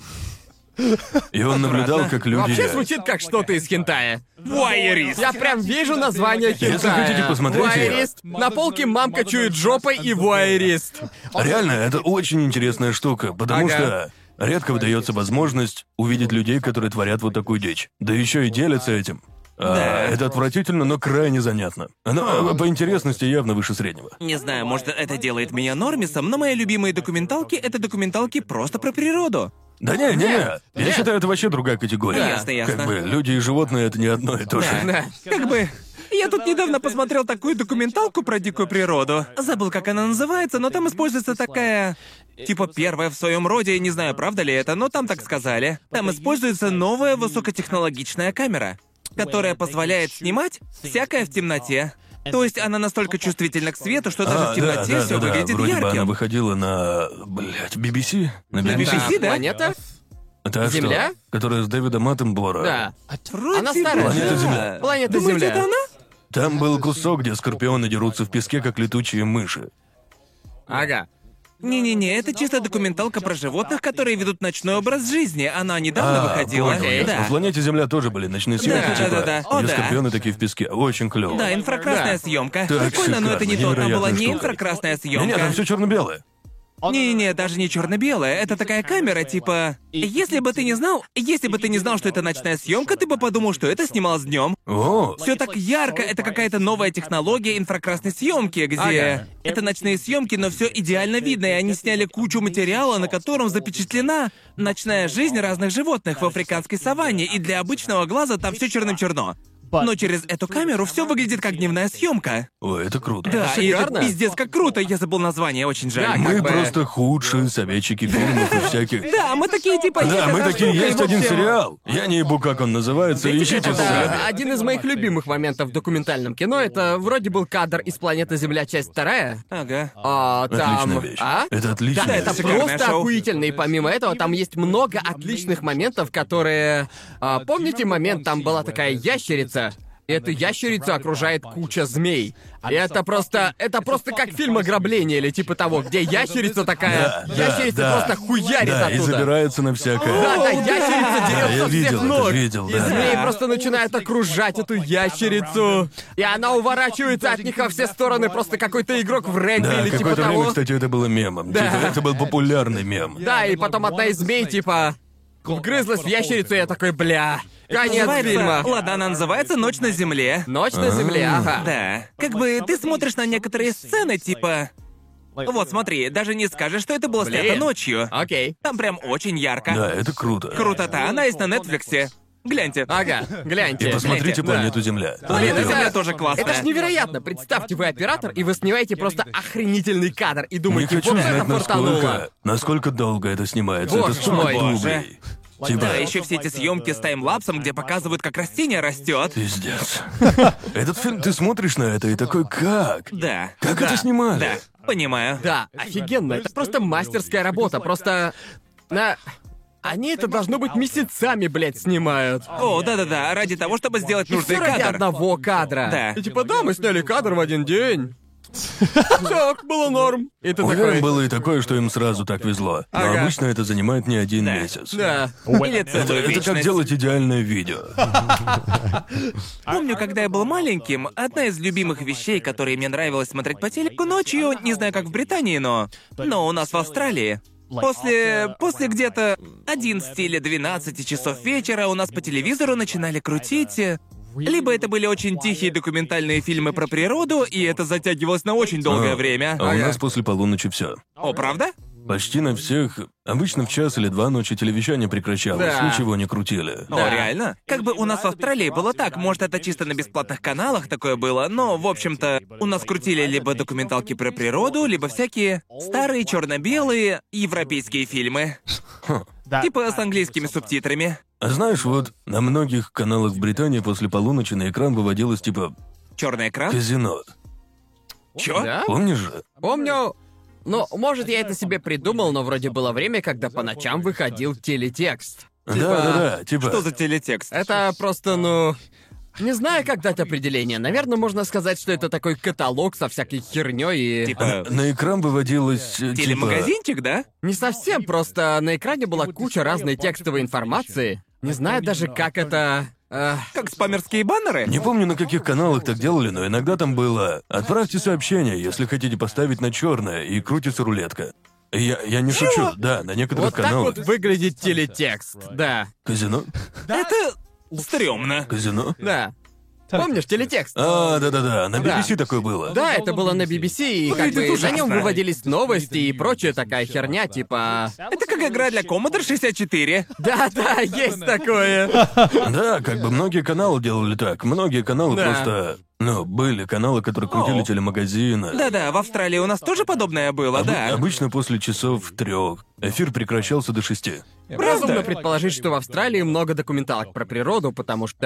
И он наблюдал, как люди...
Вообще звучит как что-то из хентая.
Вуайерист.
Я прям вижу название хентая.
Если хотите посмотреть её.
Вуайерист. На полке мамка чует жопой и вуайерист.
Реально, это очень интересная штука, потому
Ага.
что редко выдается возможность увидеть людей, которые творят вот такую дичь. Да еще и делятся этим. Это отвратительно, но крайне занятно. Оно по интересности явно выше среднего.
Не знаю, может, это делает меня нормисом, но мои любимые документалки — это документалки просто про природу.
Да не. Я считаю, это вообще другая категория.
Ясно.
Как бы люди и животные — это не одно и то же.
Да.
Как бы... Я тут недавно посмотрел такую документалку про дикую природу. Забыл, как она называется, но там используется такая... Типа первая в своем роде, не знаю, правда ли это, но там так сказали. Там используется новая высокотехнологичная камера, которая позволяет снимать всякое в темноте. То есть она настолько чувствительна к свету, что даже в темноте все выглядит
Вроде бы она
ярким.
выходила на... BBC? На
На
BBC?
BBC, да?
Планета?
Та,
Земля?
что? Которая с Дэвидом Аттенборо.
Да.
Вроде
Она
бы,
старая.
Планета
да.
Земля.
Планета
Думаете,
Земля.
это она?
Там был кусок, где скорпионы дерутся в песке, как летучие мыши.
Ага.
Не-не-не, это чисто документалка про животных, которые ведут ночной образ жизни. Она недавно выходила.
понял.
Окей.
Да.
На планете Земля тоже были ночные съемки,
Да,
типа,
да-да-да. О,
где
да.
скорпионы такие в песке. Очень клево.
Да, инфракрасная
Да.
съемка.
Так
Прикольно, но это не то. Там
шикарно,
была не
невероятная штука.
инфракрасная
Нет, там
съемка.
все черно-белое.
Не-не, даже не черно-белая. Это такая камера, типа. Если бы ты не знал, что это ночная съемка, ты бы подумал, что это снималось днем.
О,
Все так ярко, это какая-то новая технология инфракрасной съемки, где
Ага.
это ночные съемки, но все идеально видно, и они сняли кучу материала, на котором запечатлена ночная жизнь разных животных в африканской саванне, и для обычного глаза там все черным-черно. Но через эту камеру все выглядит как дневная съемка.
ой, это круто.
Да, и это
шикарно.
пиздец как круто, я забыл название, очень жаль.
Да,
Мы
как бы-
просто худшие советчики фильмов и всяких...
Да, мы такие типа.
Да,
есть
мы
эта
такие,
штука, и
есть
в
один
общем-
сериал. Я не ебу, как он называется, ищите
Это
сами.
один из моих любимых моментов в документальном кино. Это вроде был кадр из «Планеты Земля», часть 2.
Ага.
Там...
Отличная вещь.
А?
Это отличная
Да, это
вещь.
Шикарное
просто
шоу.
охуительно. И помимо этого, там есть много отличных моментов, которые... помните момент, там была такая ящерица? И эту ящерицу окружает куча змей. И это просто как фильм «Ограбление» или типа того, где ящерица такая... ящерица
да.
просто хуярит
Да, и
оттуда.
забирается на всякое.
Да, ящерица
Да,
дерется
я
со всех
видел это,
ног.
видел,
И
да.
змеи просто начинают окружать эту ящерицу. И она уворачивается от них во все стороны, просто какой-то игрок в регби
Да,
или типа
какое-то время,
того.
кстати, это было мемом.
Да.
Типа, это был популярный мем.
Да, и потом одна из змей, типа, вгрызлась в ящерицу, и я такой, бля, конец
Называется-
фильма.
Ладно, она называется «Ночь на земле».
Ночь на земле, ага.
Да. Как бы ты смотришь на некоторые сцены, типа. Вот, смотри, даже не скажешь, что это было снято
Блин.
ночью.
Окей.
Там прям очень ярко.
Да, это круто.
Крутота, она есть на Нетфликсе. Гляньте.
Ага, гляньте.
И посмотрите
гляньте.
«Планету Земля».
Планета
это-
Земля тоже классная.
Это ж невероятно. Представьте, вы оператор, и вы снимаете просто охренительный кадр, и
Не
думаете,
хочу
вот это
знать,
фортануло.
насколько долго это снимается.
Боже
Это столько
мой.
дублей. Типа,
Да, еще все эти съемки с таймлапсом, где показывают, как растение растет.
пиздец. Этот фильм, ты смотришь на это и такой, как?
Да.
Как
Да.
это снимали?
Да, понимаю.
Да, офигенно. Это просто мастерская работа. Просто... Они это, должно быть, месяцами, блядь, снимают.
О, да-да-да, ради того, чтобы сделать
И
нужный
всё ради
кадр.
одного кадра.
Да.
И типа, да, мы сняли кадр в один день. Так, было норм. И ты
Уверен,
такой...
было и такое, что им сразу так везло. Но
Ага.
обычно это занимает не один
Да.
месяц.
Да.
Или
Это,
целую
это как
вечность.
делать идеальное видео.
Помню, когда я был маленьким, одна из любимых вещей, которые мне нравилось смотреть по телеку ночью, не знаю, как в Британии, но у нас в Австралии. После где-то 11 или 12 часов вечера у нас по телевизору начинали крутить... Либо это были очень тихие документальные фильмы про природу, и это затягивалось на очень долгое время.
А у нас после полуночи все.
О, правда?
Почти на всех, обычно в час или два ночи телевещание прекращалось,
Да.
ничего не крутили.
О, реально? Как бы у нас в Австралии было так, может, это чисто на бесплатных каналах такое было, но, в общем-то, у нас крутили либо документалки про природу, либо всякие старые черно-белые европейские фильмы. Типа с английскими субтитрами.
А знаешь, вот на многих каналах в Британии после полуночи на экран выводилось типа
Черный экран?
казино.
Чё?
Да?
Помнишь же?
Помню... Ну, может, я это себе придумал, но вроде было время, когда по ночам выходил телетекст.
Да, типа.
Что за телетекст?
Это просто, ну... Не знаю, как дать определение. Наверное, можно сказать, что это такой каталог со всякой херней и...
Типа
На экран выводилось типа.
телемагазинчик, да?
Не совсем, просто на экране была куча разной текстовой информации. Не знаю даже, как это...
Как спамерские баннеры?
Не помню, на каких каналах так делали, но иногда там было: отправьте сообщение, если хотите поставить на черное, и крутится рулетка. Я не шучу, да, на некоторых
Вот так
каналах.
вот выглядит телетекст. Да,
Казино?
Это стрёмно.
Казино?
да. Помнишь телетекст?
Да, на
Да.
BBC такое было.
Да, это было на BBC, и как
Выглядит
бы на нем
ужасно.
выводились новости и прочая такая херня, типа...
Это как игра для Commodore 64.
Да, есть такое.
Да, как бы многие каналы делали так. Многие каналы
Да.
просто... Ну, были каналы, которые крутили телемагазины.
Да-да, в Австралии у нас тоже подобное было, да.
Обычно после часов 3 эфир прекращался до 6.
Разумно предположить, что в Австралии много документалок про природу, потому что...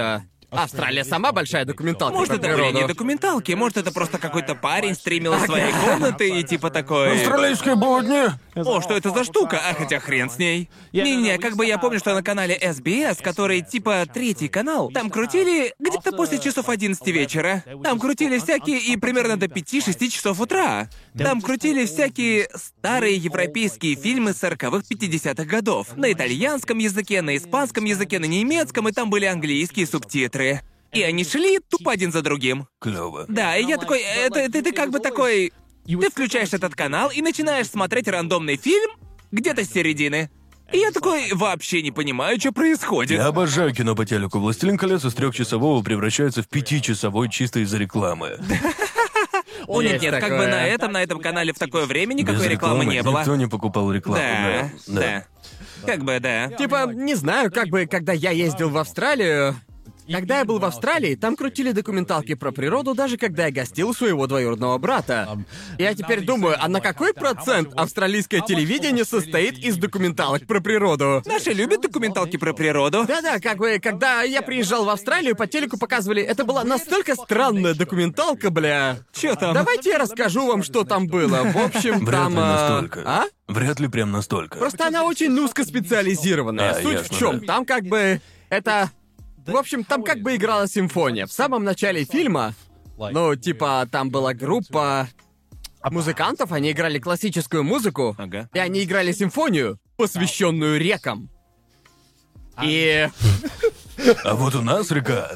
Австралия сама большая документалка
Может,
про
это были не
природу.
документалки, может, это просто какой-то парень стримил из своей комнаты и типа такой...
Австралийские будни!
О, что это за штука? А хотя хрен с ней. Не-не, как бы я помню, что на канале SBS, который типа 3-й канал, там крутили где-то после часов 11 вечера. Там крутили всякие и примерно до 5-6 часов утра. Там крутили всякие старые европейские фильмы 40-х, 50-х годов. На итальянском языке, на испанском языке, на немецком, и там были английские субтитры. И они шли тупо один за другим.
Клево.
Да, и я такой, ты как бы такой... Ты включаешь этот канал и начинаешь смотреть рандомный фильм где-то с середины. И я такой, вообще не понимаю, что происходит.
Я обожаю кино по телеку. «Властелин колец» из 3-часового превращается в 5-часовой чисто из-за рекламы.
О, нет,
Есть
как бы
такое.
на этом канале в такое время
Без
никакой рекламы не было.
Никто не покупал рекламу.
Да. Как бы, да.
Типа, не знаю, как бы, когда я ездил в Австралию... Когда я был в Австралии, там крутили документалки про природу, даже когда я гостил у своего двоюродного брата. Я теперь думаю, а на какой процент австралийское телевидение состоит из документалок про природу?
Наши любят документалки про природу.
Да-да, как бы, когда я приезжал в Австралию, по телеку показывали... Это была настолько странная документалка, бля.
Чё там?
Давайте я расскажу вам, что там было. В общем,
Вряд
там...
ли настолько.
А?
Вряд ли прям настолько.
Просто она очень узкоспециализированная.
А,
Суть
ясно,
в чем?
да.
Там как бы... Это... В общем, там как бы играла симфония. В самом начале фильма, ну, типа, там была группа музыкантов, они играли классическую музыку,
Ага.
и они играли симфонию, посвященную рекам. И
А вот у нас река.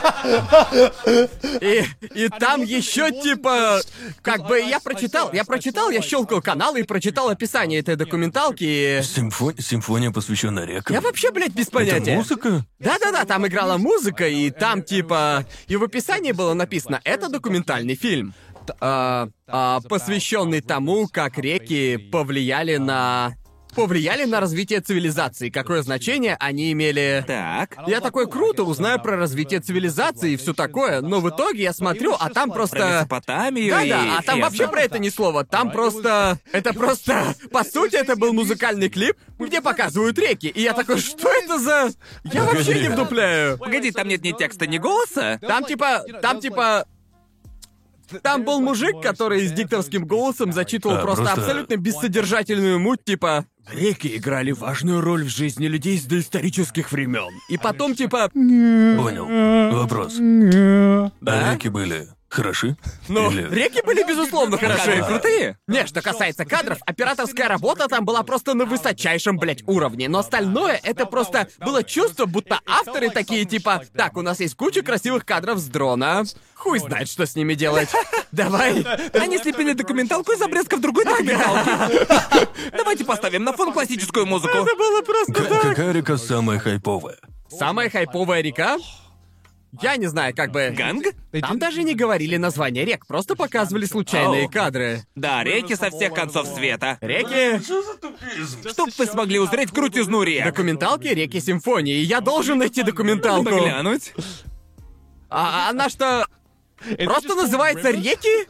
И там еще типа, как бы я прочитал, я щелкал канал и прочитал описание этой документалки. И...
Симфония, посвященная рекам.
Я вообще, блядь, без
Это
понятия.
музыка?
Да-да-да, там играла музыка, и там типа... И в описании было написано, это документальный фильм, посвященный тому, как реки повлияли на развитие цивилизации, какое значение они имели.
Так.
Я такой, круто, узнаю про развитие цивилизации и все такое, но в итоге я смотрю, а там
Про
просто...
Месопотамию и...
Да-да, а там
Ясно.
вообще про это ни слова. Там просто... Это просто... По сути, это был музыкальный клип, где показывают реки. И я такой, что это за... Я вообще не вдупляю.
Погоди, там нет ни текста, ни голоса?
Там типа... Там был мужик, который с дикторским голосом зачитывал просто
просто-
абсолютно бессодержательную муть, типа... Реки играли важную роль в жизни людей с доисторических времен. И потом, типа...
Понял. Вопрос.
Да?
А реки были хороши?
Ну,
Или-
реки были, безусловно,
Кадры
хороши.
крутые?
Не, что касается кадров, операторская работа там была просто на высочайшем, блядь, уровне. Но остальное, это просто было чувство, будто авторы такие, типа... Так, у нас есть куча красивых кадров с дрона. Хуй знает, что с ними делать. Давай.
Они слепили документалку из обрезков другой документалки. Давайте поставим на фон классическую музыку.
Это было просто так.
Какая река самая хайповая?
Самая хайповая река? Я не знаю, как бы...
Ганг?
Там даже не говорили название рек, просто показывали случайные
Оу.
кадры.
Да, реки со всех концов света.
Реки...
Чтоб вы смогли узреть крутизну рек.
Документалки реки симфонии. Я должен найти документалку.
Поглянуть.
А она что... Просто называется «Реки»?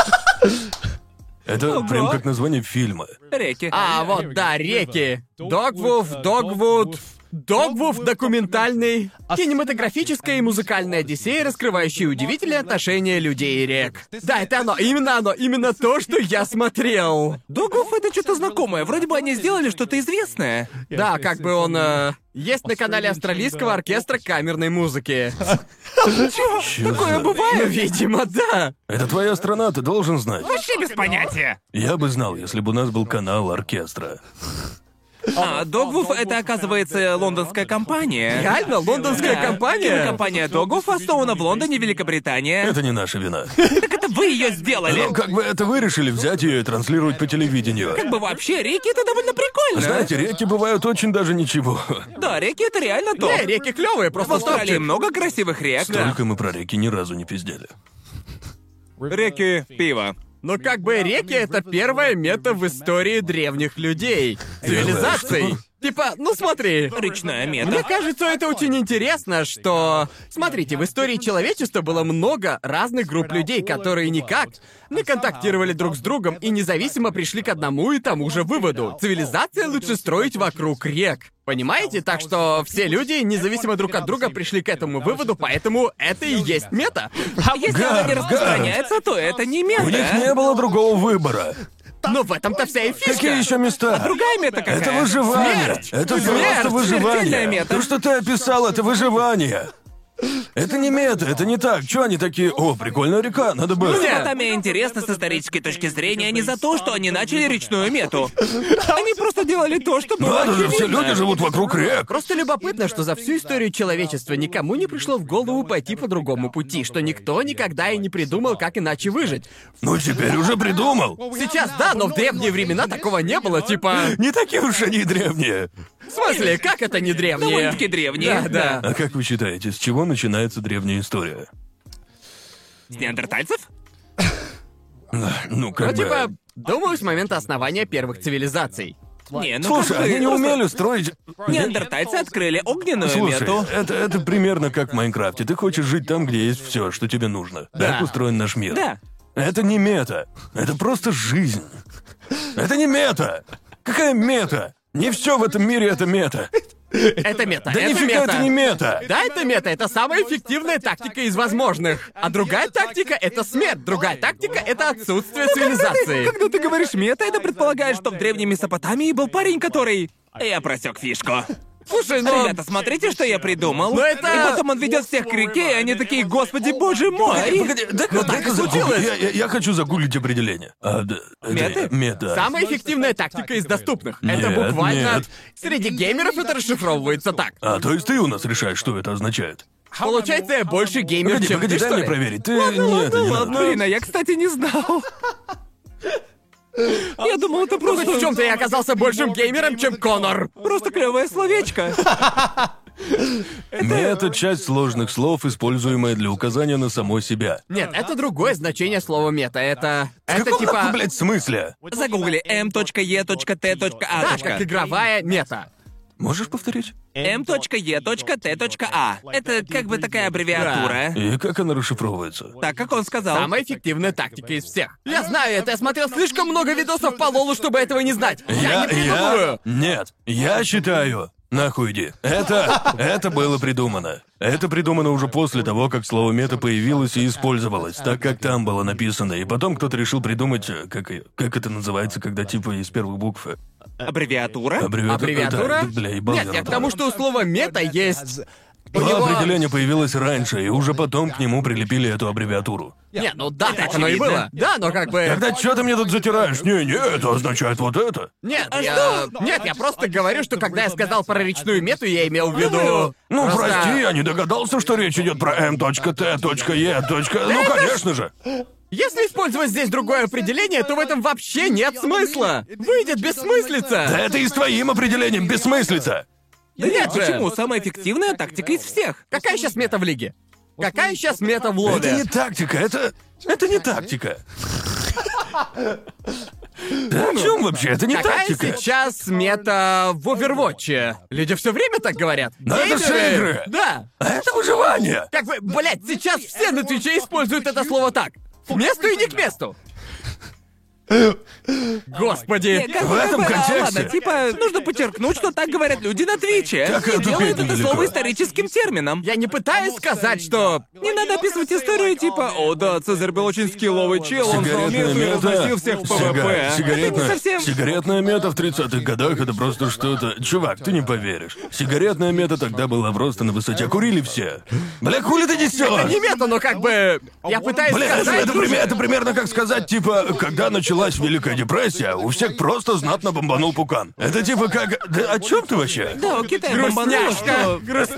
Это прям как название фильма.
Реки.
А, вот, да, «Реки». Догвуд... Догвуф документальный, кинематографическая и музыкальная одиссея, раскрывающая удивительные отношения людей и рек. Да, это оно, именно то, что я смотрел.
Догов — это что-то знакомое. Вроде бы они сделали что-то известное.
Да, как бы он есть на канале Австралийского оркестра камерной музыки.
Чё
Такое
за-
бывает?
Ну, видимо, да.
Это твоя страна, ты должен знать.
Вообще без понятия.
Я бы знал, если бы у нас был канал оркестра.
А, Догвуф — это, оказывается, лондонская компания.
Реально, лондонская
Да.
компания?
Кинокомпания Догвуф основана в Лондоне, Великобритания.
Это не наша вина.
Так это вы ее сделали.
Ну, как бы это вы решили взять ее и транслировать по телевидению.
Как бы вообще реки — это довольно прикольно.
Знаете, реки бывают очень даже ничего.
Да, реки — это реально топ.
Не, реки клевые,
В
просто
Австралии
топчик.
много красивых рек.
Только мы про реки ни разу не пиздели.
Реки пива.
Но как бы реки — это первая мета в истории древних людей. Цивилизаций. Типа, ну смотри.
Речная мета.
Мне кажется, это очень интересно, что... Смотрите, в истории человечества было много разных групп людей, которые никак не контактировали друг с другом и независимо пришли к одному и тому же выводу. Цивилизация лучше строить вокруг рек. Понимаете? Так что все люди, независимо друг от друга, пришли к этому выводу, поэтому это и есть мета.
Если она не распространяется, то это не мета.
У них не было другого выбора.
Но в этом-то вся и фишка.
Какие еще места?
Другая мета какая?
Это выживание.
Смерть!
Это
Смерть!
просто выживание.
Смертельная мета.
То, что ты описал, это выживание. Это не мета, это не так. Чё они такие? О, прикольная река, надо бы...
Месопотамия интересна с исторической точки зрения не за то, что они начали речную мету. Они просто делали то, что было
Надо же, все
очевидно.
люди живут вокруг рек.
Просто любопытно, что за всю историю человечества никому не пришло в голову пойти по другому пути, что никто никогда и не придумал, как иначе выжить.
Ну теперь уже придумал.
Сейчас да, но в древние времена такого не было, типа...
Не такие уж они древние.
В смысле, как это не древние?
Довольно-таки древние.
Да.
А как вы считаете, с чего начинается древняя история?
С неандертальцев?
Ну, как
Ну,
бы...
типа, думаю, с момента основания первых цивилизаций.
Не, ну
Слушай,
как бы
они не
просто
умели строить...
Неандертальцы открыли огненную
Слушай,
мету.
это примерно как в Майнкрафте. Ты хочешь жить там, где есть все, что тебе нужно.
Да.
Так устроен наш мир.
Да.
Это не мета. Это просто жизнь. Это не мета. Какая мета? Не все в этом мире это мета.
Это мета,
Да
это
нифига
мета.
это не мета.
Да, это мета, это самая эффективная тактика из возможных. А другая тактика — это смерть, другая тактика — это отсутствие цивилизации.
Когда ты говоришь мета, это предполагает, что в древней Месопотамии был парень, который... Я просек фишку.
Слушай, ну...
Ребята, смотрите, что я придумал.
Но это-
И потом он ведет всех к реке, и они такие, господи, боже мой.
Погоди, дай-ка загуглить. Я хочу загуглить определение.
Меты?
Мета.
Самая эффективная тактика из доступных. Это
Нет,
буквально...
нет.
Среди геймеров это расшифровывается так.
А, то есть ты у нас решаешь, что это означает?
Получается, я больше геймер,
Погоди,
чем
погоди,
ты,
дай
что
мне
ли?
проверить. Ты... Нет, не надо.
Блин, а я, кстати, не знал. Я думал, это
В
просто...
чем-то я оказался большим геймером, чем Конор.
Просто клевое словечко.
Мета — часть сложных слов, используемая для указания на само себя.
Нет, это другое значение слова мета. Это
Каком
типа...
нахуй, блядь, смысле?
Загугли m.e.t.a.
Да, как игровая мета.
Можешь повторить?
m.e.t.a. Это как бы такая аббревиатура.
И как она расшифровывается?
Так, как он сказал.
Самая эффективная тактика из всех. Я знаю это, я смотрел слишком много видосов по Лолу, чтобы этого не знать. Я не придумываю.
Нет, я считаю. Нахуй иди. Это было придумано. Это придумано уже после того, как слово мета появилось и использовалось, так как там было написано. И потом кто-то решил придумать, как это называется, когда типа из первых букв.
Аббревиатура?
Аббревиатура?
Да, бля, ебал
Нет,
я
я
рот.
к тому, что у слова мета есть... У
Но
него...
определение появилось раньше, и уже потом к нему прилепили эту аббревиатуру.
Не, ну да, так оно и
очевидно.
было. Да, но как бы...
Тогда что ты мне тут затираешь? Не, это означает вот это.
Нет, я просто говорю, что когда я сказал про речную мету, я имел в виду...
Ну,
просто-
прости, я не догадался, что речь идет про m.t.e. Ну, конечно же.
Если использовать здесь другое определение, то в этом вообще нет смысла. Выйдет бессмыслица.
Да это и с твоим определением бессмыслица.
Да нет,
же.
почему? Самая эффективная тактика из всех.
Какая сейчас мета в лиге? Какая сейчас мета в
Это не
лоле?
тактика, это не тактика. Да о чем вообще? Это не
Какая
тактика.
сейчас мета в Overwatch? Люди все время так говорят.
Да это же
Геймеры-
игры.
Да.
А это выживание.
Как бы, блядь, сейчас все на Твиче используют это слово так. К месту и не к месту. Господи.
Как
В
бы,
этом контексте.
Ладно, типа, нужно подчеркнуть, что так говорят люди на Твиче.
Как
И
это
делают
тут
это
недалеко?
слово историческим термином.
Я не пытаюсь сказать, что...
Не надо описывать историю типа «О, да, Цезарь был очень скилловый чел, он знал мету и разносил всех в ПВП». Это не совсем...
Сигаретная мета в 30-х годах — это просто что-то... Чувак, ты не поверишь. Сигаретная мета тогда была просто на высоте. Курили все. Бля, хули ты несёшь?
Не мета, но как бы... Я пытаюсь
Бля,
сказать...
это примерно как сказать, типа, когда началась Великая депрессия, у всех просто знатно бомбанул пукан. Это типа как... Да о чем ты вообще?
Да, у Китая бомбануло,
Грустняшка!
что...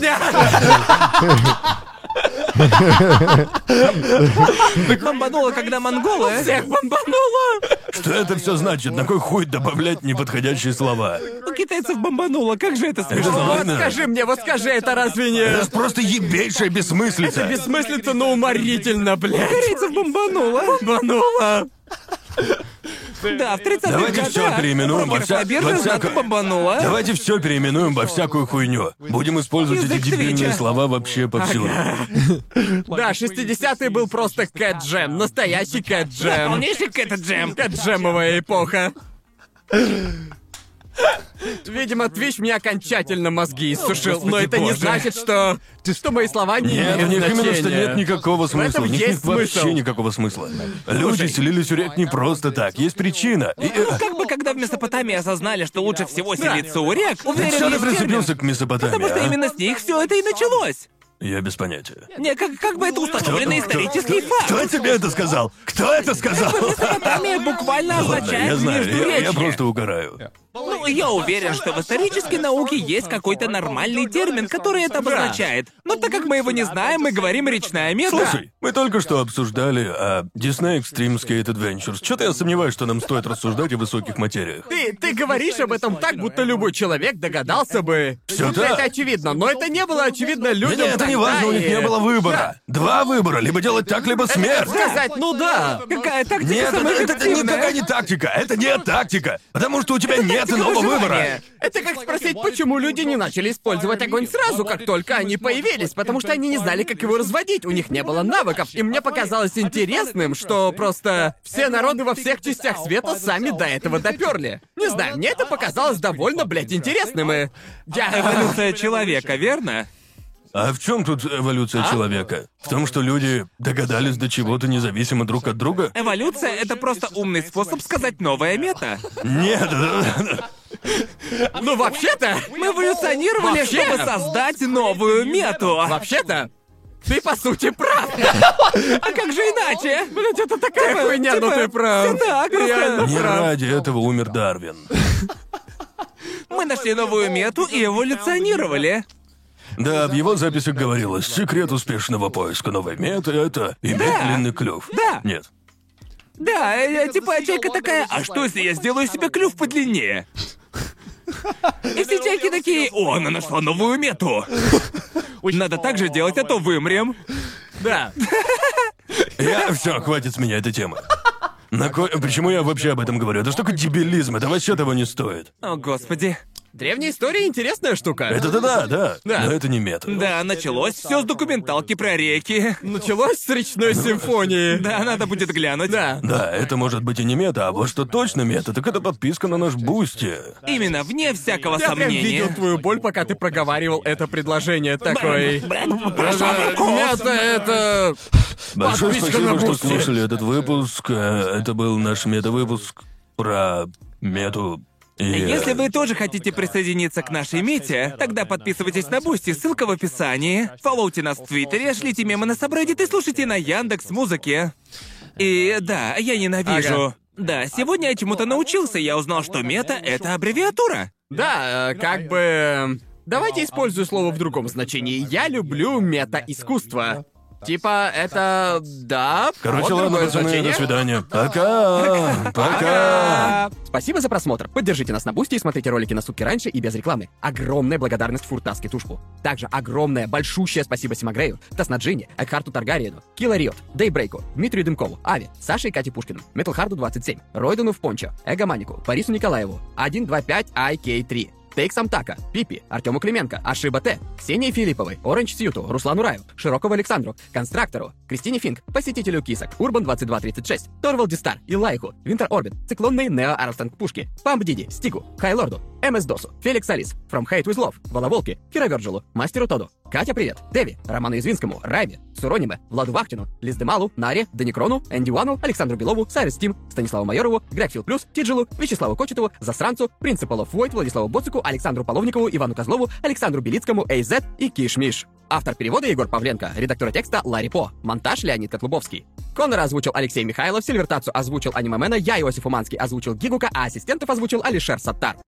Грустняшка!
Бомбануло, когда монголы...
Всех бомбануло!
Что это все значит? На кой хуй добавлять неподходящие слова?
У китайцев бомбануло, как же это
Это
смешно.
Вот
ладно.
скажи мне, вот скажи, это разве не...
Это просто ебейшая бессмыслица.
Бессмыслица, но уморительно, блядь.
Корейцев бомбануло.
Бомбануло.
Да, в 30-х
Давайте
годах.
все переименуем во
Брокеров на бирже
во
знатно
всякое.
бомбануло.
Давайте все переименуем во всякую хуйню. Будем использовать
Язык
эти дебильные
Твича.
слова вообще повсюду.
Да, 60-е был просто кэт-джем, настоящий кэт-джем.
Полнейший кэт-джем.
Кэт-джемовая эпоха. Видимо, Twitch мне окончательно мозги иссушил, но это не
боже.
значит, что мои слова не
Нет, у
имеют
них именно что
значения.
нет никакого смысла.
этом
У них
есть
нет вообще
смысл.
никакого смысла. Люди селились у рек не просто так, есть причина. И,
Как бы когда в Месопотамии осознали, что лучше всего селиться у рек, уверен,
что ты
есть термин.
прицепился к Месопотамии,
Потому что
а?
именно с них все это и началось.
Я без понятия.
Не, как бы это установленный исторический факт.
Кто тебе это сказал? Кто это сказал?
Месопотамия буквально
Ладно,
означает
я знаю, я
междуречье.
просто угораю.
Ну, я уверен, что в исторической науке есть какой-то нормальный термин, который это обозначает. Но так как мы его не знаем, мы говорим речная мета.
Слушай, мы только что обсуждали Disney Extreme Skate Adventures. Что-то я сомневаюсь, что нам стоит рассуждать о высоких материях.
Ты говоришь об этом так, будто любой человек догадался бы.
Всё
Будто
так.
это очевидно, но это не было очевидно людям.
Нет, это не важно, у них не было выбора. Два выбора, либо делать так, либо смерть.
Сказать, ну да.
Какая тактика
Нет,
самая
это
эффективная?
никакая не тактика, это не тактика. Потому что у тебя нет иного
выживания.
выбора.
Это как спросить, почему люди не начали использовать огонь сразу, как только они появились, потому что они не знали, как его разводить, у них не было навыков. И мне показалось интересным, что просто все народы во всех частях света сами до этого доперли. Не знаю, мне это показалось довольно, блядь, интересным, и...
Эволюция человека, верно?
А в чем тут эволюция человека? В том, что люди догадались до чего-то независимо друг от друга?
Эволюция — это просто умный способ сказать новая мета.
Нет,
Ну, вообще-то...
Мы эволюционировали,
Вообще?
чтобы создать новую мету.
Вообще-то... Ты, по сути, прав.
А как же иначе?
Блядь, это такая хуйня, но ты прав.
всё так, просто.
Реально
не
прав.
ради этого умер Дарвин.
Мы нашли новую мету и эволюционировали.
Да, в его записях говорилось, секрет успешного поиска новой меты — это иметь
Да.
длинный клюв.
Да.
Нет.
Да, типа чайка такая, а что если я сделаю себе клюв подлиннее? И все чайки такие, о, она нашла новую мету. Надо так же делать, а то вымрем.
Да.
Все, хватит с меня этой темы. Почему я вообще об этом говорю? Это что такое дебилизм? Это вообще того не стоит.
О, господи.
Древняя история — интересная штука.
Это да.
Да.
Но это не мета.
Да, началось все с документалки про реки.
Началось с речной симфонии.
Да, надо будет глянуть.
Да.
Да, это может быть и не мета, а вот что точно мета, так это подписка на наш Бусти.
Именно, вне всякого
Я прям видел
сомнения.
твою боль, пока ты проговаривал это предложение. Такой...
Прошу,
Мята — это...
Большое
Подписка на
спасибо, что
Бусти.
слушали этот выпуск. Это был наш мета-выпуск про мету. И,
Если вы тоже хотите присоединиться к нашей мете, тогда подписывайтесь на Бусти, ссылка в описании. Фоллоуте нас в Твиттере, шлите мемы на Subreddit и слушайте на Яндекс.Музыке. И да, я ненавижу.
Ага.
Да, сегодня я чему-то научился, я узнал, что мета — это аббревиатура.
Да, как бы... Давайте использую слово в другом значении. Я люблю мета-искусство. Типа, это... Да,
Короче,
вот
ладно,
другое
пацаны,
значение.
до свидания. Пока! Пока!
Спасибо за просмотр. Поддержите нас на Бусти и смотрите ролики на сутки раньше и без рекламы. Огромная благодарность Фуртаске Тушку. Также огромное, большущее спасибо Симагрею, Таснаджине, Экхарту Таргариену, Килла Риот, Дейбрейку, Дмитрию Дымкову, Ави, Саше и Кате Пушкину, Металхарду 27, Ройдену в Пончо, Эгоманику, Борису Николаеву, 125IK3, Тейк Самтака, Пипи, Артему Клименко, Ашиба Т, Ксении Филипповой, Оранж Сьюту, Руслану Раю, Широкову Александру, Констрактору, Кристине Финк, Посетителю Кисок, Урбан 2236, Торвал Дистар, Илайху, Винтер Орбит, Циклонный Нео Армстронг Пушки, Памп Диди, Стигу, Хайлорду, МС Досу, Феликс Алис, From Hate With Love, Воловолки, Кира Верджилу, Мастеру Тоду, Катя Привет, Деви, Роману Извинскому, Райве, Сурониме, Владу Вахтину, Лиздемалу, Наре, Даникрону, Энди Уану, Александру Белову, Сайрес Тим, Станиславу Майорову, Грегфилл Плюс, Тиджилу, Вячеславу Кочетову, Засранцу, Принципал оф Войт, Владиславу Боцику, Александру Половникову, Ивану Козлову, Александру Белицкому, Эйзет и Киш-Миш. Автор перевода Егор Павленко, редактор текста Ларри По, монтаж Леонид Котлубовский. Коннора озвучил Алексей Михайлов, Сильвертацию озвучил Анимемена, я, Иосиф Уманский, озвучил Гигука, а ассистентов озвучил Алишер Саттар.